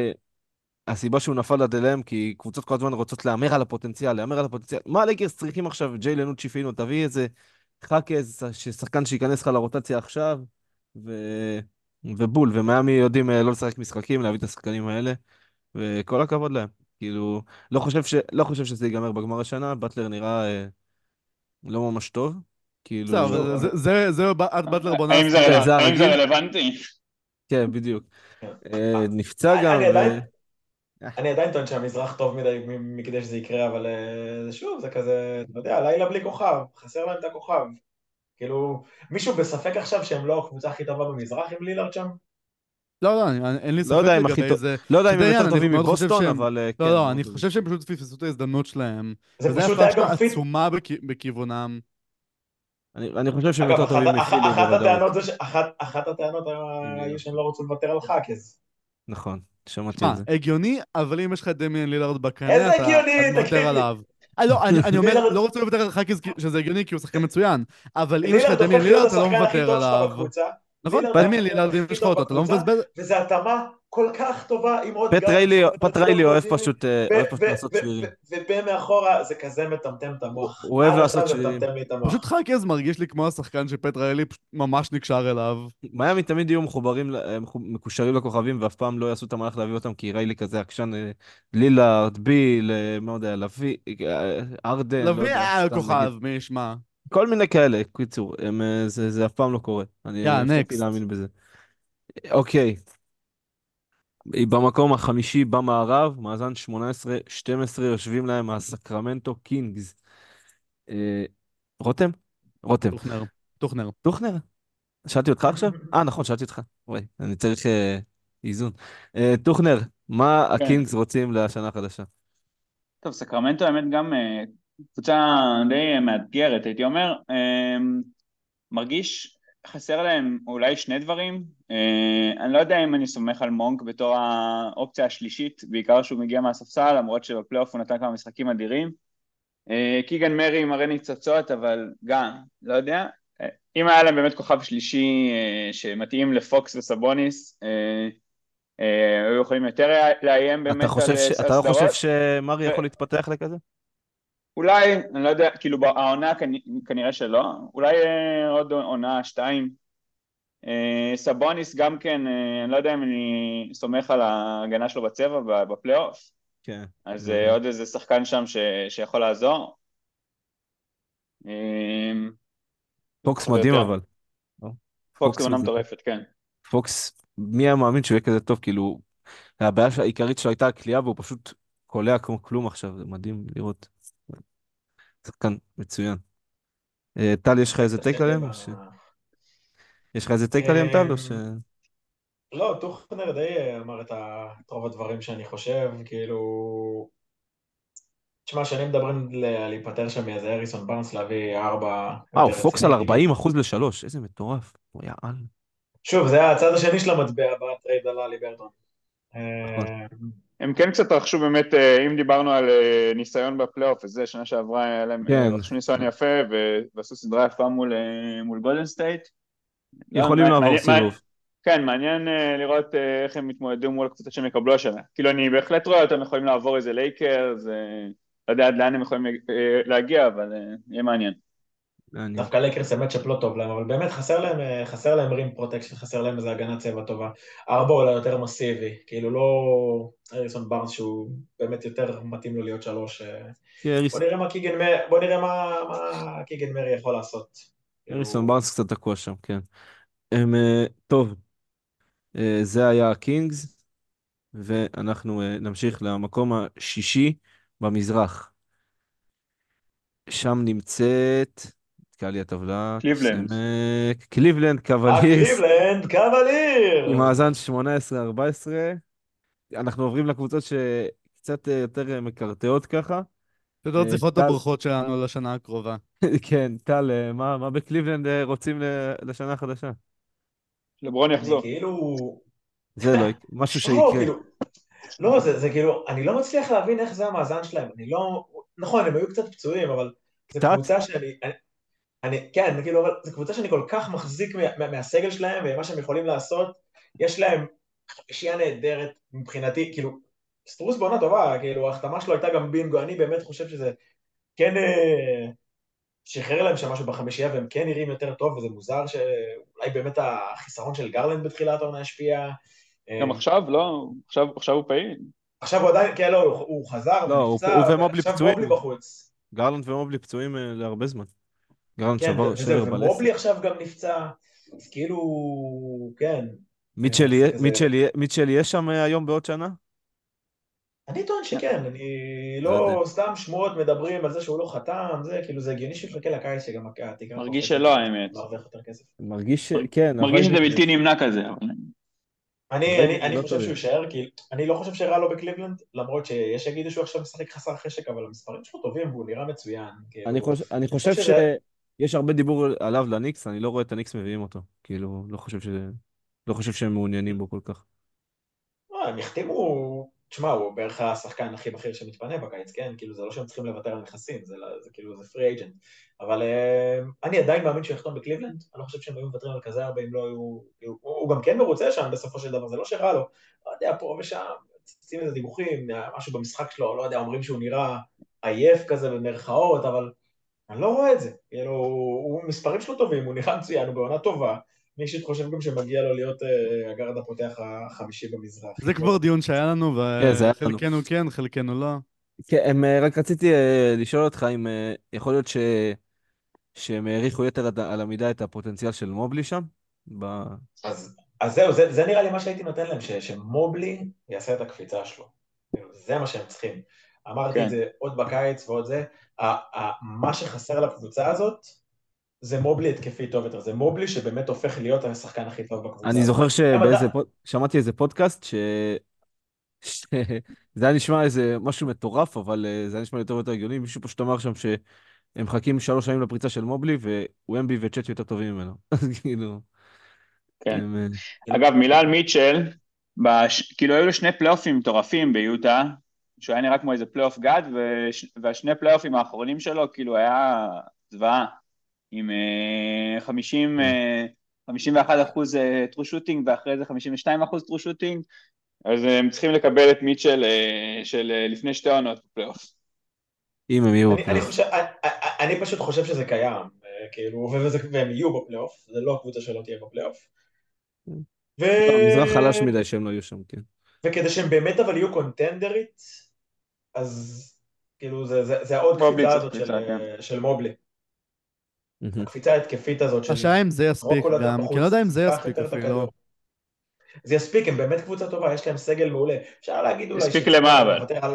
שהסיבה שהוא נפל לדלם, כי קבוצות כל הזמן רוצות להמר על הפוטנציאל, להמר על הפוטנציאל. מה הלייקרס צריכים עכשיו? ג'יילן צ'יפינו, תביא איזה חכז, שחקן שייכנס לך לרוטציה עכשיו, ו... ובול, ומיאמי יודעים אה, לא לשחק משחקים, להביא את השחקנים האלה, וכל הכבוד להם. כאילו, לא חושב ש... לא חושב שזה ייגמר בגמר השנה, באטלר נראה אה, לא ממש טוב,
בסדר,
כאילו,
אבל
שוב,
זה,
אני-
זה, זה עד באטלר בונה
האם זה
כן,
רלו-
סביבה.
זה
האם זה
הרגיל,
רלוונטי?
כן, בדיוק.
כן.
אה, נפצע
אני אני
גם, ו...
עדיין,
אה,
אני עדיין טוען שהמזרח טוב מדי מ- מכדי שזה יקרה, אבל אה, שוב, זה כזה, אתה יודע, לילה בלי כוכב, חסר להם את הכוכב. כאילו, מישהו בספק עכשיו שהם לא הקבוצה הכי טובה במזרח עם לילארד שם?
לא, לא, אני, אני- אין לי
לא
ספק
יודע אם הכי
לגבי
טוב,
זה.
לא יודע אם
פשוט
הם
העניין,
יותר
אני
טובים
מאוד חושב
מבוסטון,
שהם...
אבל אה,
לא,
כן,
לא,
מאוד
אני
טובים.
חושב שהם פשוט פספסו את ההזדמנות שלהם.
זה
וזה
פשוט היה גם
הפרשה
פיט.
עצומה בכ... בכיוונם.
אני, אני חושב שהם
אגב,
יותר
אחת,
טובים
אח,
מפילי
אחת
בוודאות.
הטענות זה ש... אחת, אחת הטענות היו
בדיוק.
שהם לא רצו לוותר על חאקז.
נכון, שמעתי
שמע,
על זה.
הגיוני, אבל אם יש לך את דמיאן לילארד בקנה,
איזה
אתה, אתה
הגיוני,
מוותר
תגיד לי.
עליו. אה, לא, אני, אני אומר,
לילארד,
לא רוצה לוותר על חאקס שזה הגיוני, כי הוא שחקן מצוין. אבל אם יש לך את
לילארד
דמיאן
הופך להיות
לילארד, אתה לא
השחקן הכי
מוותר
טוב שלך
עליו.
בקבוצה.
נכון?
לילארד
פט,
דמיאן
הפך להיות
לילארד, אם
הכי
יש לך
טוב
אותו, אתה לא
בקבוצה,
מבזבז...
וזו התאמה כל כך טובה עם עוד
פט
גארד
ריילי, פט
שעומד
ריילי
להיות
אוהב
בוזילי,
פשוט, אה, אוהב פשוט לעשות שרירים.
ופה מאחורה זה כזה מטמטם את
הוא,
המוח.
הוא אוהב
עד עכשיו
לעשות
זה
שרירים.
מטמטם לי את
פשוט
המוח.
חאקס מרגיש לי כמו השחקן שפטרה אלי פשוט ממש נקשר אליו.
מיאמי תמיד יהיו מחוברים, ל- אה, מחו- מקושרים לכוכבים, ואף פעם לא יעשו את המהלך להביא אותם, כי ריילי כזה עקשן, אה, לילארד, ביל, אה, מה יודע, לביא, אה, ארדן, לא
לביא
יודע,
היה
סתם נגיד.
כוכב, מי ישמע.
כל מיני כאלה, קיצור, הם, אה, זה, זה אף פעם לא קורה. אני
יא,
הפסקתי
נקסט.
להאמין בזה. אוקיי, היא במקום החמישי במערב, מאזן שמונה עשרה שתים עשרה, יושבים להם הסקרמנטו קינגס. אה, רותם? רותם.
טוכנר. טוכנר.
טוכנר? שאלתי אותך עכשיו? אה, נכון, שאלתי אותך. וואי, אני צריך אה, איזון. אה, טוכנר, מה
כן.
הקינגס רוצים לשנה החדשה?
טוב, סקרמנטו האמת גם אה, קבוצה די אה, מאתגרת, הייתי אומר. אה, מרגיש חסר להם אולי שני דברים. אה, אני לא יודע אם אני סומך על מונק בתור האופציה השלישית, בעיקר שהוא מגיע מהספסל, למרות שבפלייאוף הוא נתן כמה משחקים אדירים. אה, קיגן מרי מראה ניצוצות, אבל גם, לא יודע. אה, אם היה להם באמת כוכב שלישי אה, שמתאים לפוקס וסבוניס, אה, אה, היו יכולים יותר לאיים
אתה
באמת על
חושב
אה,
ש...
על
אתה לא חושב
סדרות.
שמרי יכול להתפתח לכזה?
אולי, אני לא יודע, כאילו העונה כנ- כנראה שלא, אולי אה, עוד עונה, שתיים. אה, סבוניס גם כן, אה, אני לא יודע אם אני סומך על ההגנה שלו בצבע ב- בפלייאוף,
כן,
אז
זה
אה,
נכון.
עוד איזה שחקן שם ש, שיכול לעזור. אה,
פוקס
אבל
מדהים
יותר,
אבל. לא?
פוקס
פוקס
עונה
זה...
מטורפת, כן.
פוקס, מי היה מאמין שהוא יהיה כזה טוב? כאילו, הבעיה העיקרית שלו הייתה הקליעה, והוא פשוט קולע כמו כלום עכשיו, זה מדהים לראות. שחקן מצוין. אה, טל, יש לך איזה
קצת
טייק
שקט
עליהם? או ש...
בעונה.
יש לך איזה טייק עליהם, טל? או ש...
אמ, לא, טוחנר די אמר את ה- את רוב הדברים שאני חושב, כאילו... תשמע, שנים מדברים ל- להיפטר שם מאיזה אריסון בארנס, להביא ארבע
וואו,
יותר
פוקס על
רציני, כאילו.
ארבעים אחוז לשלוש, איזה מטורף. הוא יעל.
שוב, זה הצד השני של המטבע בטרייד על עלי ברטון.
נכון.
אמ,
הם כן קצת רכשו באמת, אה, אם דיברנו על אה, ניסיון בפלייאוף, וזה שנה שעברה היה להם, אה,
כן,
רכשו ניסיון יפה ו- ועשו סדרה יפה מול, אה, מול גולדן סטייט. לא,
יכולים לעבור
מעניין, מעניין,
סיבוב.
כן, מעניין אה, לראות אה, איך הם יתמודדו מול הקבוצות שהם יקבלו השנה. כאילו אני בהחלט רואה אותם יכולים לעבור איזה לייקרס, אה, לא יודע עד לאן הם יכולים אה, להגיע, אבל אה, יהיה מעניין.
מעניין.
דווקא לייקרס זה מצ'אפ לא טוב להם, אבל באמת חסר להם, אה, חסר להם רים פרוטקשן, חסר להם איזה הגנת צבע טובה. ארבע אולי יותר מסיבי, כאילו לא אריסון בארנס שהוא באמת יותר מתאים לו להיות שלוש. אה,
כי
בוא
אריס-
נראה מה קיגן מרי, בוא נראה מה, מה קיגן מרי יכול לעשות.
אריסון
כאילו,
בארנס קצת תקוע שם, כן. הם, אה, טוב, אה, זה היה הקינגס, ואנחנו אה, נמשיך למקום השישי במזרח. שם נמצאת, נתקע לי הטבלה,
קליבלנד.
סמק, קליבלנד קוולירס,
הקליבלנד
עם
קווליר!
מאזן שמונה עשרה ארבע עשרה. אנחנו עוברים לקבוצות שקצת אה, יותר אה, מקרטעות ככה.
יותר
אה,
צריכות את
טל,
הברכות שלנו לשנה הקרובה.
כן, טל, אה, מה, מה בקליבלנד אה, רוצים ל- לשנה החדשה?
לברון
אני
יחזור.
כאילו...
זה לא, יק- משהו
לא,
שיקרה.
כאילו... לא, זה, זה כאילו, אני לא מצליח להבין איך זה המאזן שלהם. אני לא... נכון, הם היו קצת פצועים, אבל זו
קצת?
קבוצה שאני... אני, אני, כן, כאילו, אבל זו קבוצה שאני כל כך מחזיק מה, מה, מהסגל שלהם ומה שהם יכולים לעשות. יש להם חמישייה נהדרת מבחינתי, כאילו, סטרוס בעונה טובה, כאילו, ההחתמה שלו הייתה גם בינגו, אני באמת חושב שזה כן אה, שחרר להם שם משהו בחמישייה והם כן נראים יותר טוב, וזה מוזר שאולי באמת החיסרון של גרלנד בתחילת העונה השפיע. אה,
גם עכשיו, לא? עכשיו, עכשיו הוא פעיל.
עכשיו הוא עדיין, כן, לא, הוא הוא חזר
לא, הוא
ונפצע,
הוא ומובלי
ועכשיו
פצועים.
מובלי בחוץ.
גרלנד ומובלי פצועים אה, להרבה זמן. גרלנד
כן,
שבר
ו- וזהו,
שבר בלסת.
ומובלי עכשיו גם נפצע, אז כאילו, כן,
מיטשל
אה, זה
יהיה-
כזה...
מיטשל יהיה- מיטשל יהיה שם אה, היום בעוד שנה?
אני טוען שכן, אני
לא יודע.
לא סתם שמועות מדברים על זה שהוא לא חתם, זה כאילו זה הגיוני שיחכה לקיץ שגם התקרה
מרגיש
קופצת
שלא,
וצריך
האמת.
להרוויח יותר כסף.
מרגיש, ש- כן, אבל
מרגיש שזה
אה,
בלתי נמנע כזה, אבל...
אני,
רגע,
אני, אני
לא
חושב שהוא
טובים.
יישאר, כי אני לא חושב שרע לו בקליבלנד, למרות שיש שיגידו שהוא עכשיו משחק חסר חשק, אבל המספרים שלו טובים והוא נראה מצוין,
אני
כאילו,
חושב, אני
אני חושב
חושב
שזה,
שיש הרבה דיבור עליו לניקס, אני לא רואה את הניקס מביאים אותו. כאילו, לא חושב ש... לא חושב שהם מעוניינים בו כל כך.
לא, הם יחתימו, תשמע, הוא בערך השחקן הכי בכיר שמתפנה בקיץ, כן? כאילו זה לא שהם צריכים לוותר על נכסים, זה, לא- זה כאילו, זה פרי אייג'נט. אבל אה, אני עדיין מאמין שהוא יחתום בקליבלנד, אני לא חושב שהם היו מוותרים על כזה הרבה אם לא היו... הוא, הוא גם כן מרוצה שם בסופו של דבר, זה לא שרע לו. לא יודע, פה ושם, צצים איזה דיווחים, משהו במשחק שלו, לא יודע, אומרים שהוא נראה עייף כזה במרכאות, אבל אני לא רואה את זה. כאילו, הוא, מספרים שלו טובים, הוא נראה מצוין, הוא בעונה טובה. אני אישית חושב גם שמגיע לו להיות אה, הגארד הפותח החמישי במזרח.
זה כבר דיון שהיה לנו,
כן, זה היה לנו.
וחלקנו כן, חלקנו לא.
כן, הם, אה, רק רציתי אה, לשאול אותך אם אה, יכול להיות ש... שהם העריכו יתר על על המידה את הפוטנציאל של מובלי שם? ב...
אז, אז זהו, זה, זה נראה לי מה שהייתי נותן להם, ש, שמובלי יעשה את הקפיצה שלו. כאילו, זה מה שהם צריכים. אמרתי את
כן.
זה עוד בקיץ ועוד זה. ה, ה, מה שחסר לקבוצה הזאת, זה מובלי התקפי טוב יותר. זה מובלי שבאמת הופך להיות השחקן הכי טוב בקבוצה
אני
הזאת.
זוכר
הם
שבאיזה
עדיין...
פוד... שמעתי איזה פודקאסט ש... ש... זה היה נשמע איזה משהו מטורף, אבל אה, זה היה נשמע יותר ויותר הגיוני. מישהו פשוט אמר שם שהם מחכים שלוש שנים לפריצה של מובלי, ווומבי וצ'אט יותר טובים ממנו. אז כאילו...
כן.
הם, אה,
אגב, מילה על מיטשל, בש... כאילו היו לו שני פלייאופים מטורפים ביוטה, שהוא היה נראה כמו איזה פלייאוף גד, וש... והשני פלייאופים האחרונים שלו כאילו היה זוועה, עם אה, חמישים,
כן.
אה, חמישים ואחד אחוז טרו שוטינג, ואחרי זה חמישים ושתיים אחוז טרו שוטינג, אז הם צריכים לקבל את מיטשל אה, של אה, לפני שתי עונות בפלייאוף.
אם הם יהיו
אני, אני,
בפלייאוף.
חושב, אני, אני פשוט חושב שזה קיים, אה, כאילו, וזה, והם יהיו בפלייאוף, זה לא הקבוצה שלא תהיה בפלייאוף. ו...
לא, המזרח חלש מדי שהם לא יהיו שם, כן.
וכדי שהם באמת אבל יהיו קונטנדרית, אז כאילו זה, זה, זה העוד
מובלי
קפיצה
צריך
הזאת של,
קפיצה, כן.
של מובלי.
מהמם.
הקפיצה ההתקפית הזאת של
השאלה אם זה יספיק
זרוק כל אדם
גם, כי אני
בחוץ,
לא יודע אם זה
קח
יספיק
יותר את
אפילו.
הכדור. זה יספיק, הם באמת קבוצה טובה, יש להם סגל מעולה. אפשר להגיד אולי
הספיק
שצריך
למה אבל?
לוותר על...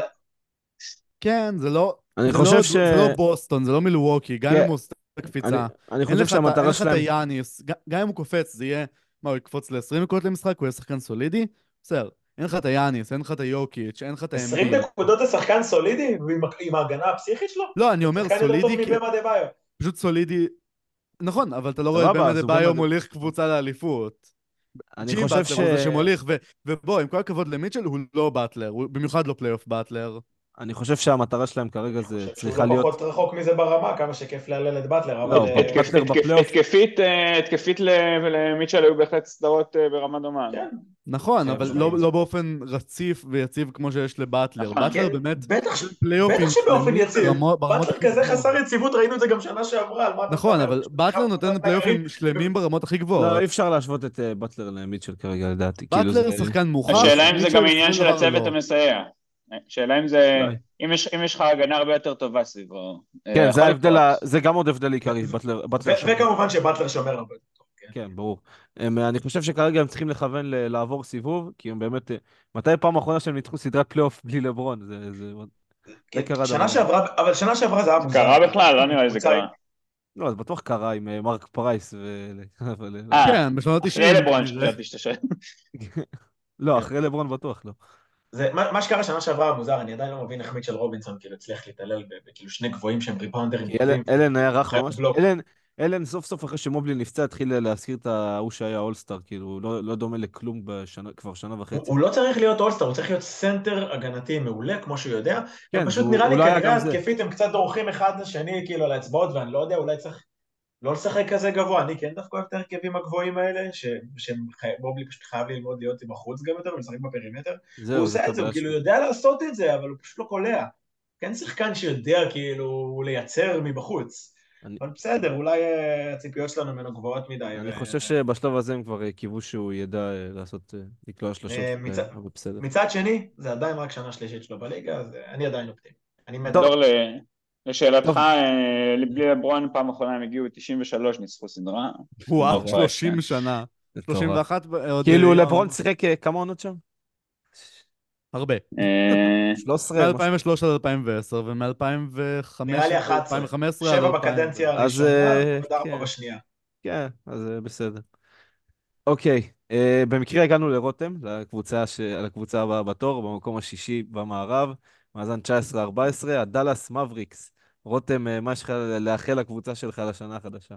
כן, זה לא,
אני
זה
חושב
לא,
ש...
זה לא בוסטון, זה לא מילווקי, גם
כן,
אם הוא עושה
אני,
קפיצה.
אני
אין
חושב
לך, את ה- אין
שהמטרה
לך את
שלהם...
היאניס, ג- גם אם הוא קופץ, זה יהיה, מה, הוא יקפוץ ל-עשרים נקודות למשחק, הוא יהיה שחקן סולידי? בסדר. אין לך את היאניס, אין לך את היוקיץ', אין לך את
עשרים
האמביד.
נקודות לשחקן סולידי, ועם עם ההגנה הפסיכית שלו?
לא, אני
הוא
אומר
שחקן יותר טוב
סולידי, כי
מבמה דה ביו.
פשוט סולידי, נכון, אבל אתה לא רואה את
סבבה,
במה
אז
דה
הוא באמת...
ביו מוליך קבוצה לאליפות.
אני
ג'י
חושב ש...
באטלר הוא זה שמוליך, ו- ובוא, עם כל הכבוד למיטשל, הוא לא באטלר, הוא במיוחד לא פלייאוף באטלר.
אני חושב שהמטרה שלהם כרגע
אני
זה
חושב שהוא
צריכה
לא
להיות...
פחות רחוק מזה ברמה, כמה שכיף להלל את באטלר, אבל...
לא,
אה,
התקפ-
באטלר
התקפ-
בפלייאוף...
התקפית, אה, התקפית ל- למיטשל היו בהחלט סדרות אה, ברמה דומה.
כן,
נכון,
חד
אבל
משמעית.
לא, לא באופן רציף ויציב כמו שיש לבטלר.
נכון.
באטלר
כן,
באמת
בטח ש-
פלייאופים
בטח שבאופן
שלמים
יציב.
ברמות, ברמות
באטלר
הכי
כזה
גבוהות.
חסר יציבות, ראינו את זה גם שנה שעברה, על מה אתה
נכון,
מדבר?
אבל
פשוט
באטלר
חם
נותן
אותם
פלייאופים
מהיריב.
שלמים ברמות הכי
לא,
גבוהות.
אי אפשר להשוות את אה, באטלר למיטשל כרגע, לדעתי. כאילו
באטלר
זה...
שחקן מוכח,
השאלה אם זה
מיטשל
גם עניין
שום
של
דבר
הצוות
לא.
המסייע. השאלה אם זה,
אולי.
אם יש, אם יש לך הגנה הרבה יותר טובה סביבו, אה,
כן, זה
יכול
ההבדל, ה-
לקרות.
זה גם עוד הבדל
ו-
עיקרי,
ו-
באטלר,
ו-
באטלר שומר.
וכמובן שבאטלר שומר הרבה יותר טוב, כן.
כן, ברור. הם, אני חושב שכרגע הם צריכים לכוון ל- לעבור סיבוב, כי הם באמת... אה, מתי פעם האחרונה שהם ניתחו סדרת פלייאוף בלי לברון? זה... זה... מתי קרה
שנה
דבר כזה?
שעברה, אבל שנה שעברה זה היה מוזר.
קרה בכלל? לא נראה לי זה
קבוצה-
קרה.
לא, זה בטוח קרה עם אה, מרק פרייס ו... אבל... אה,
אה,
כן, בשנות
אחרי
ה-תשעים.
לברון שחשבתי שאתה שואל.
לא, אחרי לברון בטוח לא.
זה, מה, מה שקרה שנה שעברה היה מוזר, אני עדיין לא מבין איך מיטשל רובינסון כאילו הצליח להתעלל ב- בכאילו שני גבוהים שהם ריבאונדרים
כי אלן,
טובים.
אלן היה רך
חייב
ממש,
בלוק.
אלן, אלן סוף סוף אחרי שמובלי נפצע התחיל להזכיר את ההוא שהיה אולסטאר, כאילו הוא לא, לא דומה לכלום בשנה, כבר שנה
הוא,
וחצי.
הוא לא צריך להיות אולסטאר, הוא צריך להיות סנטר הגנתי מעולה, כמו שהוא יודע.
כן,
הם פשוט
והוא-
נראה לי
הוא לא היה
כנראה
גם זה.
התקפית, הם קצת דורכים אחד לשני כאילו על האצבעות, ואני לא יודע, אולי צריך לא לשחק כזה גבוה. אני כן דווקא אוהב את ההרכבים הגבוהים האלה, ש- שהם חי- מובלי פשוט חייב ללמוד להיות עם החוץ גם יותר, ולשחק בפרימטר. הוא
זהו, זאת
עושה את זה, הוא
הבעיה
כאילו
שלו.
יודע לעשות את זה, אבל הוא פשוט לא קולע. כן שחקן שיודע כאילו לייצר מבחוץ.
אני,
אבל בסדר, אולי אה, הציפיות שלנו ממנו גבוהות מדי.
אני
ו-
חושב שבשלב הזה הם כבר אה, קיוו שהוא ידע אה, לעשות, אה, לקלוע שלושות
אה,
וכאלה,
מצד-
אבל בסדר.
מצד שני, זה עדיין רק שנה שלישית שלו בליגה, אז אה, אני עדיין אופטימי. אני מת
טוב,
עליו.
נחזור ל- לשאלתך,
טוב,
אה, בלי לברון פעם אחרונה הם הגיעו תשעים ושלוש, ניצחו סדרה, אם אני לא
וואו,
מטורף,
טועה, כן.
שלושים שנה.
מטורף.
שלושים ואחת עוד
כאילו
אה,
לברון שיחק אה, כמה עונות שם?
הרבה.
אה,
שלוש עשרה, משהו.
מ-אלפיים ושלוש עד אלפיים ועשר ו-מ-אלפיים
נראה
וחמש
לי
עד
אחת עשרה.
אלפיים וחמש עשרה עד
שבע
אלפיים.
בקדנציה
אז
הראשונה
אה,
ועוד ארבע
כן,
בשנייה.
כן, אז אה, בסדר. אוקיי, אה, במקרה הגענו לרותם, לקבוצה ש... לקבוצה הבאה בתור, במקום השישי במערב, מאזן תשע עשרה ארבע עשרה, הדאלאס מבריקס. רותם, אה, מה יש לך לאחל לקבוצה שלך לשנה החדשה?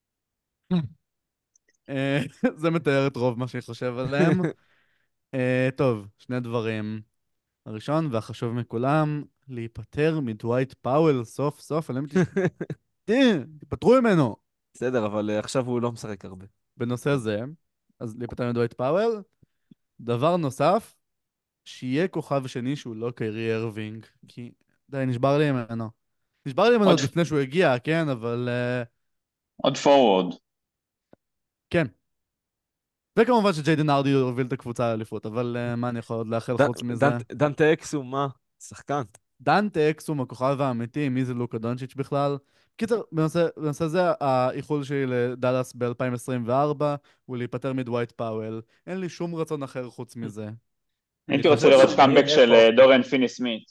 אה, זה מתאר את רוב מה שאני חושב עליהם. אה, טוב, שני דברים. הראשון והחשוב מכולם, להיפטר מדווייט פאוול סוף סוף. אני אמרתי, תיפטרו ממנו.
בסדר, אבל אה, עכשיו הוא לא משחק הרבה.
בנושא זה, אז להיפטר מדווייט פאוול. דבר נוסף, שיהיה כוכב שני שהוא לא קיירי ארווינג, כי די, נשבר לי ממנו. נשבר לי ממנו
עוד
עוד לפני שהוא הגיע, כן, אבל אה,
עוד פורוורד.
כן. וכמובן שג'יידן ארדי הוביל את הקבוצה לאליפות, אבל אה, מה אני יכול עוד לאחל
ד-
חוץ מזה?
דנט- דנטה אקסו, מה? שחקן.
דנטה אקסום, הכוכב האמיתי, מי זה לוקה דונצ'יץ' בכלל? קיצר, בנושא, בנושא זה, האיחול שלי לדאלאס ב-אלפיים עשרים וארבע הוא להיפטר מדווייט פאוול. אין לי שום רצון אחר חוץ מזה.
אני
הייתי רוצה
חושב
לראות
ג'וש
ש...
קאמבק
גרין,
של
איפה?
אה, דורן פיני סמית.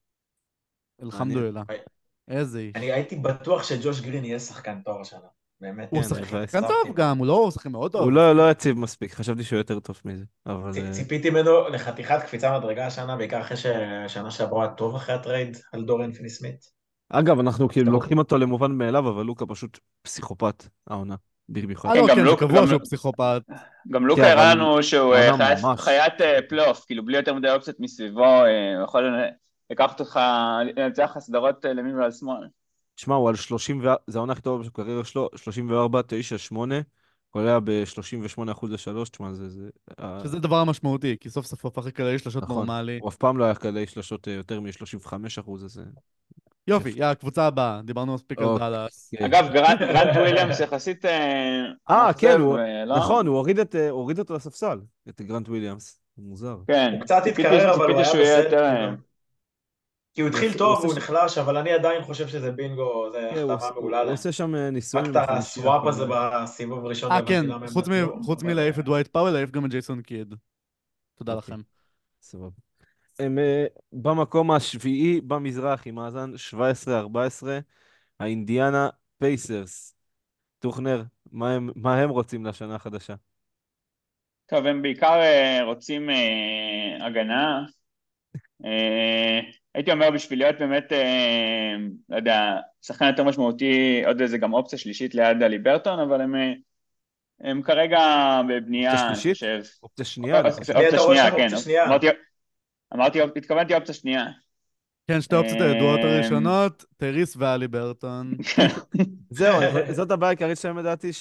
מעניין.
אלחמדוללה. איזה איש.
אני הייתי בטוח שג'וש גרין יהיה שחקן טוב השנה. באמת.
הוא
כן,
שחקן
מבאס.
טוב גם, הוא לא הוא שחקן מאוד
הוא
טוב.
לא לא יציב מספיק, חשבתי שהוא יותר טוב מזה, אבל...
צ-
אה,
ציפיתי ממנו לחתיכת קפיצה מדרגה השנה, בעיקר אחרי ששנה שעברה טוב אחרי הטרייד על דורן פיני סמית.
אגב, אנחנו כאילו
טוב.
לוקחים אותו למובן מאליו, אבל לוקה פשוט פסיכופת, העונה, במיוחד.
אה
כן,
לא,
גם
כן, זה
לוק-
קבוע
גם-
שהוא פסיכופת.
גם לוקה
כן,
הראה
אבל
לנו שהוא אה,
העונה
חיית-
ממש.
חיית אה, פלייאוף, כאילו בלי יותר מדי אופציות מסביבו, אה, הוא יכול לקחת אותך, לנצח לך סדרות אה, למין ועל שמאל.
תשמע, הוא על שלושים, ו- זה העונה הכי טובה בקריירה שלו, שלושים וארבע תשע שמונה, הוא היה ב-שלושים ושמונה אחוז לשלוש, תשמע, זה... זה אה,
שזה דבר המשמעותי, כי סוף סוף הוא הפך לקריירי שלשות
נכון,
נורמלי.
הוא אף פעם לא היה כאלה שלשות אה, יותר מ-שלושים וחמישה אחוז, אז... אה,
יופי,
כיף.
יאללה, קבוצה הבאה. דיברנו מספיק על דאלאס.
אוקיי.
אגב, גרנט גרנט וויליאמס יחסית אה,
אה, כן,
מאכזב,
הוא...
אה, לא?
נכון, הוא הוריד את, אה, הוריד אותו לספסל, את גרנט וויליאמס. מוזר.
כן,
הוא קצת
ציפיתי
התקרר, אבל הוא
ציפיתי
היה
שהוא יהיה
בסדר.
יותר...
כאילו.
אה,
כי הוא
הוא
התחיל
עושה-
טוב
הוא
והוא
עושה ש-
נחלש, אבל אני עדיין חושב שזה בינגו, זה
כן, הוא
החתמה
עושה-
מעולה
הוא
להם.
עושה שם אה,
רק
ניסויים
את
עם חמישייה.
הסוואפ
כל
הזה
מיני.
בסיבוב הראשון,
אה,
לא
כן,
הבנתי למה הם
חוץ מ-
נתנו,
חוץ
אבל,
מלהעיף
אה,
את דווייט פאוול, להעיף גם את ג'ייסון קיד. תודה
אוקיי,
לכם.
סבבה. הם אה, במקום השביעי במזרח עם מאזן שבע עשרה ארבע עשרה, האינדיאנה פייסרס. טוכנר, מה הם, מה הם רוצים לשנה החדשה?
טוב, הם בעיקר אה, רוצים אה, הגנה. אה, הייתי אומר בשביל להיות באמת, אה, לא יודע, שחקן יותר משמעותי, עוד איזה גם אופציה שלישית ליד הליברטון, אבל הם, אה, הם כרגע
אופציה
בבנייה, אני
שלישית?
חושב.
אופציה שנייה, אני חושב.
מי
אופציה
אתה רואה
שנייה,
שם?
כן.
אופציה שנייה.
אמרתי, אמרתי, התכוונתי אופציה שנייה.
כן, שתי האופציות הידועות
אה,
הראשונות, טריס ואלי ברטון.
זהו, אני חושב- זאת הבעיה העיקרית שלהם לדעתי,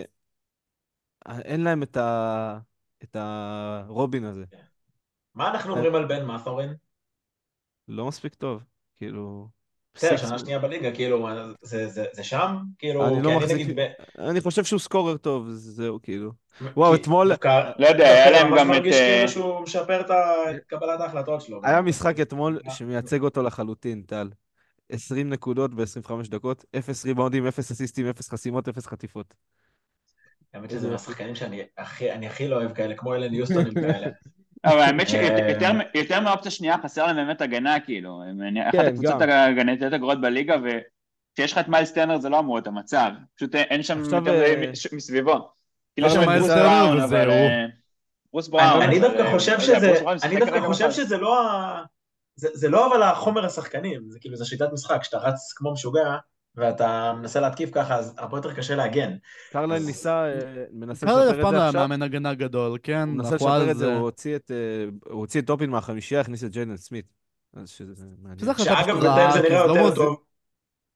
שאין להם את ה... את הרובין הזה.
מה אנחנו אומרים על בן מאת'ורין?
לא מספיק טוב, כאילו...
בסדר,
סיקס.
שנה שנייה בליגה, כאילו, מה, זה- זה זה שם? כאילו,
אני
כי
לא
אני
מחזיק...
נגיד, ב-
אני חושב שהוא סקורר טוב, זהו, כאילו. וואו,
כי
אתמול...
דווקא
לא יודע, היה
דווקא
להם
ממש
גם את...
מרגיש
אה,
כאילו שהוא משפר את ה- את קבלת ההחלטות שלו.
היה משחק אתמול שמייצג אותו לחלוטין, טל. עשרים נקודות ב-עשרים וחמש דקות, אפס ריבאונדים, אפס אסיסטים, אפס חסימות, אפס חטיפות.
האמת
איזה
שזה
יופי.
מהשחקנים שאני הכי אני הכי לא אוהב כאלה, כמו אלן יוסטונים כאלה.
אבל האמת
אה,
שיותר מהאופציה שנייה חסר להם באמת הגנה, כאילו. הם אחת
כן,
הקבוצות
גם.
ההגנתיות הגרועות בליגה, וכשיש לך את מיילס טרנר זה לא אמור להיות המצב. פשוט אין שם
עכשיו,
יותר מדי
אה,
מש- מסביבו. כאילו יש
כרמל
שם את
מיילס
ברוס
ניסה-
טרנר
בראון, אבל...
וזהו.
אה, ברוס בראון,
אני
אבל,
דווקא
אה,
חושב
לא יודע,
שזה,
ברוס בראון
אני
משחק
דווקא
כרגע
חושב
בכלל.
שזה לא ה... זה זה לא אבל החומר השחקנים, זה כאילו, זה שיטת משחק, כשאתה רץ כמו משוגע, ואתה מנסה להתקיף ככה, אז הרבה יותר קשה להגן.
קרליין
אז-
ניסה, אה, מנסה
קרל אף
לשפר את
פעם
זה
לא היה
עכשיו.
מאמן הגנה גדול, כן?
הוא מנסה
אנחנו
לשפר
על
את זה,
זה.
הוא הוציא את, אה, הוא הוציא את טופין מהחמישייה, הכניס את ג'יינל סמית. אז שזה מעניין.
שזה החלטה
שאגב,
פשוט
בינתיים
רעה,
זה
כי
נראה
זה לא
יותר
מוזיל.
טוב.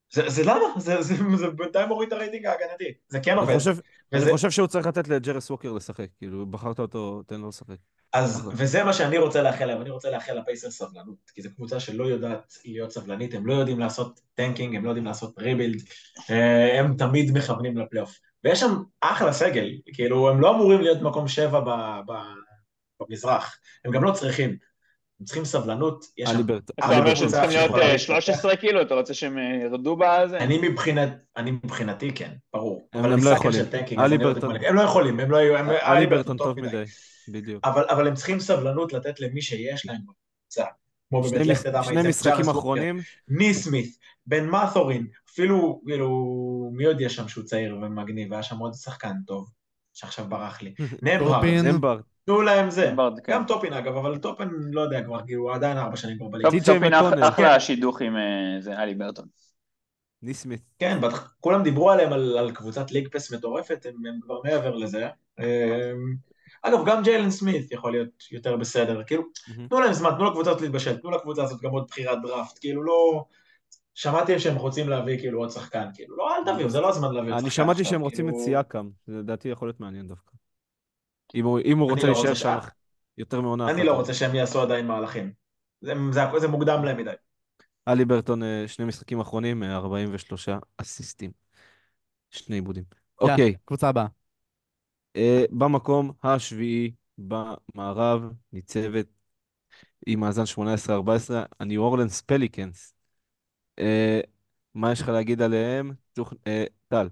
זה, זה למה? זה, זה, זה בינתיים מוריד את הרייטינג ההגנתי. זה כן
אני
עובד.
חושב, אני
וזה,
חושב שהוא צריך לתת לג'רס ווקר לשחק, כאילו, בחרת אותו, תן לו לשחק.
אז,
אחלה.
וזה מה שאני רוצה לאחל להם, אני רוצה לאחל לפייסר סבלנות, כי זו קבוצה שלא יודעת להיות סבלנית, הם לא יודעים לעשות טנקינג, הם לא יודעים לעשות ריבילד, הם תמיד מכוונים לפלייאוף. ויש שם אחלה סגל, כאילו, הם לא אמורים להיות מקום שבע ב, ב, במזרח, הם גם לא צריכים, הם צריכים סבלנות, יש שם
אליברט,
אתה
אחלה
אומר
אליברטון.
שצריכים
קבוצה
להיות
שיכולה
אה,
להתפתח.
שלוש עשרה כאילו, אתה רוצה שהם אה, ירדו בזה?
אני מבחינת, אני מבחינתי כן, ברור,
הם,
אבל
הם לא
משחק
יכולים.
של טנקינג, אז אני לא יודע
אליברטון,
מה להגיד, הם לא יכולים, הם לא היו, הם, אליברטון
אליברטון
טוב
טוב
מדי.
מדי, בדיוק.
אבל, אבל הם צריכים סבלנות לתת למי שיש להם בקבוצה. כמו
שני,
באמת, לך
מש...
תדע מה
שני
יצא,
משחקים
ג'ארס ווקר,
אחרונים,
ניסמית, בן מת'ורין, אפילו, כאילו, מי עוד יש שם שהוא צעיר ומגניב, היה שם עוד שחקן טוב, שעכשיו ברח לי. נמהרד,
טופין.
נמבר,
תנו להם זה.
ברד, כן.
גם טופין אגב, אבל טופין, לא יודע כבר, כי הוא עדיין ארבע שנים כבר בליגה.
טופ-
טי.ג'יי
טופין אח-
מקונל,
אחלה שידוך עם אה, זה, אלי ברטון.
ניסמית.
כן, בת- כולם דיברו עליהם על, על קבוצת ליג פס מטורפת, הם, הם כבר מעבר לזה. אמ, אגב, גם ג'יילן סמית יכול להיות יותר בסדר, כאילו,
מהמם.
תנו להם זמן, תנו לקבוצה הזאת להתבשל, תנו לקבוצה הזאת גם עוד בחירת דראפט, כאילו לא... שמעתי שהם רוצים להביא כאילו עוד שחקן, כאילו, לא, אל תביאו, זה לא הזמן להביא עוד
אני
שחקן
שמעתי
עכשיו,
שהם רוצים את
כאילו...
סייקם, זה לדעתי יכול להיות מעניין דווקא. אם הוא, אם הוא
אני
רוצה
לא רוצה
להישאר
ש...
שם יותר מעונה
אני
אחת.
לא
אז-
רוצה שהם יעשו עדיין מהלכים. זה, זה, זה מוקדם להם מדי.
אלי ברטון, אה, שני משחקים אחרונים, אה, ארבעים ושלושה אסיסטים. שני עיבודים.
יא,
אוקיי,
קבוצה הבאה.
אה, במקום השביעי במערב ניצבת עם מאזן שמונה עשרה ארבע עשרה, הניו אורלנס פליקנס. אה, מה יש לך להגיד עליהם? תוך- אה, טל,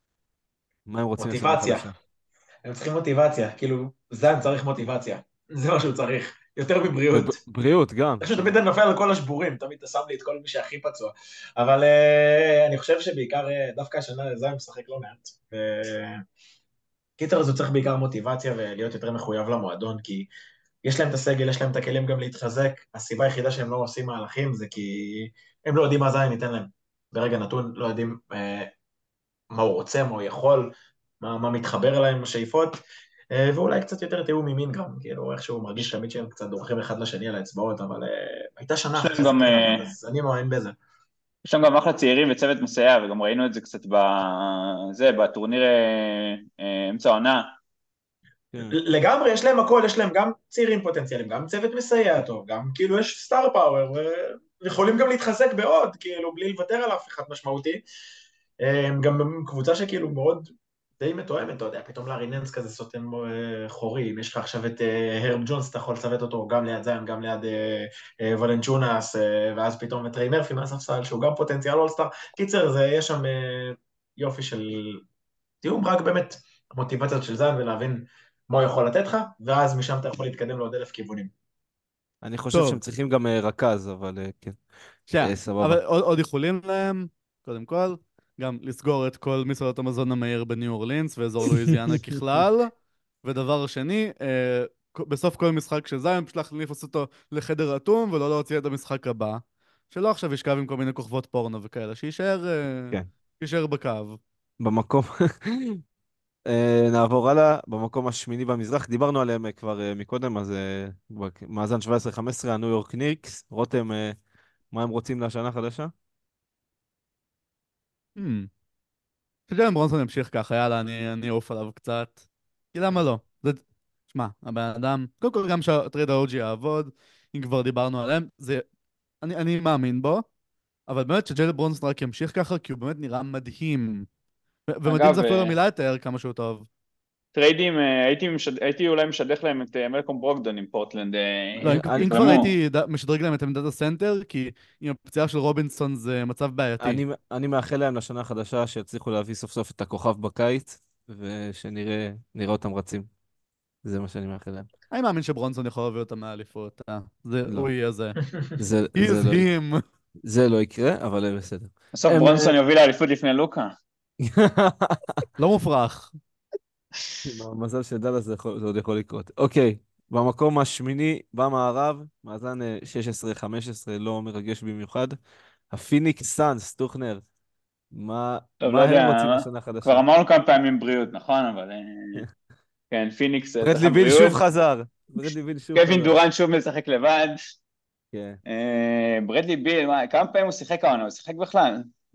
מה הם רוצים לשנה
מוטיבציה.
חדשה?
הם צריכים מוטיבציה, כאילו, זן צריך מוטיבציה. זה מה שהוא צריך. יותר מבריאות.
ובריאות גם.
איכשהו תמיד אני נופל על כל השבורים, תמיד אתה שם לי את כל מי שהכי פצוע. אבל uh, אני חושב שבעיקר, uh, דווקא השנה זן משחק לא מעט. Uh, קיצר, אז הוא צריך בעיקר מוטיבציה ולהיות יותר מחויב למועדון, כי יש להם את הסגל, יש להם את הכלים גם להתחזק. הסיבה היחידה שהם לא עושים מהלכים זה כי הם לא יודעים מה זין ייתן להם. ברגע נתון לא יודעים uh, מה הוא רוצה, מה הוא יכול, מה, מה מתחבר אליהם, השאיפות, אה, ואולי קצת יותר תיאום עם אינגרם, כאילו איכשהו מרגיש תמיד שהם קצת דורכים אחד לשני על האצבעות, אבל אה, הייתה שנה
יש
אחרי
להם
זה
גם,
כן
אה,
עבד, אז אני מאמין בזה.
יש שם גם אחלה צעירים וצוות מסייע, וגם ראינו את זה קצת בזה, בטורניר אה, אה, אמצע העונה.
כן.
לגמרי, יש להם הכל, יש להם גם צעירים פוטנציאליים, גם צוות מסייע טוב, גם כאילו יש סטאר פאוור, ויכולים גם להתחזק בעוד, כאילו בלי לוותר על אף אחד משמעותי. אה, גם קבוצה שכאילו מאוד די מתואמת, אתה יודע, פתאום לארי ננס כזה סותם אה, חורי, אם יש לך עכשיו את אה, הרב ג'ונס, אתה יכול לצוות אותו גם ליד זיין, גם ליד אה, אה, ולנצ'ונס, אה, ואז פתאום את ריי מרפי מהספסל, שהוא גם פוטנציאל אולסטאר. קיצר, זה, יש שם אה, יופי של תיאום, רק באמת המוטיבציות של זיין ולהבין מה הוא יכול לתת לך, ואז משם אתה יכול להתקדם לעוד אלף כיוונים.
אני חושב
טוב,
שהם צריכים גם אה, רכז, אבל אה, כן.
שנייה,
אה, סבבה.
אבל עוד, עוד איחולים להם, קודם כל, גם לסגור את כל מסעדות המזון המהיר בניו אורלינס ואזור לואיזיאנה ככלל, ודבר שני, אה, כ- בסוף כל משחק של זיון, פשוט להכניס אותו לחדר אטום ולא להוציא את המשחק הבא, שלא עכשיו ישכב עם כל מיני כוכבות פורנו וכאלה, שיישאר, אה,
כן.
שיישאר בקו.
במקום, אה, נעבור הלאה, במקום השמיני במזרח, דיברנו עליהם אה, כבר אה, מקודם, אז אה, בק- מאזן שבע עשרה חמש עשרה, הניו יורק ניקס. רותם, אה, מה הם רוצים לשנה החדשה?
Hmm. שג'לן ברונסון ימשיך ככה, יאללה, אני אני אעוף עליו קצת. כי למה לא? זה... שמע, הבן אדם, קודם כל גם שהטרייד ה-או ג'י יעבוד, אם כבר דיברנו עליהם, זה... אני, אני מאמין בו, אבל באמת שג'לן ברונסון רק ימשיך ככה, כי הוא באמת נראה מדהים. ו- ומדהים זה
אגב,
אפילו
אה,
המילה לתאר כמה שהוא טוב.
טריידים, אה, הייתי, משד... הייתי אולי משדך להם את אה, מלקום ברוקדון עם פורטלנד, אה,
לא, אם,
אני-
אם כבר
יתרמו.
הייתי ד- משדרג להם את עמדת הסנטר, כי עם הפציעה של רובינסון זה מצב בעייתי.
אני, אני מאחל להם לשנה החדשה שיצליחו להביא סוף סוף את הכוכב בקיץ, ושנראה נראה אותם רצים. זה מה שאני מאחל להם.
אני מאמין שברונסון יכול להביא אותם מהאליפות, אה? זה,
לא.
הוא יהיה זה.
זה,
He
זה,
is
לא,
him.
זה לא יקרה, אבל אה, בסדר.
בסוף
הם,
ברונסון יוביל לאליפות לפני לוקה.
לא מופרך.
עם המזל של דאלאס זה, יכול- זה עוד יכול לקרות. אוקיי, במקום השמיני במערב, מאזן אה, שש עשרה חמש עשרה, לא מרגש במיוחד. הפיניקס סאנס, טוכנר, מה,
טוב, לא
מה
יודע,
הם רוצים
מה?
לשנה חדשה?
כבר אמרנו כמה פעמים בריאות, נכון? אבל אה, כן, פיניקס אה, צריך
ברדלי ביל
בריאות.
שוב חזר. ברדלי ביל שוב
קווין
חזר.
דורנט שוב משחק לבד.
כן.
אה, ברדלי ביל, מה, כמה פעמים הוא שיחק העונה? הוא שיחק בכלל?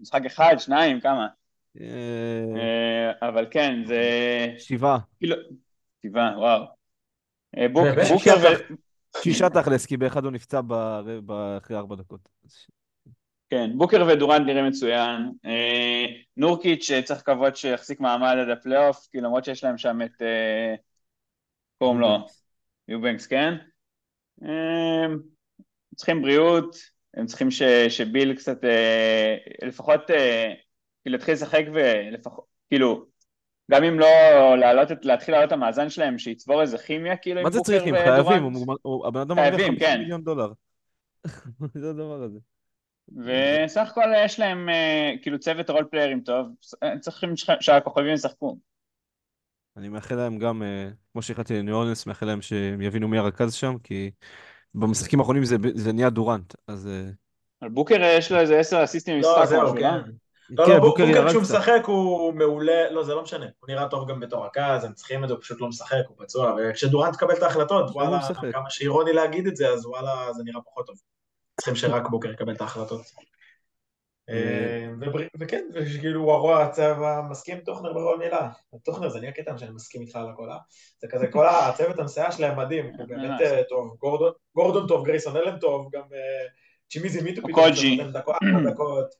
משחק אחד, שניים, כמה?
אה,
אה, אבל כן, זה...
שבעה.
כאילו, שבעה, וואו. אה, בוק-
באמת?
בוקר ו...
שישה
שישה תכלס, כי באחד הוא נפצע ב- ב- אחרי ארבע דקות.
כן, בוקר ודורנט נראים מצוין. אה, נורקיץ' צריך לקוות שיחזיק מעמד עד הפלייאוף, כי למרות שיש להם שם את... אה, קוראים לו,
יובנקס.
יובנקס, כן? אה, הם צריכים בריאות, הם צריכים ש, שביל קצת, אה, לפחות, אה, כאילו, להתחיל לשחק ולפחות, כאילו, גם אם לא לעלות, את- להתחיל לעלות את המאזן שלהם, שיצבור איזה כימיה, כאילו,
מה
עם
זה
בוקר
צריכים? חייבים,
ודורנט,
הוא- הוא- הבן אדם מרוויח
חייבים,
חמישים
כן.
מיליון דולר. זה הדבר הזה.
וסך הכל יש להם, אה, כאילו, צוות רול פליירים טוב, הם צריכים ש- שהכוכבים ישחקו.
אני מאחל להם גם, אה, כמו שהחלטתי לניו אורלינס, מאחל להם שהם יבינו מי הרכז שם, כי במשחקים האחרונים זה, זה נהיה דורנט, אז אה,
אבל בוקר אה, יש לו איזה עשר אסיסטים
לא,
במשחק או
זהו,
משהו, לא?
כן. לא,
כן,
לא, בוק-
בוקר
בוקר
ירד
כשהוא
קצת.
משחק הוא מעולה, לא, זה לא משנה. הוא נראה טוב גם בתור רכז, הם צריכים את זה, הוא פשוט לא משחק, הוא פצוע, וכשדורנט תקבל את ההחלטות,
שם הוא
וואלה,
משחק.
כמה שאירוני להגיד את זה, אז וואלה, זה נראה פחות טוב. צריכים שרק בוקר יקבל את ההחלטות.
אה,
אה, ובר- וכן, וכאילו הוא הרוע הצבע מסכים עם טוכנר ברוב מילה. טוכנר זה נהיה קטן שאני מסכים איתך על הכל, אה? זה כזה, כל הצוות הנסיעה שלהם מדהים, הוא באמת
ממש.
אה, טוב, גורדון, גורדון טוב, גרייסון אלן טוב, גם אה, צ'ימיזי מיטו פתאום קצת
קוג'י.
נותן דקות, אחלה דקות.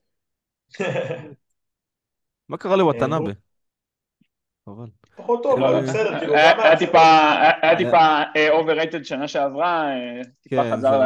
מה קרה
אה,
לוואטנאבה?
נו,
חבל.
פחות טוב,
הם,
אבל
אה,
בסדר, כאילו,
היה
גם
היה
מהצוות.
טיפה, היה
היה-
טיפה אובררייטד שנה שעברה, אה, טיפה
כן,
חזר ל...
זהו.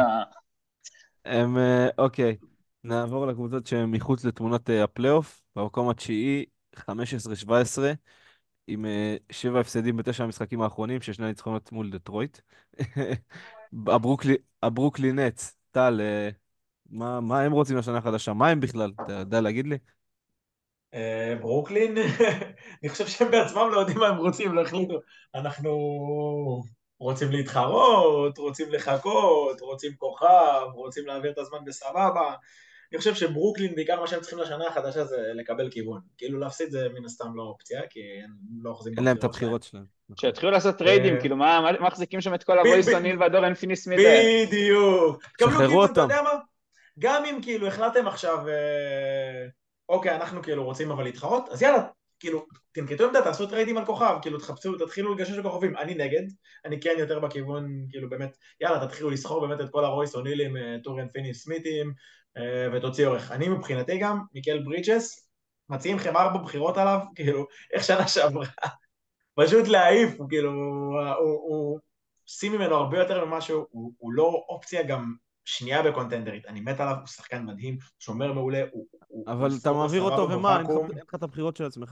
הם, אה, אוקיי, נעבור לקבוצות שהן מחוץ לתמונת אה, הפלייאוף. במקום התשיעי, חמש עשרה שבע עשרה, עם אה, שבע הפסדים בתשע המשחקים האחרונים, ששני ניצחונות מול דטרויט. הברוקלי, הברוקלי נץ, טל, אה, מה, מה הם רוצים לשנה החדשה? מה הם בכלל? אתה יודע להגיד לי?
אה, ברוקלין, אני חושב שהם בעצמם לא יודעים מה הם רוצים, לא החליטו. אנחנו רוצים להתחרות, רוצים לחכות, רוצים כוכב, רוצים להעביר את הזמן בסבבה. אני חושב שברוקלין, בעיקר מה שהם צריכים לשנה החדשה זה לקבל כיוון. כאילו להפסיד זה מן הסתם לא אופציה, כי הם לא אוחזים
אין להם את
בבחירות שלהם.
הבחירות שלהם. נכון.
שיתחילו לעשות טריידים,
אה,
כאילו מה מה מחזיקים שם את כל
ב-
הרויס
ב-
אוניל והדורן פיני סמית האלה?
בדיוק. תקבלו
שחררו
כיוון, אתה
אותם.
יודע מה? גם אם כאילו החלטתם עכשיו, אה, אוקיי, אנחנו כאילו רוצים אבל להתחרות, אז יאללה, כאילו, תנקטו עמדה, תעשו טריידים על כוכב, כאילו, תחפשו, תתחילו לגשש לכוכבים. אני נגד, אני כן יותר בכיוון, כאילו, באמת, יאללה, תתחילו לסחור באמת את כל הרויס אונילים, אה, טוריאן פיני סמיתים, אה, ותוציאו ערך. אני מבחינתי גם, מיקל ברידג'ס, מציעים לכם ארבע בחירות עליו, כאילו, איך שנה שעברה. פשוט להעיף, הוא כאילו, הוא, הוא שים ממנו הרבה יותר ממה שהוא, הוא, הוא לא אופציה גם שנייה בקונטנדרית, אני מת עליו, הוא שחקן מדהים, שומר מעולה, הוא, הוא, הוא
אבל אתה
סקורר
מעביר
סבבה
אותו ומה? אין לך
בוואקום,
אין לך את הבחירות של עצמך.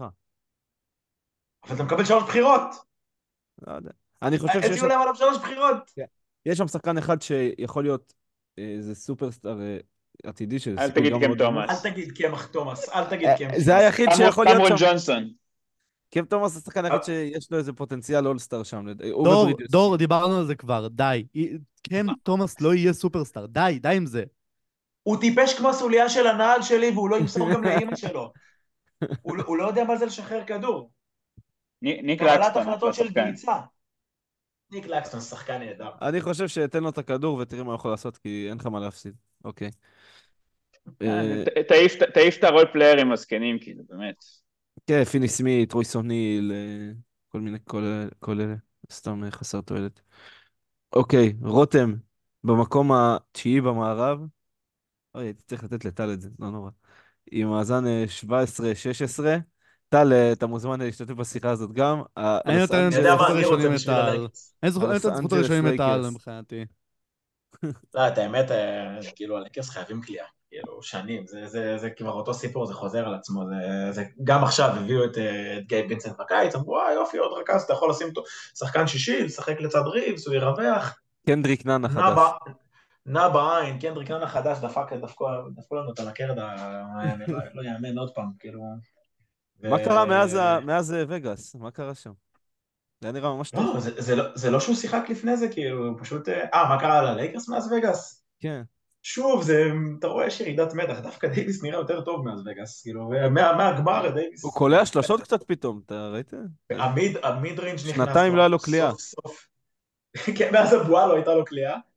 אבל אתה מקבל שלוש בחירות,
לא יודע. אני חושב שיש
הציעו
שם,
להם עליו שלוש בחירות.
כן. יש שם שחקן אחד שיכול להיות אה, איזה סופרסטאר אה, עתידי, שזה
אל
סיכוי
תגיד
גם
קם
מאוד נמוך.
אל
תומאס.
תגיד קמח תומאס, אל תגיד
אה,
קמח
זה
תומאס.
היחיד שיכול להיות
קמרון
שם.
ג'ונסון.
קם תומאס השחקן היחיד שיש לו איזה פוטנציאל אולסטאר שם. לד- הוא
דור,
וברידג'ס.
דור, דיברנו על זה כבר, די. אי- קם תומאס לא יהיה סופרסטאר, די, די עם זה.
הוא טיפש כמו הסוליה של הנעל שלי, והוא לא ימסור גם לאימא שלו. הוא, לא- הוא לא יודע מה זה לשחרר כדור.
ני- ניק
קבלת
לקסטון, אחלה
החלטות של
שחקן.
דריצה. ניק לקסטון שחקן נהדר.
אני חושב שתן לו את הכדור ותראה מה הוא יכול לעשות, כי אין לך מה להפסיד. אוקיי. אה,
ת- תעיף תעיף את הרול פליירים הזקנים, כאילו, באמת.
כן, פיני סמית, רויס אוניל, אה, כל מיני, כל אלה, כל אלה. סתם אה, חסר תועלת. אוקיי, רותם, במקום התשיעי במערב. אוי, הייתי צריך לתת לטל את זה, לא נורא. עם מאזן אה, שבע עשרה שש עשרה. טל, אה, אתה מוזמן להשתתף בשיחה הזאת גם. ה-
אני
הלוס
נותן
אני
את
יודע
זכות
מה, אני רוצה
הראשונים
בשביל
לטל.
הלייקרס.
אני זוכ- אני
הלוס
נותן את זכות
אנג'לס
הראשונים לטל
לייקרס.
מבחינתי.
לא, את האמת, אה, כאילו, הלייקרס חייבים קליעה. כאילו, שנים. זה, זה, זה כבר אותו סיפור, זה חוזר על עצמו. זה, זה, גם עכשיו הביאו את, אה, את גייב וינסנט בקיץ, אמרו, וואי, יופי, עוד רכז, אתה יכול לשים אותו שחקן שישי, לשחק לצד ריבס, הוא ירווח.
קנדריק נאן
נע
החדש.
ב- נע בעין, קנדריק נאן החדש, דפק, דפקו, דפקו לנו את המקרד, ה- לא, לא יאמן עוד פעם, כאילו. ו...
מה קרה מאז ה- מאז אה, וגאס? מה קרה שם? זה היה נראה ממש טוב.
לא, זה, זה, לא, זה לא שהוא שיחק לפני זה, כאילו, הוא פשוט... אה, מה קרה על הלייקרס מאז וגאס?
כן.
שוב, זה, אתה רואה, יש ירידת מתח, דווקא דייוויס נראה יותר טוב מאז וגאס, כאילו, מה, מהגמר דייוויס...
הוא קולע שלשות קצת פתאום, אתה ראית?
המיד, המיד ריינג' נכנס
שנתיים לא היה לו קליעה.
סוף סוף. כן, מאז הבועה לא הייתה לו קליעה,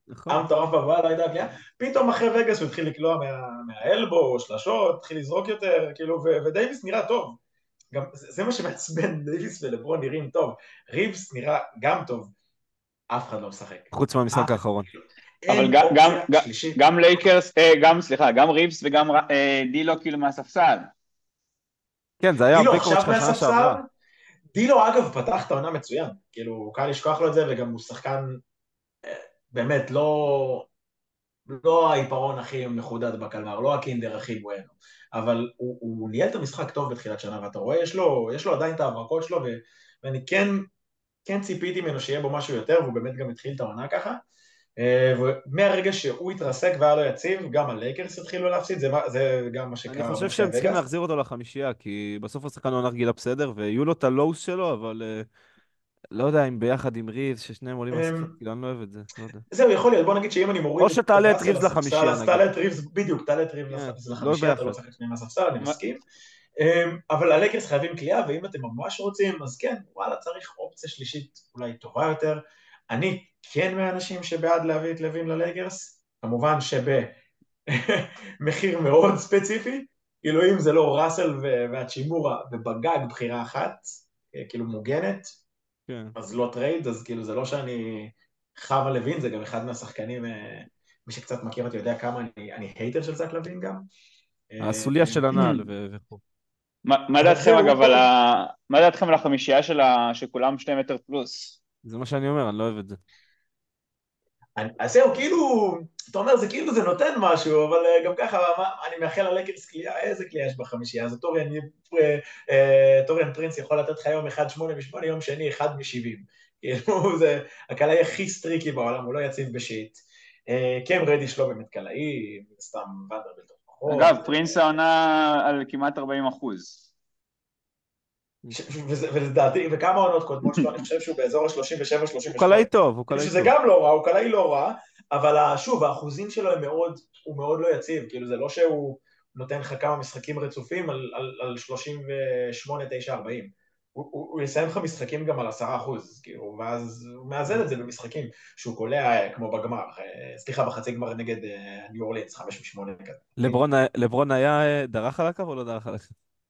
נכון.
עם טרף בבעל, הייתה הקליעה, פתאום אחרי וגאס הוא התחיל לקלוע מהאלבו, שלשות, התחיל לזרוק יותר, כאילו, ודייביס נראה טוב. גם זה מה שמעצבן, דייביס ולברון נראים טוב. ריבס נראה גם טוב, אף אחד לא משחק.
חוץ מהמשחק האחרון.
אבל
אין
גם,
אופציה
גם,
שלישית.
גם לייקרס, אה, גם, סליחה, גם ריבס וגם אה, דילו כאילו מהספסל.
כן, זה היה
דילו
הבקורד
עכשיו
שלך שנה
מהספסל,
שעברה.
דילו אגב פתח את העונה מצוין, כאילו קל לשכוח לו את זה, וגם הוא שחקן אה, באמת לא, לא העיפרון הכי מחודד בקלמר, לא הקינדר הכי בואנו, אבל הוא, הוא ניהל את המשחק טוב בתחילת שנה, ואתה רואה, יש לו, יש לו עדיין את ההברקות שלו, ו, ואני כן, כן ציפיתי ממנו שיהיה בו משהו יותר, והוא באמת גם התחיל את העונה ככה, ומהרגע שהוא התרסק והיה לו יציב, גם הלייקרס התחילו להפסיד, זה, זה גם מה
אני
שקרה
חושב
אחרי
שהם צריכים
הווגאס.
להחזיר אותו לחמישייה, כי בסוף השחקן עונה רגילה בסדר, ויהיו לו את הלואוס שלו, אבל אה, לא יודע אם ביחד עם ריבס, ששניהם עולים לספסל,
אמ,
כאילו אני לא אוהב את זה, לא יודע.
זהו, יכול להיות, בוא נגיד שאם אני
או
מוריד את
שתעלה את
באסל
ריבס
לספסל,
לחמישייה
אז
נגיד.
תעלה את ריבס, בדיוק, תעלה את ריבס
כן, לא
לחמישייה, אתה לא
ביחד.
צריך שני מהספסל, אני
מה-
מסכים. אמ, אבל הלייקרס חייבים קליעה, ואם אתם ממש רוצים, אז כן, וואלה, צריך אופציה שלישית אולי טובה יותר. אני כן מהאנשים שבעד להביא את לוין ללייקרס, כמובן שבמחיר מאוד ספציפי, כאילו אם זה לא ראסל והצ'ימורה ובגג בחירה אחת, כאילו מוגנת,
כן.
אז לא טרייד, אז כאילו זה לא שאני חווה לוין, זה גם אחד מהשחקנים, מי שקצת מכיר אותי יודע כמה אני, אני הייטר של זק לוין גם.
הסוליה של הנעל ו- וכו'.
מה מה
אבל
דעתכם
זהו,
אגב על
טוב.
ה... מה דעתכם על החמישייה של ה... שכולם שני מטר פלוס?
זה מה שאני אומר, אני לא אוהב את זה.
אני- אז זהו, כאילו, אתה אומר, זה כאילו זה נותן משהו, אבל אה, גם ככה, מה- אני מאחל ללקרס קליעה, איזה קליעה יש בחמישייה, אז טוריאן אה, אה, טוריאן פרינס יכול לתת לך יום אחד שמונה משמונה, יום שני אחד משבעים. כאילו, זה הקלעי הכי סטריקי בעולם, הוא לא יציב בשיט. אה, קם רדיש לא באמת קלעי, סתם ונדרבילט פחות.
אגב, פרינס העונה על כמעט ארבעים אחוז.
ש- וזה- ולדעתי, וכמה עונות קודמות שלו, אני חושב שהוא באזור ה-שלושים ושבע שלושים
הוא
ושמונה.
קלעי טוב, הוא
כאילו
קלעי
שזה
טוב.
גם לא רע, הוא קלעי לא רע, אבל ה- שוב, האחוזים שלו הם מאוד, הוא מאוד לא יציב, כאילו זה לא שהוא נותן לך כמה משחקים רצופים על, על, על שלושים ושמונה תשע ארבעים. הוא, הוא, הוא יסיים לך משחקים גם על עשרה אחוז, כאילו, ואז הוא מאזן את זה במשחקים שהוא קולע כמו בגמר, אה, סליחה, בחצי גמר נגד אה, ניו אורלינס, חמש משמונה כזה.
לברון ה- לברון היה אה, דרך על הקו או לא דרך על הקו?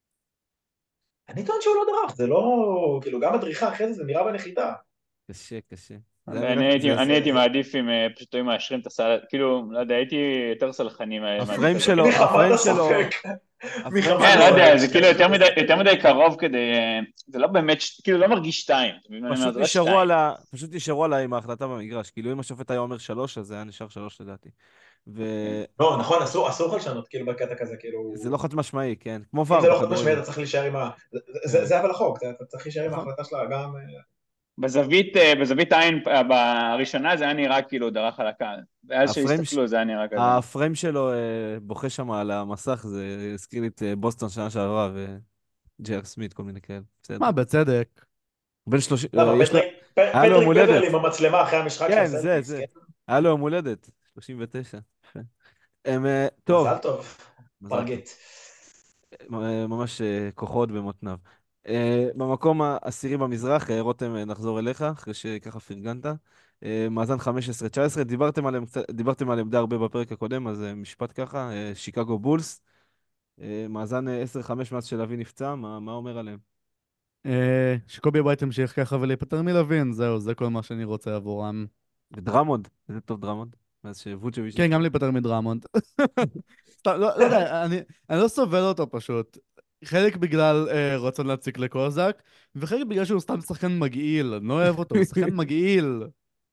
אני טוען שהוא לא דרך, זה לא, כאילו, גם הדריכה אחרי זה, זה נראה בנחיתה.
קשה, קשה. זה היה
אני
נראה-
הייתי
זה-
אני
זה-
הייתי
זה-
מעדיף אם אה, פשוט היו מאשרים את הסל, כאילו, לא יודע, הייתי יותר סלחני מה- מעדיף
הפריים
את זה.
שלו,
מחמת
הפריים שלו,
הספק.
הפריים
מחמת
כן, לא
שלו,
יודע,
הספק.
זה כאילו יותר מדי, יותר מדי קרוב כדי, אה, זה לא באמת, ש- כאילו לא מרגיש שתיים, אתה מבין מה אני אומר?
פשוט
זה לא
נשארו
שתיים.
על ה... פשוט נשארו עליי עם ההחלטה במגרש. כאילו אם השופט היה אומר שלוש, אז זה היה נשאר שלוש לדעתי. וזה
לא, נכון, אסור, אסור לך לשנות, כאילו, בקטע כזה, כאילו...
לא חד משמעי, כן. כמו
אם
ור
זה לא חד משמעי,
בכדורגל.
אתה צריך להישאר עם ה... זה-
כן.
זה זה אבל החוק, אתה אתה צריך להישאר עם
נכון.
ההחלטה שלה, גם...
בזווית, אה, בזווית העין אה, בראשונה זה היה נראה כאילו דרך על הקהל, ואז
הפריים
שהסתכלו זה היה נראה כזה.
הפריים שלו אה, בוכה שם על המסך, זה הזכיר לי את אה, בוסטון שנה שעברה וג'ייר סמית, כל מיני כאלה. בסדר.
מה, בצדק.
בן שלושים,
למה,
יש לו...
פטריק פ-
היה לו יום
פטריק
הולדת.
בברלי עם המצלמה אחרי המשחק של
כן, זה,
הסלטיקס,
זה.
כן?
היה לו יום הולדת, שלושים ותשע. יפה. הם, אה, טוב,
מזל טוב,
מזל טוב.
פרגית.
אה, ממש אה, כוחות במותניו. אה, במקום העשירי במזרח, אה, רותם, אה, נחזור אליך, אחרי שככה פרגנת. אה, מאזן חמש עשרה תשע עשרה, דיברתם עליהם, קצת- דיברתם עליהם די הרבה בפרק הקודם, אז אה, משפט ככה, אה, שיקגו בולס, אה, מאזן אה, עשר חמש מאז שלוי נפצע, מה, מה אומר עליהם?
אה, שקובי ברייט ימשיך ככה ולהיפטר מלווין, זהו, זה כל מה שאני רוצה עבורם.
ודרמונד, איזה טוב דרמונד, מאז שווצ'ביץ'
כן, גם להיפטר מדרמונד. סתם, לא לא יודע, אני אני לא סובל אותו פשוט. חלק בגלל אה, רצון להציק לקוזק, וחלק בגלל שהוא סתם שחקן מגעיל. אני לא אוהב אותו, הוא שחקן מגעיל.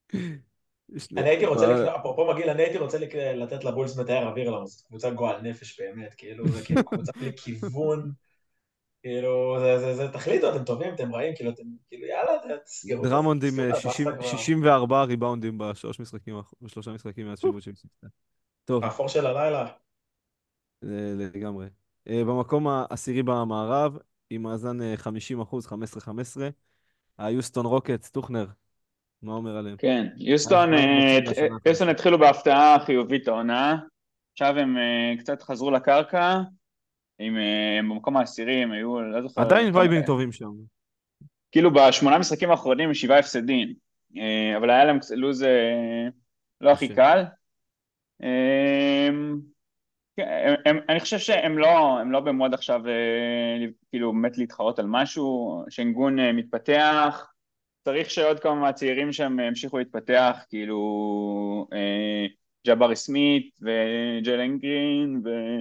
יש לי-
אני הייתי רוצה,
אה,
לקנות- אפרופו מגעיל, אני הייתי רוצה לק- לתת לבולס מתאר אוויר לנו, זו קבוצה גועל נפש באמת, כאילו, זה כאילו קבוצה בלי כיוון, כאילו, זה- זה- זה, תחליטו, אתם טובים, אתם רעים, כאילו, אתם, כאילו, יאללה, תסגרו.
דרמונד עם
תעשו
אה,
את הבאסטה
שישים
כבר.
שישים וארבעה ריבאונדים בשלוש משחקים, האח- בשלושה משחקים מאז שווצ'ביץ' נפצע. טוב.
האפור של הלילה.
אה, לגמרי. אה, במקום העשירי במערב, עם מאזן אה, חמישים אחוז, חמש עשרה חמש עשרה, היוסטון רוקטס, טוכנר, מה אומר עליהם?
כן,
מה
יוסטון,
מה הם
אה,
רוצים
ת-
מהשנה
יוסטון
החדשה?
התחילו בהפתעה חיובית העונה, עכשיו הם אה, קצת חזרו לקרקע, עם, אה, הם במקום העשירי הם היו, לא זוכר,
עדיין
כמה-
וייבים טובים שם.
כאילו בשמונה משחקים האחרונים שבעה הפסדים, אה, אבל היה להם קצת לוז, אה, לא הכי
קשה.
קל. אמ, כן, הם, הם, אני חושב שהם לא, הם לא במוד עכשיו אה, כאילו באמת להתחרות על משהו, שנגון אה, מתפתח, צריך שעוד כמה מהצעירים שם ימשיכו להתפתח, כאילו אה, ג'אברי סמית וג'לן גרין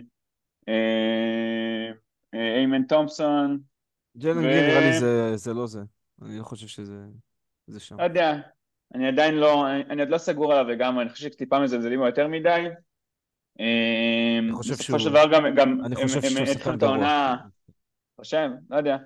ואיימן תומפסון,
ג'יילן גרין נראה לי
ולא
זה, זה לא זה. אני לא חושב שזה זה שם.
יודע, אני עדיין לא, אני, אני עוד לא סגור עליו לגמרי, אני חושב שטיפה מזלזלים בו יותר מדי. אה,
אני חושב
בסופו של
שהוא,
דבר גם, גם
אני
הם,
חושב
הם
שהוא
התחילו
שחקן
את
גרוע.
העונה, חושב, לא יודע.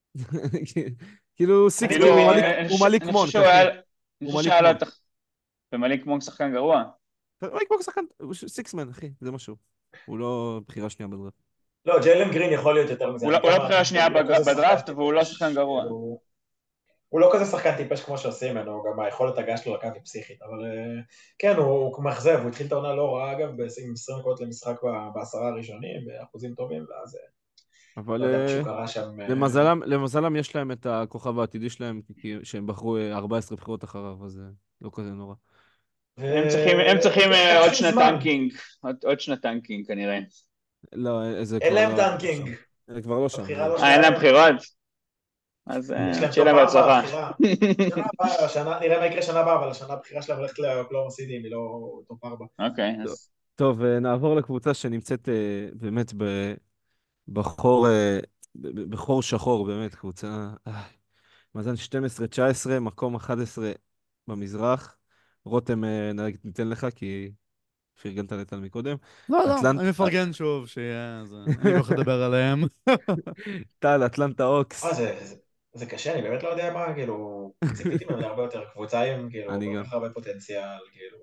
כאילו סיקסמן,
כאילו,
הוא מליק,
אני
הוא
חושב
מליק
אני חושב
מונק,
שהוא היה,
אחי.
אני
הוא
חושב
מליק
שהיה לו
מונק.
את ומליק מונק שחקן גרוע.
מליק מונק שחקן, הוא ש- סיקסמן, אחי, זה משהו. הוא לא בחירה שנייה בדראפט.
לא, ג'יילן גרין יכול להיות יותר מזה,
הוא
אני
לא, הוא
כן
לא
מאמין
בחירה
שהוא
שנייה
לא כזה
בגר-
שחקן
בדראפט והוא לא שחקן
טיפש,
גרוע.
כאילו, הוא לא כזה שחקן טיפש כמו שעושים ממנו, גם היכולת הגעה שלו לקו היא פסיכית, אבל אה, כן, הוא, הוא מאכזב, הוא התחיל את העונה לא רעה אגב, עם עשרים נקודות למשחק ב- בעשרה הראשונים, באחוזים טובים, ואז אה,
אבל
לא יודע,
אה,
משהו קרה שם, אה,
למזלם, למזלם יש להם את הכוכב העתידי שלהם, כי שהם בחרו אה, ארבע עשרה בחירות אחריו, אז זה לא כזה נורא.
הם צריכים, הם צריכים
וגם
אה, עוד
צריכים
שנת
זמן,
טנקינג, עוד, עוד שנת טנקינג כנראה.
לא, אה, זה
אין
כבר
להם
לא, לא שם.
טנקינג,
זה כבר לא שם.
הבחירה
זה...
לא
אה, אין להם
שלהם,
בחירות? אז
יש
אה,
להם
שיהיה
טופ
להם
ארבע
בהצלחה.
הבחירה, שנה הבאה, השנה, נראה מה יקרה שנה הבאה, אבל השנה הבחירה שלהם הולכת לאוקלאומה סיטי, היא לא טופ ארבע.
אוקיי,
טוב,
אז
טוב, אה, נעבור לקבוצה שנמצאת אה, באמת ב- בחור, אה, ב- ב- בחור שחור, באמת, קבוצה... אה, מאזן שתים עשרה תשע עשרה, מקום אחד עשר במזרח. רותם, אה, נ- ניתן לך, כי פרגנת לטל מקודם.
לא, לא,
אטלנט...
אני
אה,
מפרגן שוב, שיהיה, אז אין לי כל כך לדבר עליהם.
טל, אטלנטה
אה,
אוקס.
זה, זה, זה קשה, אני באמת לא יודע מה, כאילו, ציפיתי ממנו הרבה יותר, קבוצה עם כאילו
אני
כל
גם.
כך הרבה פוטנציאל, כאילו,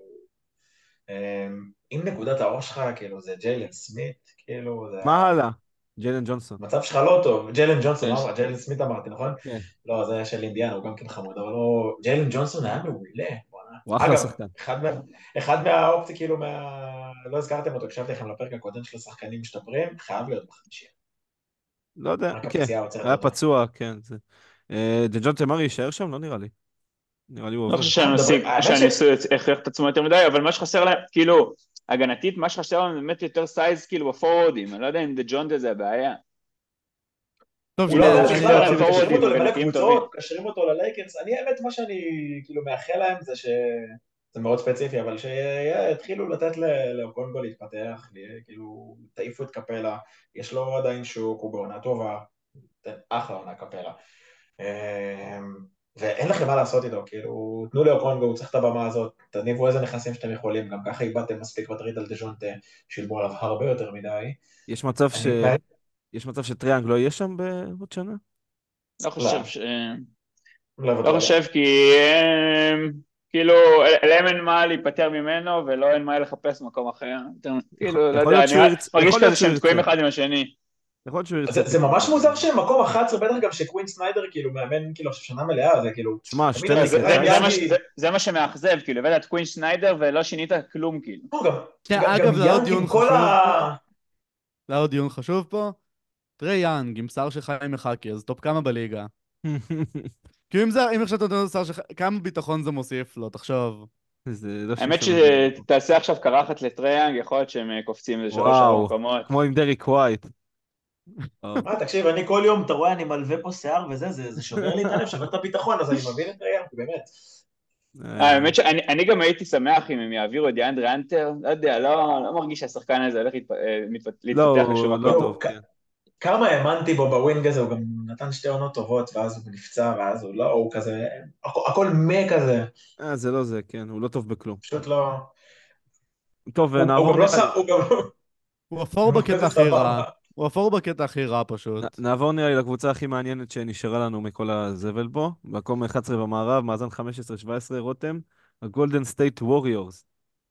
אמ, אם נקודת האור שלך, כאילו, זה ג'יילן סמית, כאילו, זה
מה הלאה? ג'יילן ג'ונסון.
המצב שלך לא טוב, ג'יילן ג'ונסון, לא
יש-
אמר, ג'יילן סמית אמרתי, נכון?
כן.
לא, זה היה של אינדיאנה, הוא גם כן חמוד, אבל לא, ג'יילן ג'ונסון היה מעולה, בואנה.
הוא אחלה
אגב,
שחקן.
אחד, מה, אחד מהאופציה, כאילו, מה... לא הזכרתם אותו, הקשבתי לכם לפרק הקודם של השחקנים משתפרים, חייב להיות בחמישייה.
לא יודע,
רק
כן.
הפציעה עוצרת
היה
אותו.
פצוע, כן. זה... אה, דג'ון תמרי יישאר שם? לא נראה לי. נראה לי הוא
לא
עובר.
חושב
אנחנו
שהם
מדברים,
עושים,
האמת ש...
שאני הכריח את עצמו יותר מדי, אבל מה שחסר להם, כאילו, הגנתית, מה שחסר להם באמת יותר סייז, כאילו, בפורורדים, אני לא יודע אם דה ג'ונט זה הבעיה.
טוב,
הוא
לא,
לא,
שנייה,
הוא
הוא
אני
חסר
בכלל,
להם
רציתי...
מקשרים
פורורדים
אותו למלא
הגנתיים טובים.
קבוצות, מקשרים אותו ללייקרס. אני, האמת, מה שאני כאילו מאחל להם זה ש... זה מאוד ספציפי, אבל שיתחילו לתת ל- לאוקונגו להתפתח, ל- כאילו, תעיפו את קפלה, יש לו עדיין שוק, הוא בעונה טובה, אחלה עונה קפלה. אמ, ואין לכם מה לעשות איתו, כאילו, תנו לאוקונגו, הוא צריך את הבמה הזאת, תניבו איזה נכסים שאתם יכולים, גם ככה איבדתם מספיק בטריד על דז'ונטה, שילמו עליו הרבה יותר מדי.
יש מצב ש...
אני...
יש מצב שטריאנג לא יהיה שם בעוד שנה?
לא
לא,
חושב ש...
לא
לא
בטוח.
חושב כי הם, כאילו, להם אין מה להיפטר ממנו ולא אין מה לחפש במקום אחר.
יכול
כאילו, לא
יכול
יודע,
להיות
אני
שהוא ירצה,
מרגיש
יכול להיות
כזה
שהוא
שהם תקועים
ירצה.
אחד עם השני.
יכול להיות שהוא ירצה
זה, זה
פתאום.
ממש מוזר שהם מקום אחת עשרה, בטח גם שקווין סניידר כאילו מאמן כאילו עכשיו שנה מלאה, זה כאילו,
שמע,
תמיד אני
זה,
שתים עשרה
גרה
זה,
עם
זה, מה,
תשע עשרה?
ש- זה,
ינקי,
זה מה שמאכזב, כאילו, הבאת את קווין שניידר ולא שינית כלום, כאילו.
לא, גם, גם,
שנייה,
גם
אגב, זה היה עוד
ינקי עם
דיון
כל
חשוב פה.
ה...
זה היה עוד דיון חשוב פה. טרי יאנג עם שיער של חיים מחכי, אז טופ כמה בליגה? כאילו אם זה, אם עכשיו אתה נותן שיער של חיים, כמה ביטחון זה מוסיף לו, תחשוב.
זה לא
האמת
שישון על זה.
שתעשה עכשיו קרחת לטריאנג, יכול להיות שהם אה, קופצים איזה שלוש ארבע
וואו,
מקומות.
כמו עם דריק ווייט. וואו.
מה, תקשיב, אני כל יום, אתה רואה, אני מלווה פה שיער וזה, זה, זה שובר לי את הלב, שובר את הביטחון, אז אני מבין את ינקי, באמת.
אה,
אה,
האמת שאני אני גם הייתי שמח אם הם יעבירו את דיאנדרה אנטר, לא יודע, לא, לא מרגיש שהשחקן הזה הולך להתפ... אה, מתפ-
לא,
להתפתח לשום
הוא לא
מקום.
יואו,
טוב,
כ-
כן.
כמה האמנתי בו בווינג הזה, הוא גם נתן שתי עונות טובות, ואז הוא נפצע, ואז הוא לא, הוא כזה, הכ- הכל מה כזה,
אה, זה לא זה, כן, הוא לא טוב בכלום.
פשוט לא...
טוב,
הוא, הוא
נעבור
גם לא
נראה
שם,
לי,
הוא גם
הוא אפור
הוא לא
בקטע
כזה
הכי רע.
סבבה.
הוא אפור בקטע הכי רע פשוט.
נ- נעבור נראה לי לקבוצה הכי מעניינת שנשארה לנו מכל הזבל פה. מקום אחת עשרה במערב, מאזן חמש עשרה שבע עשרה, רותם, הגולדן סטייט ווריורס.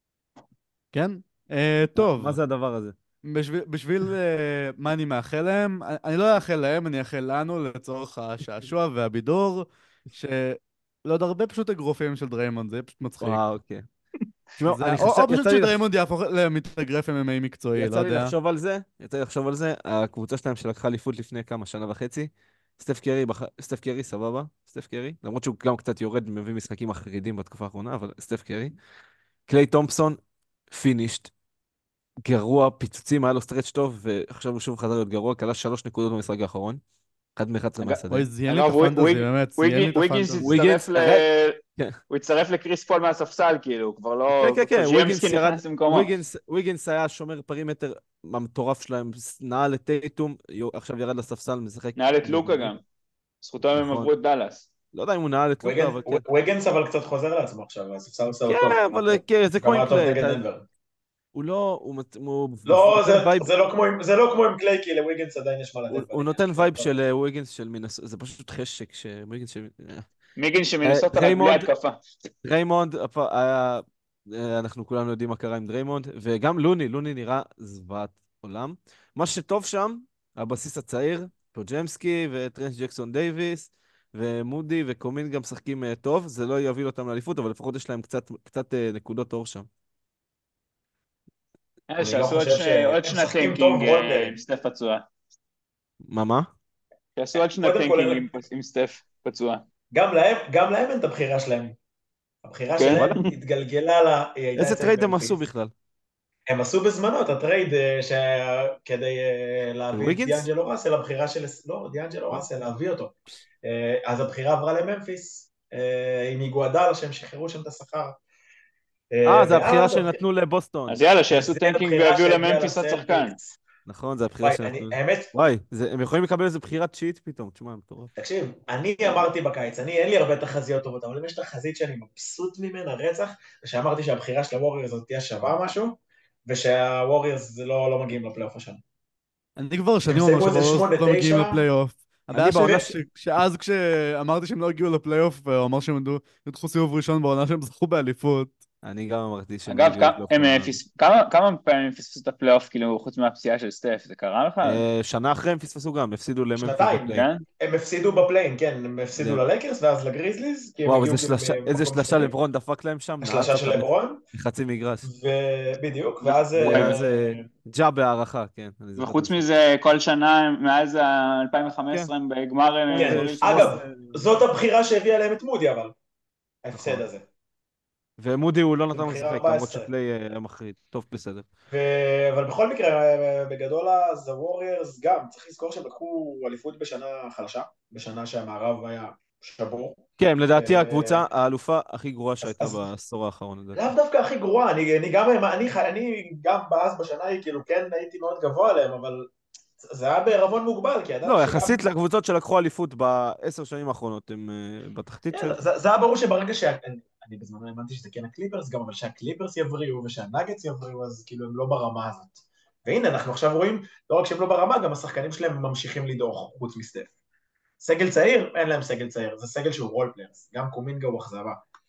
כן? אה,
מה
טוב,
זה הדבר הזה?
בשביל, בשביל אה, מה אני מאחל להם, אני אני לא אאחל להם, אני אאחל לנו לצורך השעשוע והבידור, שלא עוד הרבה פשוט אגרופים של דריימונד, זה יהיה פשוט מצחיק.
וואו, אוקיי. תשמעו,
זה,
אני
או,
חשב,
או פשוט
יצא לי לח-
שדריימונד יהפוך למתאגרף אם אם איי מקצועי, לא
יצא לי
יודע.
לחשוב על זה, יצא לי לחשוב על זה, הקבוצה שלהם שלקחה אליפות לפני כמה, שנה וחצי, סטף קרי, בח... סטף קרי, סבבה, סטף קרי, למרות שהוא גם קצת יורד, מביא משחקים מחרידים בתקופה האחרונה, אבל סטף קרי. קליי תומפסון, פינישט, גרוע, פיצוצים, היה לו סטרץ' טוב, ועכשיו הוא שוב חזר להיות גרוע, כלה שלוש נקודות במשחק האחרון, אחד מ-אחת עשרה
אגב,
מהשדה.
אוי, זיין לי את
אגב, וויג-
הפנטזי,
וויג-
באמת, זיין לי
וויגי-
את
וויגינס
הפנטזי.
הצטרף
וויגינס,
ל...
רד- כן.
הוא הצטרף לקריס פול מהספסל, כאילו, הוא כבר
כן,
לא...
כן, כן, וויגינס
פוג'יאמסקי
ירד,
נכנס במקומו.
וויגינס, וויגינס היה שומר פרימטר המטורף שלהם, נעל לטייטום, עכשיו ירד לספסל, משחק.
נעל את לוקה גם. זכותם הם
נכון.
עברו את דאלאס.
לא יודע אם הוא נעל את לוקה, אבל כן.
וויגנס אבל קצת חוזר לעצמו עכשיו, הספסל עושה לו
כן,
טוב.
אבל כן, זה כמו
גם
עם
היה טוב
קליי,
נגד
אתה-
דנבר.
הוא לא, הוא מת- הוא
לא,
נותן
זה-
וייב,
זה לא כמו עם- זה לא כמו עם קליי, כי לוויגנס עדיין יש מה
הוא-
לתת.
הוא נותן וייב של אה, וויגינס של מינס, זה פשוט חשק שוויגינס של... אה.
מיגן שמנסות עליו בלי
דריימונד-
התקפה.
דריימונד, הפ- היה, אה, אנחנו כולנו יודעים מה קרה עם דריימונד, וגם לוני, לוני נראה זוועת עולם. מה שטוב שם, הבסיס הצעיר, פוג'מסקי וטרנס ג'קסון דייביס, ומודי וקומין גם משחקים אה, טוב, זה לא יוביל אותם לאליפות, אבל לפחות יש להם קצת, קצת אה, נקודות אור שם.
אה,
אני
שיעשו
לא
עוד
חושב
ש-
שהם
עוד שנת
משחקים
טנקינג
טוב,
אה,
רולפליירים.
עם סטף פצוע.
מה, מה?
שיעשו עוד שנת
קודם כל,
טנקינג
הם-
עם- עם סטף פצוע.
גם להם, גם להם אין את הבחירה שלהם. הבחירה
כן?
שלהם התגלגלה לה, היא הייתה
איזה
אצל
טרייד הם
ממפיס.
עשו בכלל?
הם עשו בזמנו את הטרייד אה, ש- כדי אה, להביא את
וויגינס?
דיאנג'לו ראסל, הבחירה של... לא, דיאנג'לו ראסל, להביא אותו. אה, אז הבחירה עברה לממפיס, אה, עם איגואדאלה שהם שחררו שם את השכר.
אה, זה הבחירה
ואז
שנתנו לבוסטון.
אז יאללה, שיעשו
זה
טנקינג
הבחירה
ויביאו
שהגיעה
לממפיס עוד שחקן.
לסלטיקס.
נכון, זה הבחירה
וואי, אני-
שנתנו.
האמת,
וואי, זה- הם יכולים לקבל איזה בחירה תשיעית פתאום, תשמע, מטורף.
תקשיב, אני אמרתי בקיץ, אני אין לי הרבה תחזיות טובות, אבל אם יש תחזית שאני מבסוט ממנה רצח, זה שאמרתי שהבחירה של הווריורס הזאת תהיה שווה משהו, ושהווריורס זה לא לא מגיעים לפלייאוף השנה.
אני כבר שנים
סיימו
אומר
איזה
שהווריורס
שמונה,
לא מגיעים
תשע.
לפלייאוף. הבעיה
בעונה
ש- שאז כשאמרתי שהם לא הגיעו לפלייאוף, הוא אמר שהם ידעו- ידחו סיבוב ראשון בעונה שהם זכו באליפות.
אני גם אמרתי שהם
אגב,
יגיעו
כ-
לפלייאוף
הם, אה,
העונה.
פס- כמה כמה פעמים הם פספסו את הפלייאוף, כאילו, חוץ מהפציעה של סטף, זה קרה לך?
אה, שנה אחרי הם פספסו גם, הפסידו לממפיס
שנתיים,
בפליי.
כן?
הם הפסידו בפליין, כן, הם הפסידו
זה-
ללייקרס ואז לגריזליז, כי הם
וואו,
הגיעו
איזה שלשה-
במקום
איזה שלשה
שני.
לברון דפק להם שם.
השלשה
נעץ
של
אותם
לברון,
בחצי מגרש.
ובדיוק, ואז...
ואז
אה,
אה, ג'ה בהערכה, כן. אני זוכר
וחוץ
את זה.
מזה, כל שנה, מאז ה-אלפיים וחמש עשרה הם בגמר... אה,
כן,
מוריס
אגב,
בוסטון.
זאת הבחירה שהביאה להם את מודי, אבל, ההפסד
נכון.
הזה.
ומודי הוא לא נתן לו
בבחירה
לשחק,
ארבע
למרות
עשרה.
שפליי אה, היה מחריד. טוב, בסדר.
ו- אבל בכל מקרה, אה, בגדול אז הווריירס גם, צריך לזכור שהם לקחו אליפות בשנה חלשה, בשנה שהמערב היה שבור.
כן, לדעתי
אה,
הקבוצה, האלופה הכי גרועה שהייתה
אז-
בעשור האחרון. לדעתי.
לאו דווקא הכי גרועה, אני, אני גם, אני, אני גם אז בשנה ההיא, כאילו כן הייתי מאוד גבוה עליהם, אבל זה היה בערבון מוגבל, כי ידעתי
לא,
שגם-
יחסית לקבוצות שלקחו אליפות בעשר שנים האחרונות, הם אה, בתחתית של...
כן, זה, זה היה ברור שברגע שה... אני, אני בזמנו האמנתי שזה כן הקליפרס גם, אבל שהקליפרס יבריאו ושהנאגטס יבריאו, אז כאילו הם לא ברמה הזאת. והנה, אנחנו עכשיו רואים, לא רק שהם לא ברמה, גם השחקנים שלהם ממשיכים לדוח, חוץ מסטף. סגל צעיר, אין להם סגל צעיר, זה סגל שהוא רול פליירס, גם קומינגה הוא אכזבה.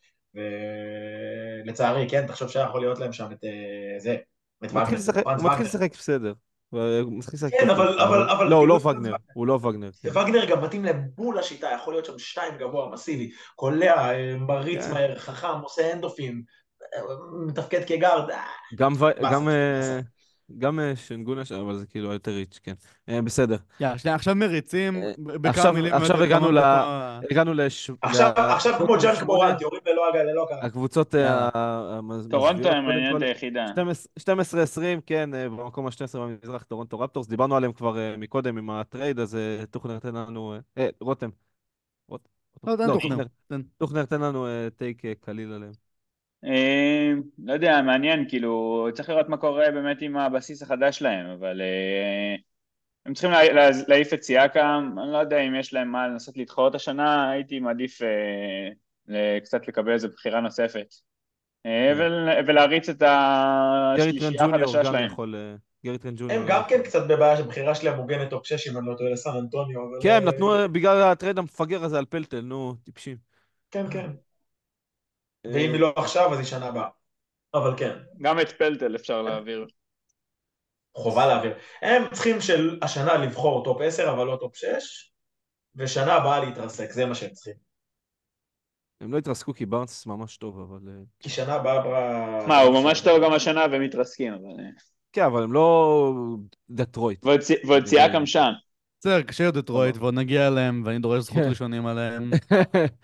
ולצערי, כן, תחשוב שהיה יכול להיות להם שם את אה, זה, את
הוא מתחיל
וגנר,
לשחק-
פרנץ
הוא מתחיל
וגנר.
לשחק בסדר. הוא מתחיל לשחק
כן,
טוב.
אבל- אבל- אבל
לא, הוא לא
כאילו-
וגנר. הוא לא וגנר. כן.
וגנר גם מתאים לבול השיטה, יכול להיות שם שתיים גבוה, מסיבי, קולע, אה, מריץ
כן.
מהר, חכם, עושה אנדופין, אה, מתפקד כגארד, אה,
גם ו-
באסה,
גם, אה,
באסה.
גם אה, שנגונה שם, אבל זה כאילו יותר ריץ', כן. אה, בסדר.
יא, שנייה, עכשיו מריצים
אה,
בכמה
עכשיו-
מילים.
עכשיו
באמת,
הגענו
כמה-
ל-
כמה-
הגענו לש...
עכשיו
ל-
עכשיו כמו
שמונה-
ג'אנק מורנט, יורים ללא הגה, ללא קרה.
הקבוצות אה,
יאללה.
המזוויעות,
טורונטו הם
קודם
העניינת
כל,
היחידה.
שתים עשרה עשרים, כן, אה, במקום ה-שתים עשרה במזרח, טורונטו רפטורס, דיברנו עליהם כבר אה, מקודם עם הטרייד, אז אה, טוכנר תן לנו, אה, אה, רותם. רוט-
לא, תן
לא,
טוכנר.
טוכנר.
תן.
טוכנר תן לנו אה, טייק אה, קליל עליהם.
אה, לא יודע, מעניין, כאילו, צריך לראות מה קורה באמת עם הבסיס החדש שלהם, אבל אה, הם צריכים לה- לה- להעיף את סייקם, אני לא יודע אם יש להם מה לנסות לדחות השנה, הייתי מעדיף אה, ל- קצת לקבל איזו בחירה נוספת. אה,
כן.
ול- ולהריץ את
גרי טרנט
השלישייה
ג'וניור
החדשה
גם
שלהם.
יכול... אה, גרי טרנט ג'וניור.
הם גם כן קצת בבעיה שבחירה שלהם מוגנת טופ שש, אם אני לא טועה לסן אנטוניו. אבל,
כן, הם
אה,
נתנו אה, בגלל הטרייד המפגר הזה על פלטל, נו, טיפשים.
כן, כן.
אה,
ואם היא לא עכשיו, אז היא שנה הבאה. אבל כן,
גם את פלטל אפשר להעביר.
חובה להעביר. הם צריכים של השנה לבחור טופ עשר, אבל לא טופ שש, ושנה הבאה להתרסק, זה מה שהם צריכים.
הם לא התרסקו כי בארנס ממש טוב, אבל... אה,
כי שנה הבאה... ב-
מה, הוא ממש טוב גם השנה והם מתרסקים, אבל... אה,
כן, אבל הם לא דטרויט.
ועוד צי- ועוד סייקם שם.
בסדר, קשה להיות דטרויט, ועוד נגיע אליהם, ואני דורש זכות
כן.
ראשונים עליהם.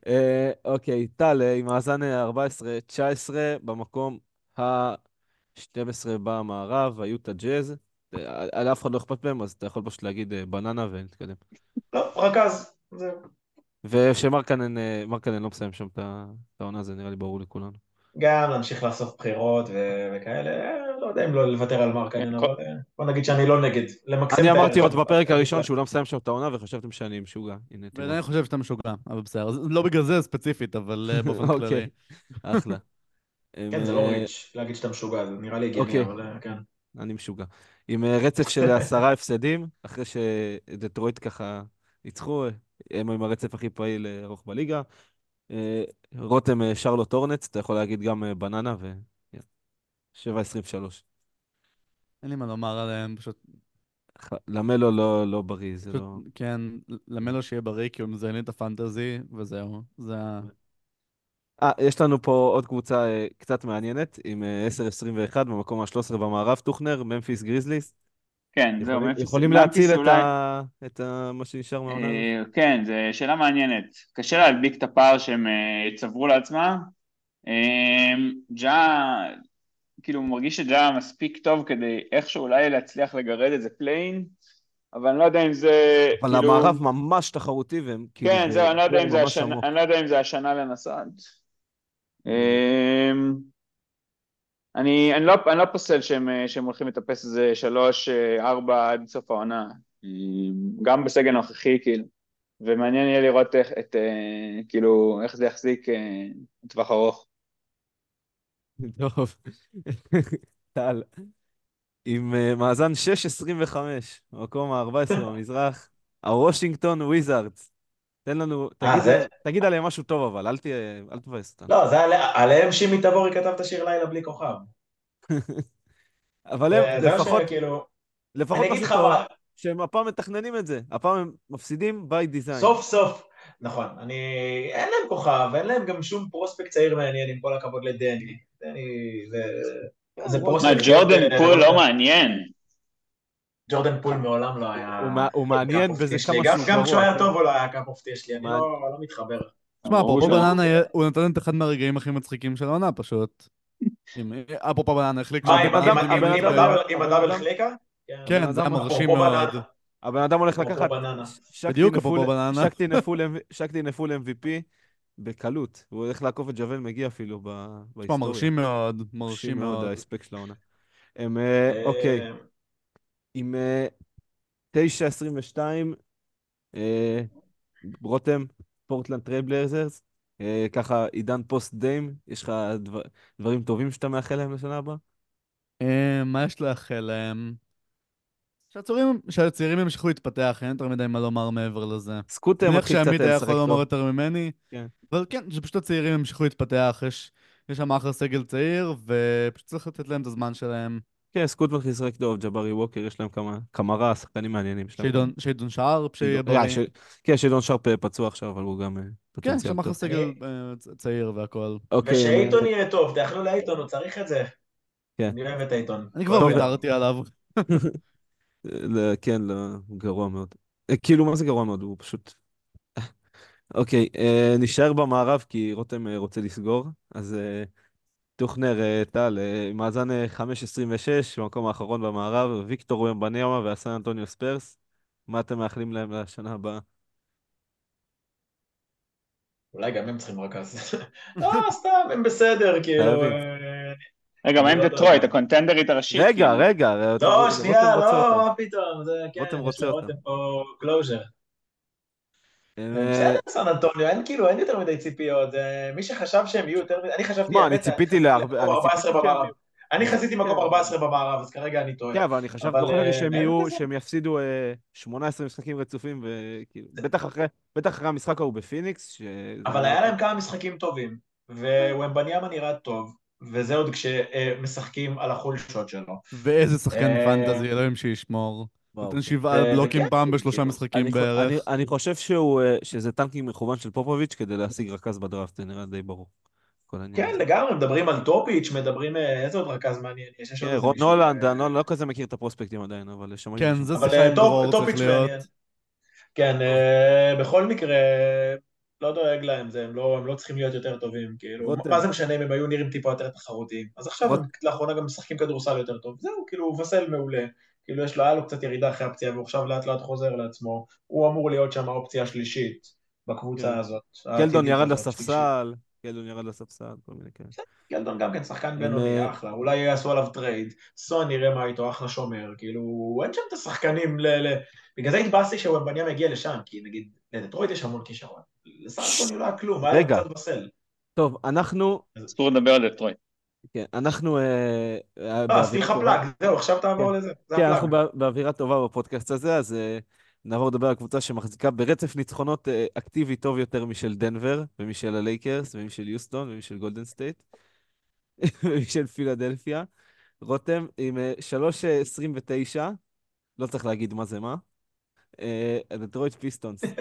אה, אוקיי, טל, אה, עם מאזן אה, ארבע עשרה תשע עשרה במקום ה-שתים עשרה במערב, היוטה ג'אז. אה, על אף אחד לא אכפת מהם, אז אתה יכול פשוט להגיד אה, בננה ונתקדם.
לא, רכז. זהו.
ושמרקנן אה, מרקנן לא מסיים שם את ה- את העונה, זה נראה לי ברור לכולנו.
גם להמשיך לאסוף בחירות ו- וכאלה, אה, לא יודע אם לא לוותר על מרקנן,
כל-
אבל אה, בוא נגיד שאני לא נגד, למקסם
אני
את
אמרתי עוד
הירקות.
בפרק הראשון שהוא לא מסיים שם את העונה, וחשבתם שאני משוגע. הנה, תראו.
ועדיין חושב שאתה משוגע, אבל בסדר. אז לא בגלל זה ספציפית, אבל אה, באופן כללי.
אוקיי, אחלה. הם,
כן, זה לא
אה,
ריץ' להגיד שאתה משוגע, זה נראה לי הגיוני,
אוקיי,
אבל אה, כן.
אני משוגע. עם אה, רצף של עשרה הפסדים, אחרי שדטרויט ככה ניצחו, הם עם הרצף הכי פעיל אה, ארוך בליגה. אה, רותם אה, שרלוט הורנץ, אתה יכול להגיד גם אה, בננה, ו... שבע עשרים ושלוש.
אין לי מה לומר עליהם, פשוט,
למלו לא, לא בריא, זה
פשוט,
לא...
כן, למלו שיהיה בריא, כי הוא מזיין את הפנטזי, וזהו. זה ה...
אה, יש לנו פה עוד קבוצה אה, קצת מעניינת, עם אה, עשר עשרים ואחת במקום ה-שלוש עשרה במערב, טוכנר, ממפיס גריזליס.
כן, זהו,
יכולים,
ממפיס,
יכולים
ממפיס
להציל את,
אולי,
ה... את ה... מה שנשאר מהעונה הזאת?
אה, כן, זו שאלה מעניינת. קשה להדביק את הפער שהם אה, צברו לעצמם. אה, ג'ה, כאילו הוא מרגיש שג'ה מספיק טוב כדי איכשהו אולי להצליח לגרד את זה פליין, אבל אני לא יודע אם זה,
אבל
כאילו,
המערב ממש תחרותי, והם כאילו
כן, זהו, אני לא יודע אם
בפלייאוף
זה
ממש
השנה,
עמוק.
אני לא יודע אם זה השנה לנסות.
בדיוק.
אמ, אני, אני לא, אני לא פוסל שהם, שהם הולכים לטפס איזה שלוש, ארבע עד סוף העונה, אמ, גם בסגל הנוכחי, כאילו, ומעניין יהיה לראות איך, את, אה, כאילו, איך זה יחזיק אה, לטווח ארוך.
טוב. טל, עם אה, מאזן שש עשרים וחמש, במקום ה-ארבע עשרה במזרח, הוושינגטון וויזארדס. תן לנו,
אה,
תגיד,
זה?
לה- תגיד עליהם משהו טוב, אבל אל תהיה, אל תבאס אותנו.
לא, זה עלי- עליהם שימי תבורי כתב את השיר לילה בלי כוכב.
אבל הם
זה זה מה
לפחות,
שכאילו... אני
לפחות
אגיד
משהו
לך
טוב,
מה,
שהם הפעם מתכננים את זה. הפעם הם מפסידים by design.
סוף סוף, נכון, אני... אין להם כוכב, אין להם גם שום פרוספקט צעיר מעניין, עם כל הכבוד לדני. דני זה... זה
מה,
פרוספקט להיות...
ג'ורדן
אה,
פול
לא
לא
יודע.
מעניין.
ג'ורדן פול מעולם לא
הוא,
היה
מע- הוא
קאפ
מעניין
אוף טי
בזה
שלי,
כמה
גם
שהוא
גם כשהוא
גרוע,
היה
כן.
טוב הוא לא היה קאפ אוף טי שלי, אני
מעניין.
לא לא מתחבר.
תשמע,
ברור
אפרופו
שלא.
בננה, הוא נתן את אחד מהרגעים הכי מצחיקים של העונה, פשוט. עם- אפרופו בננה, החליק
מה,
שם
עם
הבן
כמה
אדם,
עם-
כדורים
עם-
הבן
עם
אדם,
לפני.
הדאבל עם
הבן
הדאבל
אדם,
חליקה? כן.
הבן
כן, זה היה
אדם,
מרשים
אפרופו
מאוד.
בננה,
הבן אדם הולך
אפרופו
לקחת
בננה.
שקטי
בדיוק,
נפול,
אפרופו בננה.
שקטי נפול, שקטי נפול אם וי פי בקלות. הוא הולך לעקוף את ג'וול מגיע אפילו ב-
תשמע,
בהיסטוריה.
מרשים מאוד,
מרשים
מרשים
מאוד
מאוד.
ההספק של העונה. הם, אה, אוקיי,
אה,
עם אה, תשע עשרים ושתיים, אה, רותם, פורטלנד טרייבלייזרס, אה, ככה עידן פוסט דיים, יש לך דבר, דברים טובים שאתה מאחל להם לשנה הבאה?
אה, מה יש לאחל להם? שהצעירים, שהצעירים ימשיכו להתפתח, אין יותר מדי מה לומר מעבר לזה.
סקוטר
מניח
מתחיל קצת
שעמית
אה,
היה יכול
לשחק
לומר
טוב.
יותר ממני,
כן.
אבל כן, שפשוט הצעירים ימשיכו להתפתח, יש, יש שם אחלה סגל צעיר, ופשוט צריך לתת להם את הזמן שלהם.
כן, סקוט מתחיל לשחק טוב, ג'בארי ווקר, יש להם כמה, כמרה, שחקנים מעניינים. יש להם כמה.
שיידון, שיידון שער, שיהיה
שידון- אה,
בריא.
ש- כן, שדון שרפ אה, פצוע עכשיו, אבל הוא גם אה,
כן, יש
פוטנציאל
שם אחלה
טוב.
סגל אה, צ- צעיר והכל.
אוקיי, הם, אה,
ושאייטון יהיה טוב, תאכלו לאייטון, הוא צריך את זה.
כן.
אני אוהב את אייטון.
אני כבר
טוב,
ויתרתי עליו.
ל- כן, לא, הוא גרוע מאוד. אה, כאילו, מה זה גרוע מאוד? הוא פשוט... אוקיי, אה, נשאר במערב כי רותם אה, רוצה לסגור, אז אה, טוכנר, אה, טל, אה, מאזן אה, חמש עשרים ושש, במקום האחרון במערב, ויקטור ומבניאמה והסן אנטוניו ספרס. מה אתם מאחלים להם לשנה הבאה?
אולי גם הם צריכים רכז. לא, סתם, הם בסדר, כאילו...
חייבים.
אה,
רגע, מה
אני
עם
לא יודע.
דטרויט, הקונטנדרית הראשית?
רגע,
כאילו.
רגע, אה, אתם-
לא,
רותם
שנייה,
רוצה אותם.
לא, מה פתאום, זה, כן,
רותם
יש
רוצה אותם.
לרותם פה קלוז'ר.
אה,
בסדר, סן אנטוניו, אין כאילו, אין יותר מדי ציפיות, זה- מי שחשב שהם יהיו יותר מדי, אני חשבתי,
שמע, אני
האמת, אני
ציפיתי
חזיתי
להרבה,
למקום
אני
ארבע עשרה
ציפיתי שהם
במערב.
יהיו...
אני חזיתי מקום
כן,
ארבע עשרה במערב, אז כרגע אני טועה.
כן, אבל אני חשב,
אבל
לא חשבתי
אה,
שהם
מעבר
יהיו,
לזה,
שהם יפסידו אה, שמונה עשרה משחקים רצופים, וכאילו, בטח אחרי, בטח אחרי המשחק ההוא בפיניקס, שזה
אבל
נראה
היה
כאילו...
להם כמה משחקים טובים, ווומבניאמה נראה טוב, וזה עוד כשמשחקים על החולשות שלו.
ואיזה שחקן
אה,
פנטזי, אלוהים שישמור.
וואו,
נותן
כן.
שבעה
ו-
בלוקים
וכן,
פעם בשלושה
כאילו,
משחקים
אני, חו- אני,
בערך.
אני חושב שהוא, אה, שזה טנקינג מכוון של פופוביץ' כדי להשיג רכז בדראפט, זה נראה די ברור, כל העניין
כן,
הזה.
לגמרי, מדברים על טופיץ', מדברים, אה, איזה עוד רכז מעניין, יש יש עוד
כן,
איזה
רון
מישהו.
הולנד,
אה,
אני לא, לא כזה מכיר את הפרוספקטים עדיין, אבל שמעתי
כן,
משהו.
זה
אבל
שיחה
אה,
עם
טופ-
דרור צריך
טופיץ'
להיות.
מעניין. כן,
טוב.
אה, בכל מקרה, לא דואג להם, זה, הם לא, הם לא צריכים להיות יותר טובים, כאילו, מה
רותם,
זה משנה אם הם היו נראים טיפה יותר תחרותיים? אז עכשיו הם
רוט...
לאחרונה גם משחקים כדורסל יותר טוב, זהו, כאילו, וסל מעולה, כאילו, יש לו, היה לו קצת ירידה אחרי הפציעה, והוא עכשיו לאט לאט חוזר לעצמו, הוא אמור להיות שם האופציה השלישית
כן.
בקבוצה הזאת,
קלדון
העתידית
ירד
הזאת, שלישית.
לספסל, קלדון ירד לספסל, כל מיני כאלה.
קלדון גם כן שחקן
הם,
בינוני,
אה,
אחלה, אולי יעשו עליו טרייד, סון נראה מה איתו, אחלה שומר, כאילו, אין שם את השחקנים ל... ל... בגלל זה התבאסתי שוואנבניאמה הגיע לשם, כי נגיד, לדטרויט יש המון כישרון, לסן אנטוניו לא היה כלום, היה לו
רגע,
קצת בסל.
טוב, אנחנו,
אסור לדבר על דטרויט.
כן, אנחנו אה, אה,
לא, עשיתי
באווירה
לך
טובה.
פלאג, זהו, עכשיו
כן,
תעבור לזה, זה
כן,
הפלאג.
אנחנו בא- באווירה טובה בפודקאסט הזה, אז אה, נעבור לדבר על קבוצה שמחזיקה ברצף ניצחונות אה, אקטיבי טוב יותר משל דנבר, ומשל הלייקרס, ומשל יוסטון, ומשל גולדן סטייט, ומשל פילדלפיה. רותם עם אה, שלוש עשרים ותשע, לא צריך להגיד מה זה מה, אה, דטרויט פיסטונס.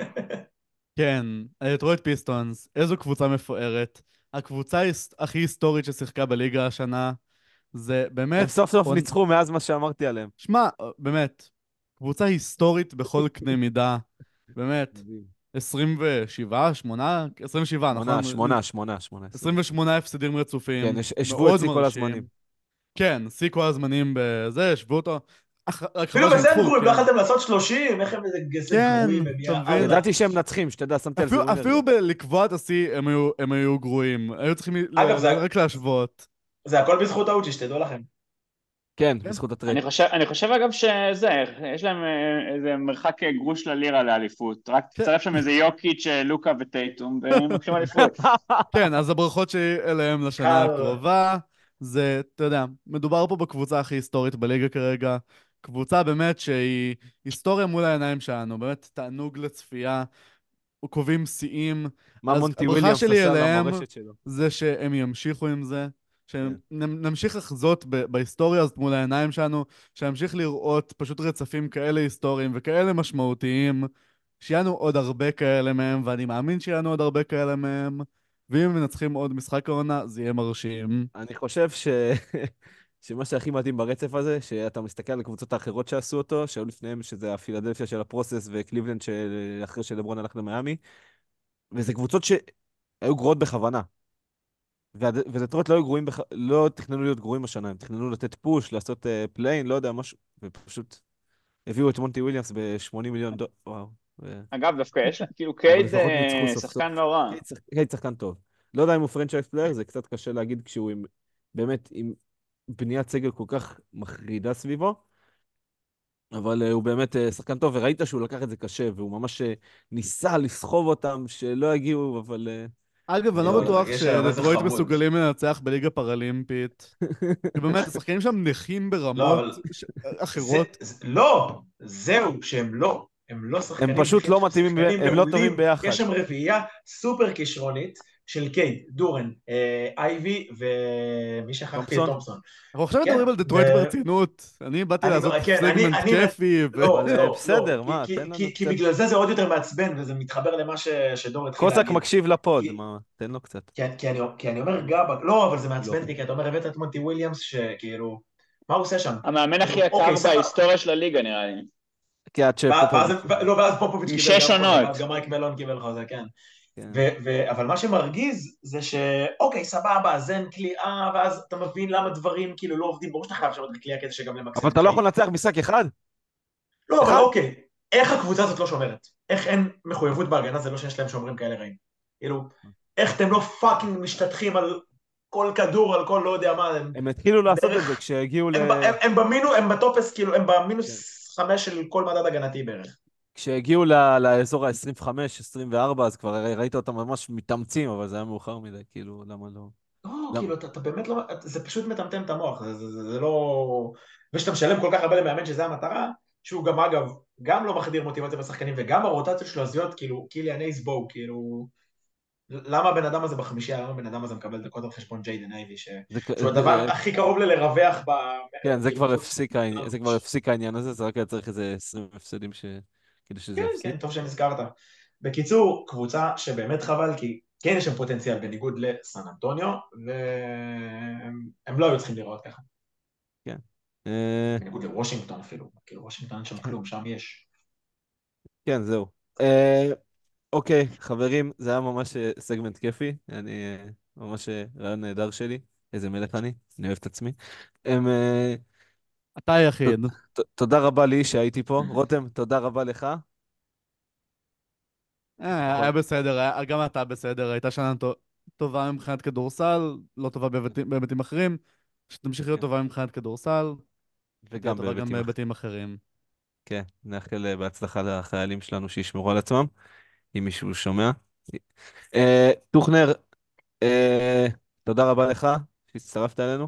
כן, דטרויט פיסטונס, איזו קבוצה מפוארת. הקבוצה ההיס- הכי היסטורית ששיחקה בליגה השנה. זה
הם
באמת...
סוף סוף
עונ-
ניצחו מאז מה שאמרתי עליהם.
שמע, באמת, קבוצה היסטורית בכל קנה מידה. באמת,
מדהים.
עשרים ושבע, שמונה, עשרים ושבע,
שמונה,
נכון?
שמונה, שמונה, שמונה, עשרים.
עשרים ושמונה הפסדים
כן,
רצופים,
הש- השוו את
מאוד
שיא כל הזמנים.
מרשים. כן, שיא כל הזמנים בזה, השוו אותו. אח- רק
אפילו
חבל
בזה הם
שניצחו,
גרועים, לא
כן.
יכלתם לעשות שלושים, איך הם איזה
כן,
גרועים, הם
אתה
יא
מבין?
אללה.
ידעתי שהם מנצחים, שתדע, שמתי על זה
אפילו,
ווינר
אפילו
גם.
בלקבוע את השיא הם היו, הם היו גרועים. היו צריכים ל-
אגב,
ל-
זה,
רק להשוות.
זה הכל בזכות האוג'י, שתדעו לכם.
כן,
כן.
בזכות הטרייד.
אני חושב, אני חושב אגב שזה, יש להם אה, איזה מרחק אה, גרוש ללירה לאליפות, רק
כן.
תצרף שם איזה יוקיץ', אה, לוקה וטייטום, והם לוקחים אליפות.
כן, אז הברכות שלי אליהם לשנה
קל.
הקרובה, זה, אתה יודע, מדובר פה בקבוצה הכי היסטורית בליגה כרגע. קבוצה באמת שהיא היסטוריה מול העיניים שלנו, באמת תענוג לצפייה, קובעים שיאים.
מה
אז
מונטי
הברכה
וויליאמס
שלי
עשה
אליהם
למורשת שלו.
זה שהם ימשיכו עם זה,
כן.
שנמשיך לחזות ב- בהיסטוריה הזאת מול העיניים שלנו, שנמשיך לראות פשוט רצפים כאלה היסטוריים וכאלה משמעותיים, שיהיה לנו עוד הרבה כאלה מהם, ואני מאמין שיהיה לנו עוד הרבה כאלה מהם, ואם הם מנצחים עוד משחק העונה, זה יהיה מרשים.
אני חושב ש... שמה שהכי מדהים ברצף הזה, שאתה מסתכל על הקבוצות האחרות שעשו אותו, שהיו לפניהם, שזה הפילדלפיה של הפרוסס וקליבלנד של... אחרי שלברון הלך למיאמי, וזה קבוצות שהיו גרועות בכוונה. והד- ודטרויט לא היו גרועים, בח... לא תכננו להיות גרועים השנה, הם תכננו לתת פוש, לעשות פליין, לא יודע, משהו, ופשוט הביאו את מונטי וויליאמס ב-שמונים מיליון דולר, וואו. ו...
אגב, דווקא יש להם, כאילו
אבל
קייד
לפחות ניצחו
אה,
סוף סוף.
שחקן לא רע.
קייד שח- קייד שחקן טוב. לא יודע אם הוא פרנצ'ייז פלייר, זה קצת קשה להגיד כשהוא עם, באמת, עם בניית סגל כל כך מחרידה סביבו, אבל אה, הוא באמת אה, שחקן טוב, וראית שהוא לקח את זה קשה, והוא ממש אה, ניסה לסחוב אותם שלא יגיעו, אבל... אה,
אגב, אני
זה
לא
לא...
יואו,
בטוח
יש היום איזה
שדטרויט
חמוד.
מסוגלים לנצח בליגה פראלימפית. כי באמת, השחקנים שם נכים
לא,
ברמות
אבל
ש-
זה,
אחרות.
זה, לא, זהו, שהם לא. הם לא
הם
שחקנים
פשוט
נכים,
לא
יש שם
מתאימים, ב-
שחקנים
הם לא טובים
מעולים,
ביחד.
יש שם רביעייה סופר כישרונית של קייד, דורן, אה, אייבי ומי שכחתי את
תומפסון?
תומפסון.
אנחנו עכשיו
כן,
מדברים על דטרויט ברצינות. אני באתי
ואני,
לעשות
כן, אני,
סגמנט
אני,
כיפי, ו...
לא,
אבל אה,
לא, לא,
בסדר,
כי,
מה,
כי,
תן לנו
כי, כי
קצת...
בגלל זה זה עוד יותר מעצבן, וזה מתחבר למה ש, שדור התחיל
קוזק
להגיד.
מקשיב לפוד,
כי,
מה, תן לו קצת.
כי, כי, אני, כי אני אומר גבא, לא, אבל זה
לא.
מעצבן אותי, כי אתה אומר, הבאת את מונטי וויליאמס, שכאילו, מה הוא עושה שם?
המאמן הכי
כאילו, אוקיי,
יקר
סבבה.
בהיסטוריה של הליגה נראה לי.
כי עד
ואז,
שפופוביץ'.
ו- לא, ואז פופוביץ'
עם
קיבל
שש
גם חוזה,
עונות.
ואז גם מייק מלון קיבל חוזה, כן.
כן.
ו- ו- אבל מה שמרגיז זה שאוקיי, סבבה, אז אין כליאה, ואז אתה מבין למה דברים כאילו לא עובדים, ברור שאתה חייב לשנות את הכליאה כדי שגם למקסם
אבל
את
אתה לא
קייד.
יכול לנצח משחק אחד?
לא, אבל
אחד?
אוקיי, איך הקבוצה הזאת לא שומרת? איך אין מחויבות בהגנה, זה לא שיש להם שומרים כאלה רעים. כאילו, איך אתם לא פאקינג משתטחים על כל כדור, על כל לא יודע מה, הם,
הם התחילו לעשות את
בערך-
זה כשהגיעו ל...
הם, ב- הם, הם במינוס, הם בטופס, כאילו, הם במינוס חמש של כל מדד הגנתי בערך.
כשהגיעו ל- לאזור ה-עשרים וחמש עשרים וארבע, אז כבר ראית אותם ממש מתאמצים, אבל זה היה מאוחר מדי, כאילו, למה לא?
לא,
למה?
כאילו, אתה, אתה באמת לא, זה פשוט מטמטם את המוח, זה, זה, זה, זה לא... ושאתה משלם כל כך הרבה למאמן שזה המטרה, שהוא גם אגב, גם לא מחדיר מוטיבציה בשחקנים, וגם הרוטציות שלו הזויות, כאילו, קיליאן אייס בואו, כאילו... למה הבן אדם הזה בחמישייה, למה הבן אדם הזה מקבל דקות על חשבון ג'יידן אייבי, ש...
זה כ-
שהוא
זה-
הדבר הכי קרוב ללרווח ב...
כן, זה
כאילו,
כבר הפסיק העניין- זה כבר הפסיק העניין הזה, זה רק היה צריך איזה עשרים הפסדים ש- כדי שזה
כן,
יפסיק.
כן, טוב שנזכרת. בקיצור, קבוצה שבאמת חבל, כי כן יש שם פוטנציאל בניגוד לסן אנטוניו, והם הם לא היו צריכים להיראות ככה.
כן. אה,
בניגוד לוושינגטון אפילו, כאילו וושינגטון אין שם כלום, שם יש.
כן, זהו. אה, אוקיי, חברים, זה היה ממש אה, סגמנט כיפי. אני אה, ממש אה, רעיון נהדר שלי. איזה מלך אני, אני אוהב את עצמי. הם, אה,
אתה היחיד.
ת- ת- תודה רבה לי שהייתי פה. רותם, תודה רבה לך.
אה,
נכון.
היה בסדר, היה- גם אתה בסדר, הייתה שנה טו- טובה מבחינת כדורסל, לא טובה בהיבטים בהיבטים אחרים. שתמשיך להיות
כן.
טובה מבחינת כדורסל, ותהיה
וגם
טובה גם
בהיבטים אחרים.
בהיבטים אחרים.
כן, נאחל אה, בהצלחה לחיילים שלנו שישמרו על עצמם, אם מישהו שומע. אה, טוכנר, אה, תודה רבה לך שהצטרפת אלינו.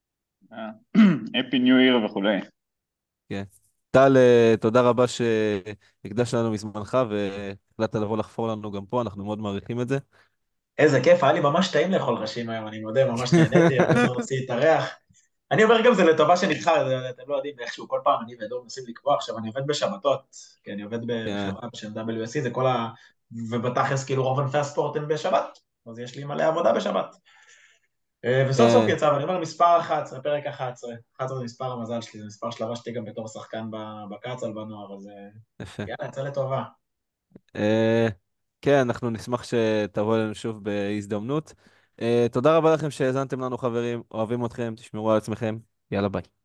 הפי ניו ייר וכולי.
כן. טל, אה, תודה רבה שהקדשת לנו מזמנך והחלטת לבוא לחפור לנו גם פה, אנחנו מאוד מעריכים את זה.
איזה כיף, היה לי ממש טעים לאכול ראשים היום, אני מודה, ממש נהניתי, הרבה זמן רציתי להתארח. אני אומר גם זה לטובה שנבחר, זה- אתם לא יודעים איכשהו, כל פעם אני ודור מנסים לקבוע, עכשיו אני עובד בשבתות, כי אני עובד
כן.
בחברה בשם דאבליו אס סי, זה כל ה... ובתכלס כאילו רוב ענפי הספורט הם בשבת, אז יש לי מלא עבודה בשבת. אה, וסוף סוף
אה,
יצא, ואני אומר מספר אחת עשרה, פרק אחת עשרה, אחת עשרה זה מספר המזל שלי, זה מספר שלבשתי גם בתור שחקן ב- בקצ"ל בנוער, אז אה,
יפה.
יאללה, יצא לטובה.
אה, כן, אנחנו נשמח שתבוא אלינו שוב בהזדמנות. אה, תודה רבה לכם שהאזנתם לנו, חברים. אוהבים אתכם, תשמרו על עצמכם. יאללה, ביי.